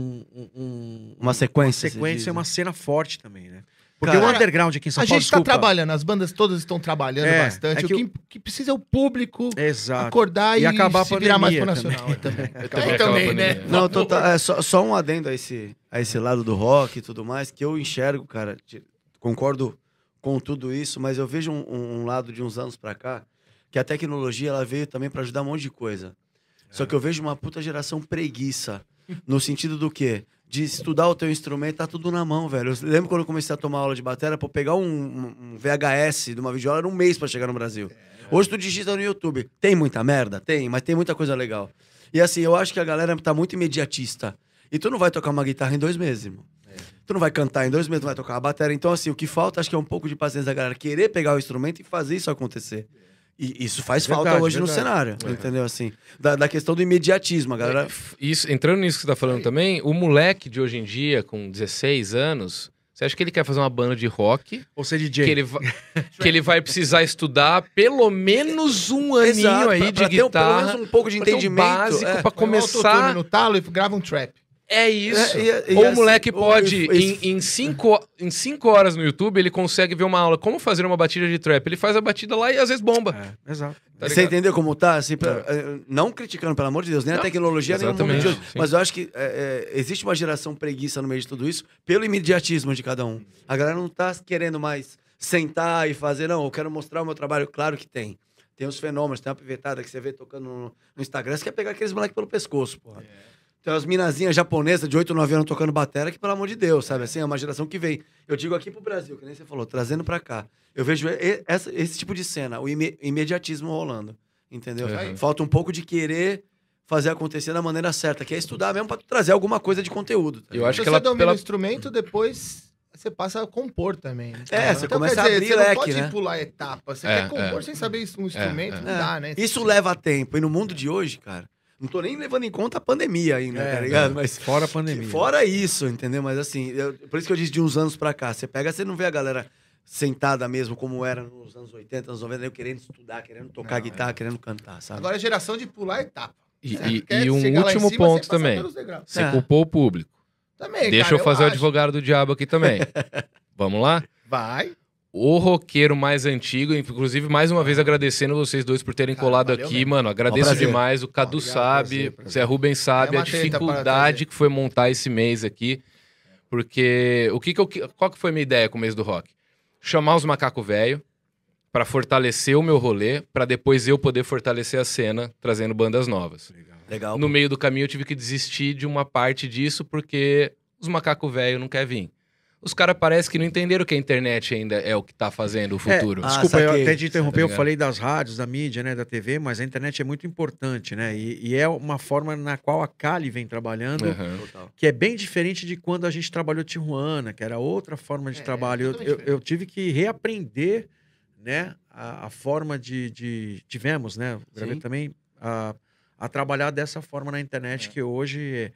Uma sequência. e uma cena forte também, né? Porque Cara, o underground aqui em São A Paulo, gente tá desculpa. trabalhando, as bandas todas estão trabalhando bastante. é que O que precisa é o público Exato. acordar E e acabar a se virar mais pro pandemia nacional também. Também Também, né? Não, só um adendo a esse lado do rock e tudo mais, que eu enxergo, cara, concordo com tudo isso, mas eu vejo um lado de uns anos pra cá, que a tecnologia ela veio também pra ajudar um monte de coisa. Só que eu vejo uma puta geração preguiça, no sentido do quê? De estudar o teu instrumento, tá tudo na mão, velho. Eu lembro quando eu comecei a tomar aula de bateria, pra pegar um VHS de uma videoaula, era um mês pra chegar no Brasil. Hoje tu digita no YouTube. Tem muita merda? Tem, mas tem muita coisa legal. E assim, eu acho que a galera tá muito imediatista. E tu não vai tocar uma guitarra em 2 meses, irmão. Tu não vai cantar em 2 meses, tu vai tocar a bateria. Então, assim, o que falta, acho que é um pouco de paciência da galera querer pegar o instrumento e fazer isso acontecer. E isso faz falta hoje no cenário, entendeu? Assim, da questão do imediatismo, a galera... Isso, entrando nisso que você tá falando também, o moleque de hoje em dia, com 16 anos, Você acha que ele quer fazer uma banda de rock? Ou ser DJ. Que ele vai precisar estudar pelo menos um aninho Exato, aí pra de ter guitarra. Pelo menos um pouco de entendimento. Básico pra Põe um começar. autotune no talo e grava um trap. É isso. E Ou o assim, moleque pode, esse- em 5 horas no YouTube, ele consegue ver uma aula como fazer uma batida de trap. Ele faz a batida lá e às vezes bomba. Exato. Tá Você ligado? entendeu como tá? Assim, não criticando, pelo amor de Deus, nem a tecnologia, nem o mundo de hoje. sim. Mas eu acho que existe uma geração preguiça no meio de tudo isso pelo imediatismo de cada um. A galera não tá querendo mais sentar e fazer, não, eu quero mostrar o meu trabalho. Claro que tem. Tem os fenômenos, tem uma pivetada que você vê tocando no Instagram, você quer pegar aqueles moleques pelo pescoço, porra. Tem umas minazinhas japonesas de 8, 9 anos tocando batera que, pelo amor de Deus, sabe? Assim, é uma geração que vem. Eu digo aqui pro Brasil, que nem você falou, trazendo pra cá. Eu vejo esse tipo de cena, o imediatismo rolando. Entendeu? Falta um pouco de querer fazer acontecer da maneira certa, que é estudar mesmo pra trazer alguma coisa de conteúdo. Tá? Eu acho Se que você ela domina o instrumento, depois você passa a compor também. Né? Você começa quer a dizer, abrir você leque, não pode né? pular etapa. Você É, quer compor sem saber um instrumento, não dá, né? Isso leva tempo. E no mundo de hoje, cara, não tô nem levando em conta a pandemia ainda, tá ligado? Mas Fora a pandemia. fora isso, entendeu? Mas assim, por isso que eu disse de uns anos pra cá. Você não vê a galera sentada mesmo como era nos anos 80, anos 90, eu querendo estudar, querendo tocar guitarra, querendo cantar, sabe? Agora é geração de pular etapa. E um último ponto também. Você culpou o público. Também, Deixa cara, eu fazer o acho. advogado do diabo aqui também. Vamos lá? Vai. O roqueiro mais antigo, inclusive, mais uma vez agradecendo vocês dois por terem colado valeu aqui, mesmo. mano. Agradeço prazer. demais. O Cadu sabe, o Zé Rubens sabe É a uma treta para dificuldade trazer. que foi montar esse mês aqui. Porque qual que foi a minha ideia com o mês do rock? Chamar os macaco velho pra fortalecer o meu rolê, pra depois eu poder fortalecer a cena, trazendo bandas novas. Legal. No meio do caminho eu tive que desistir de uma parte disso porque os macaco velho não querem vir. Os caras parecem que não entenderam que a internet ainda é o que tá fazendo o futuro. Desculpa, eu saquei. até te interromper, Tá eu ligado? falei das rádios, da mídia, né, da TV, mas a internet é muito importante, né? E é uma forma na qual a Kali vem trabalhando, Aham. Total. que é bem diferente de quando a gente trabalhou Tijuana, que era outra forma de trabalho. Eu tive que reaprender, né, a forma tivemos, né, o Graveto Sim. também, a trabalhar dessa forma na internet, que hoje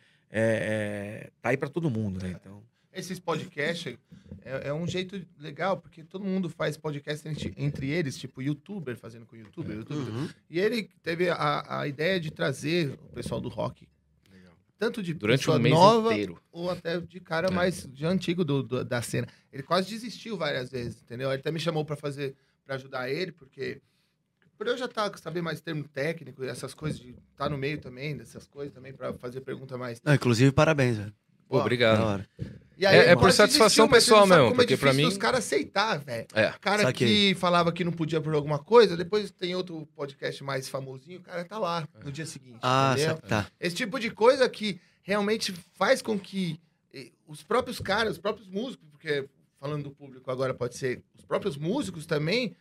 tá aí para todo mundo, né? Então, Esses podcasts é um jeito legal, porque todo mundo faz podcast entre eles, tipo youtuber fazendo com youtuber. Uhum. E ele teve a ideia de trazer o pessoal do rock. Tanto de Durante pessoa um mês nova, inteiro. ou até de cara mais de antigo da cena. Ele quase desistiu várias vezes, entendeu? Ele até me chamou para ajudar ele, porque por eu já saber mais termo técnico e essas coisas, de estar no meio também, dessas coisas também, para fazer pergunta mais... Não, inclusive, parabéns, velho. Pô, Da obrigado. hora. E aí É ele por quase satisfação desistiu, mas pessoal você não sabe mesmo, como porque é pra difícil mim- os caras aceitar, velho. É. Cara Saquei. que falava que não podia por alguma coisa, depois tem outro podcast mais famosinho, o cara tá lá no dia seguinte, entendeu? Tá. Esse tipo de coisa que realmente faz com que os próprios caras, os próprios músicos, porque falando do público agora pode ser, os próprios músicos também,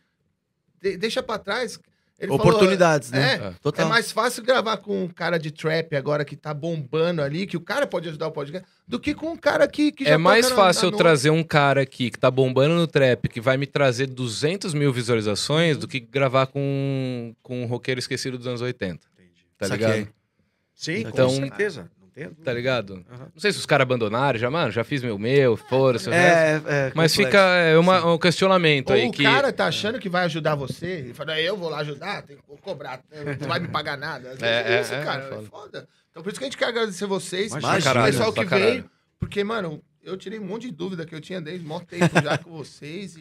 deixa pra trás... Ele Oportunidades, falou, né? É Total. mais fácil gravar com um cara de trap agora que tá bombando ali, que o cara pode ajudar o podcast, do que com um cara que já É mais toca fácil eu no- trazer um cara aqui que tá bombando no trap, que vai me trazer 200 mil visualizações, do que gravar com um roqueiro esquecido dos anos 80. Tá Saquei. ligado? sim, Então- com certeza. Não tem dúvida. Tá ligado? Aham. Não sei se os caras abandonaram já, mano, já fiz meu, foda-se. o resto. Mas complexo. fica um questionamento Ou aí o que... cara tá achando que vai ajudar você, e fala, eu vou lá ajudar, tem que cobrar, não vai me pagar nada. Às vezes isso, cara, é foda. Então por isso que a gente quer agradecer vocês, Imagina, o caralho, pessoal pra que caralho. veio, porque, mano, eu tirei um monte de dúvida que eu tinha desde mó tempo já com vocês,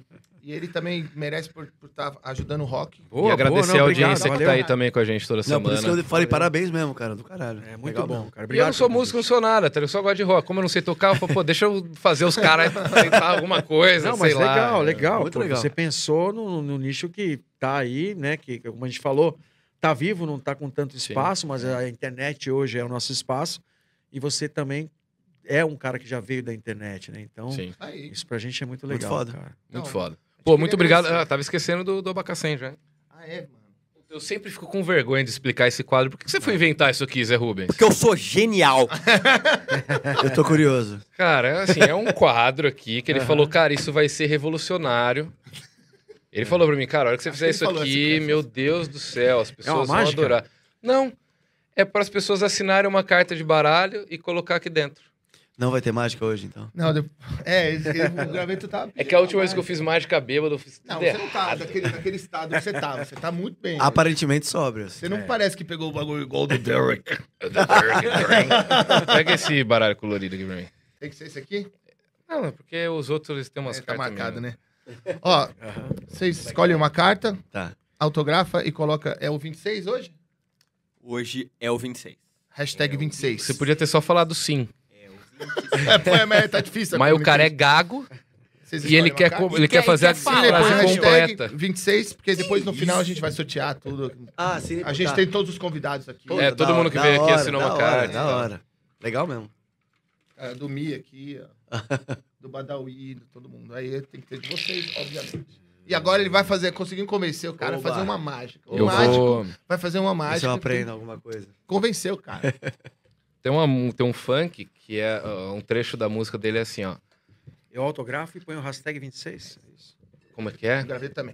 e ele também merece por estar ajudando o rock. E agradecer a audiência que tá aí também com a gente toda Não, por isso que semana. eu falei parabéns mesmo, cara, do caralho. É muito Legal bom, mesmo. cara. E eu Obrigado. não sou pelo músico, não sou nada, tá? Eu só gosto de rock. Como eu não sei tocar, eu falo, pô, deixa eu fazer os caras tentar alguma coisa, Não, mas sei lá. legal, legal. muito Pô, legal. Você pensou no nicho que tá aí, né? Que, como a gente falou, tá vivo, não tá com tanto espaço, mas a internet hoje é o nosso espaço. E você também é um cara que já veio da internet, né? Então, Sim, Aí, isso pra gente é muito Muito legal, foda. cara. muito Não, foda. gente Pô, queria muito obrigado. agradecer. Ah, tava esquecendo do Abacacém já. mano. Eu sempre fico com vergonha de explicar esse quadro. Por que você foi inventar isso aqui, Zé Rubens? Porque eu sou genial. Eu tô curioso. Cara, assim, é um quadro aqui que ele falou, cara, isso vai ser revolucionário. Ele falou pra mim, cara, a hora que você Acho fizer que isso ele falou aqui, assim, meu Deus do céu, as pessoas vão mágica? adorar. Não, é para as pessoas assinarem uma carta de baralho e colocar aqui dentro. Não vai ter mágica hoje, então? Não, o graveto tá... É que a última vez que eu fiz mágica bêbado, eu fiz Não, tudo você não tá errado. naquele estado que você tava. Você tá muito bem. Aparentemente sóbrio. Você não parece que pegou o bagulho igual do Derek. Pega esse baralho colorido aqui pra mim. Tem que ser esse aqui? Não, é porque os outros eles têm umas Tá cartas marcado, mesmo. né? Ó, vocês escolhem uma carta, Tá. autografa e coloca... É o 26 hoje? Hoje é o 26. Hashtag 26. Você podia ter só falado sim. Mas tá difícil. Mas o cara é gago e ele quer, fazer a frase completa. 26, porque depois no final a gente vai sortear tudo. Ah, sim. A gente tem todos os convidados aqui. Pô, É, todo mundo que veio aqui assinou uma carta. Da hora. Legal mesmo. Do Mi aqui, ó. Do Badawi, de todo mundo. Aí tem que ter de vocês, obviamente. E agora ele vai conseguindo convencer o cara a fazer uma mágica. O mágico vai fazer uma mágica. Se eu aprendo alguma coisa. Convenceu o cara. Tem um funk que é um trecho da música dele é assim, ó. Eu autografo e ponho o hashtag 26. É isso. Como é que é? O graveto também.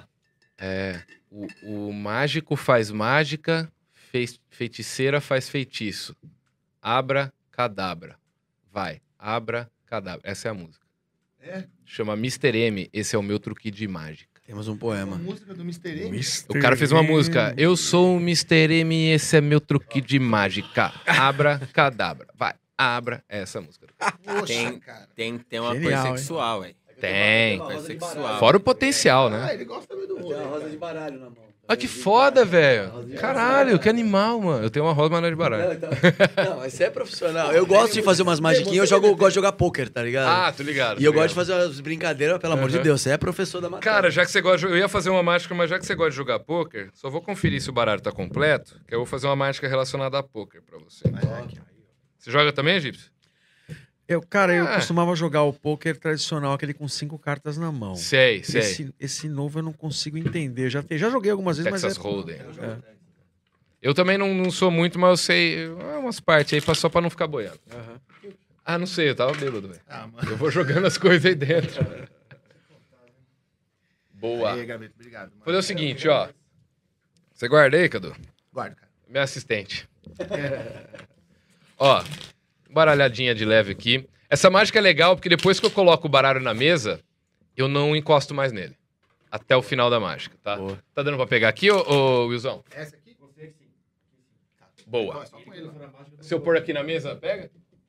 O mágico faz mágica, feiticeira faz feitiço. Abra, cadabra. Vai, abra, cadabra. Essa é a música. Chama Mr. M, esse é o meu truque de mágica. Temos um A poema. música do Mr. M. O cara fez uma música. Eu sou o Mr. M, esse é meu truque de mágica. Abra, cadabra. Vai, abra essa música. Poxa, cara. Tem que ter uma Genial, coisa hein? sexual, velho. Tem. Coisa sexual. Fora o potencial, né? Ele gosta meio do Tem rolê. uma rosa de baralho na mão. Olha que foda, velho. Caralho, que animal, mano. Eu tenho uma roda de baralho. Não, mas você é profissional. Eu gosto de fazer umas magiquinhas, gosto de jogar pôquer, tá ligado? Ah, tô ligado. E eu gosto de fazer umas brincadeiras, pelo amor de Deus. Você é professor da matéria. Cara, já que você gosta de... Eu ia fazer uma mágica, mas já que você gosta de jogar pôquer, só vou conferir se o baralho tá completo, que eu vou fazer uma mágica relacionada a pôquer pra você. Você joga também, Egípcio? Eu costumava jogar o poker tradicional, aquele com 5 cartas na mão. Sei. Esse novo eu não consigo entender. Já joguei algumas vezes, Texas mas... Hold'em. Eu também não sou muito, mas eu sei umas partes aí só pra não ficar boiando. Ah, não sei, eu tava bêbado, velho. Mano. Eu vou jogando as coisas aí dentro. Boa. Aí, graveto, obrigado. Mano. Vou fazer o seguinte, ó. Você guarda aí, Cadu? Guarda, cara. Minha assistente. Ó, baralhadinha de leve aqui. Essa mágica é legal porque depois que eu coloco o baralho na mesa, eu não encosto mais nele. Até o final da mágica, tá? Boa. Tá dando pra pegar aqui, ô Wilson? Essa aqui? Boa. Só com ele. Se eu pôr aqui na mesa, pega?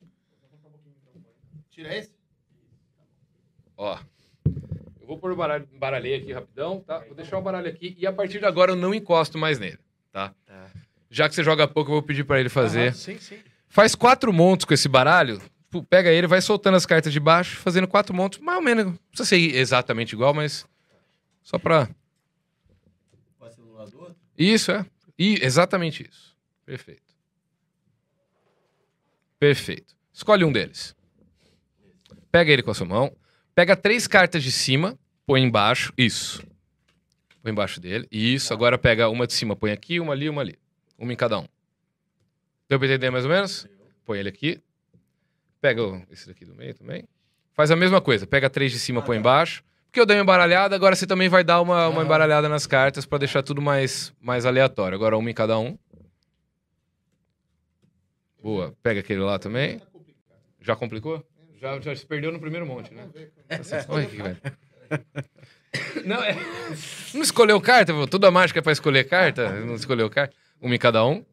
Tira esse? Ó. Eu vou pôr o baralho aqui rapidão, tá? Vou deixar o baralho aqui e a partir de agora eu não encosto mais nele, tá? Já que você joga pouco, eu vou pedir pra ele fazer. Sim. Faz 4 montos com esse baralho. Pega ele, vai soltando as cartas de baixo, fazendo 4 montos. Mais ou menos. Não precisa ser exatamente igual, mas só pra... Pode ser um lado do outro? Isso, é. Exatamente isso. Perfeito. Escolhe um deles. Pega ele com a sua mão. Pega 3 cartas de cima, põe embaixo. Isso. Põe embaixo dele. Isso. Agora pega uma de cima, põe aqui, uma ali, uma ali. Uma em cada um. Deu pra entender mais ou menos? Põe ele aqui. Pega esse daqui do meio também. Faz a mesma coisa. Pega 3 de cima, põe embaixo. Porque eu dei uma embaralhada, agora você também vai dar uma embaralhada nas cartas pra deixar tudo mais aleatório. Agora uma em cada um. Boa. Pega aquele lá também. Já complicou? Já se perdeu no primeiro monte, né? Olha que velho. Não escolheu carta? Toda a mágica é pra escolher carta? Não escolheu carta? Uma em cada um.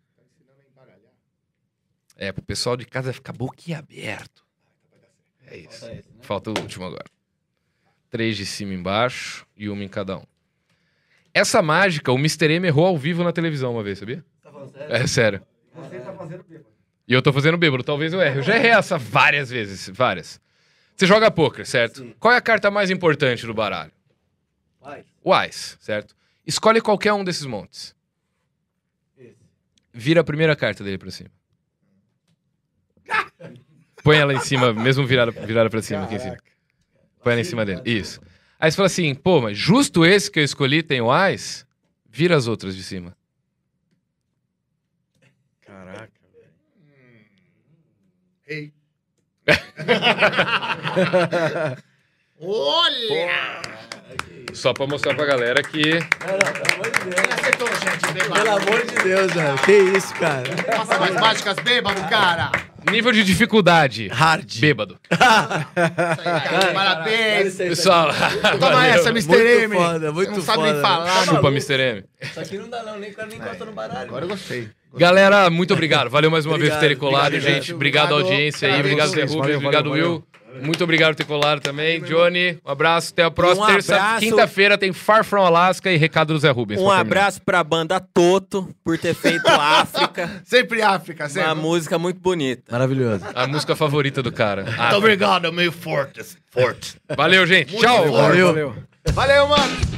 Pro pessoal de casa ficar boquiaberto. É isso. Falta o último agora. 3 de cima e embaixo e uma em cada um. Essa mágica, o Mr. M errou ao vivo na televisão uma vez, sabia? Tá falando sério? É sério. Você tá fazendo bêbado. E eu tô fazendo bêbado, talvez eu erre. Eu já errei essa várias vezes, várias. Você joga poker, certo? Sim. Qual é a carta mais importante do baralho? Vai. O Ás, certo? Escolhe qualquer um desses montes. Esse. Vira a primeira carta dele pra cima. Põe ela em cima, mesmo virada pra cima, aqui em cima. Põe ela em cima dele. Isso. Aí você fala assim, pô, mas justo esse que eu escolhi tem o Ás? Vira as outras de cima. Caraca. Ei. Olha! Só pra mostrar pra galera que... Pelo amor de Deus. Ele acertou, gente. Pelo amor de Deus, velho. Que isso, cara. Passa mais mágicas bêbado, cara. Nível de dificuldade. Hard. Bêbado. Parabéns. Pessoal, Toma valeu. essa, Mr. Muito M. foda, muito Você não sabe foda, nem falar. Desculpa, Mr. M. Isso aqui não dá não, nem o cara nem encosta no baralho. Agora eu gostei. Galera, muito obrigado. Valeu mais uma vez por terem Obrigado, colado, obrigado, gente. Obrigado à obrigado. audiência aí. Obrigado Obrigado, Zé vocês. Rubens. Valeu, Obrigado, valeu, Will. Muito obrigado por ter colado também. Johnny, um abraço. Até a próxima. abraço. Quinta-feira tem Far From Alaska e recado do Zé Rubens. Um pra terminar. abraço pra banda Toto por ter feito África. Sempre África, sempre. Uma música muito bonita. Maravilhoso. A música favorita do cara. Muito obrigado, meio forte. Valeu, gente. Tchau. Valeu. Valeu. Valeu, mano.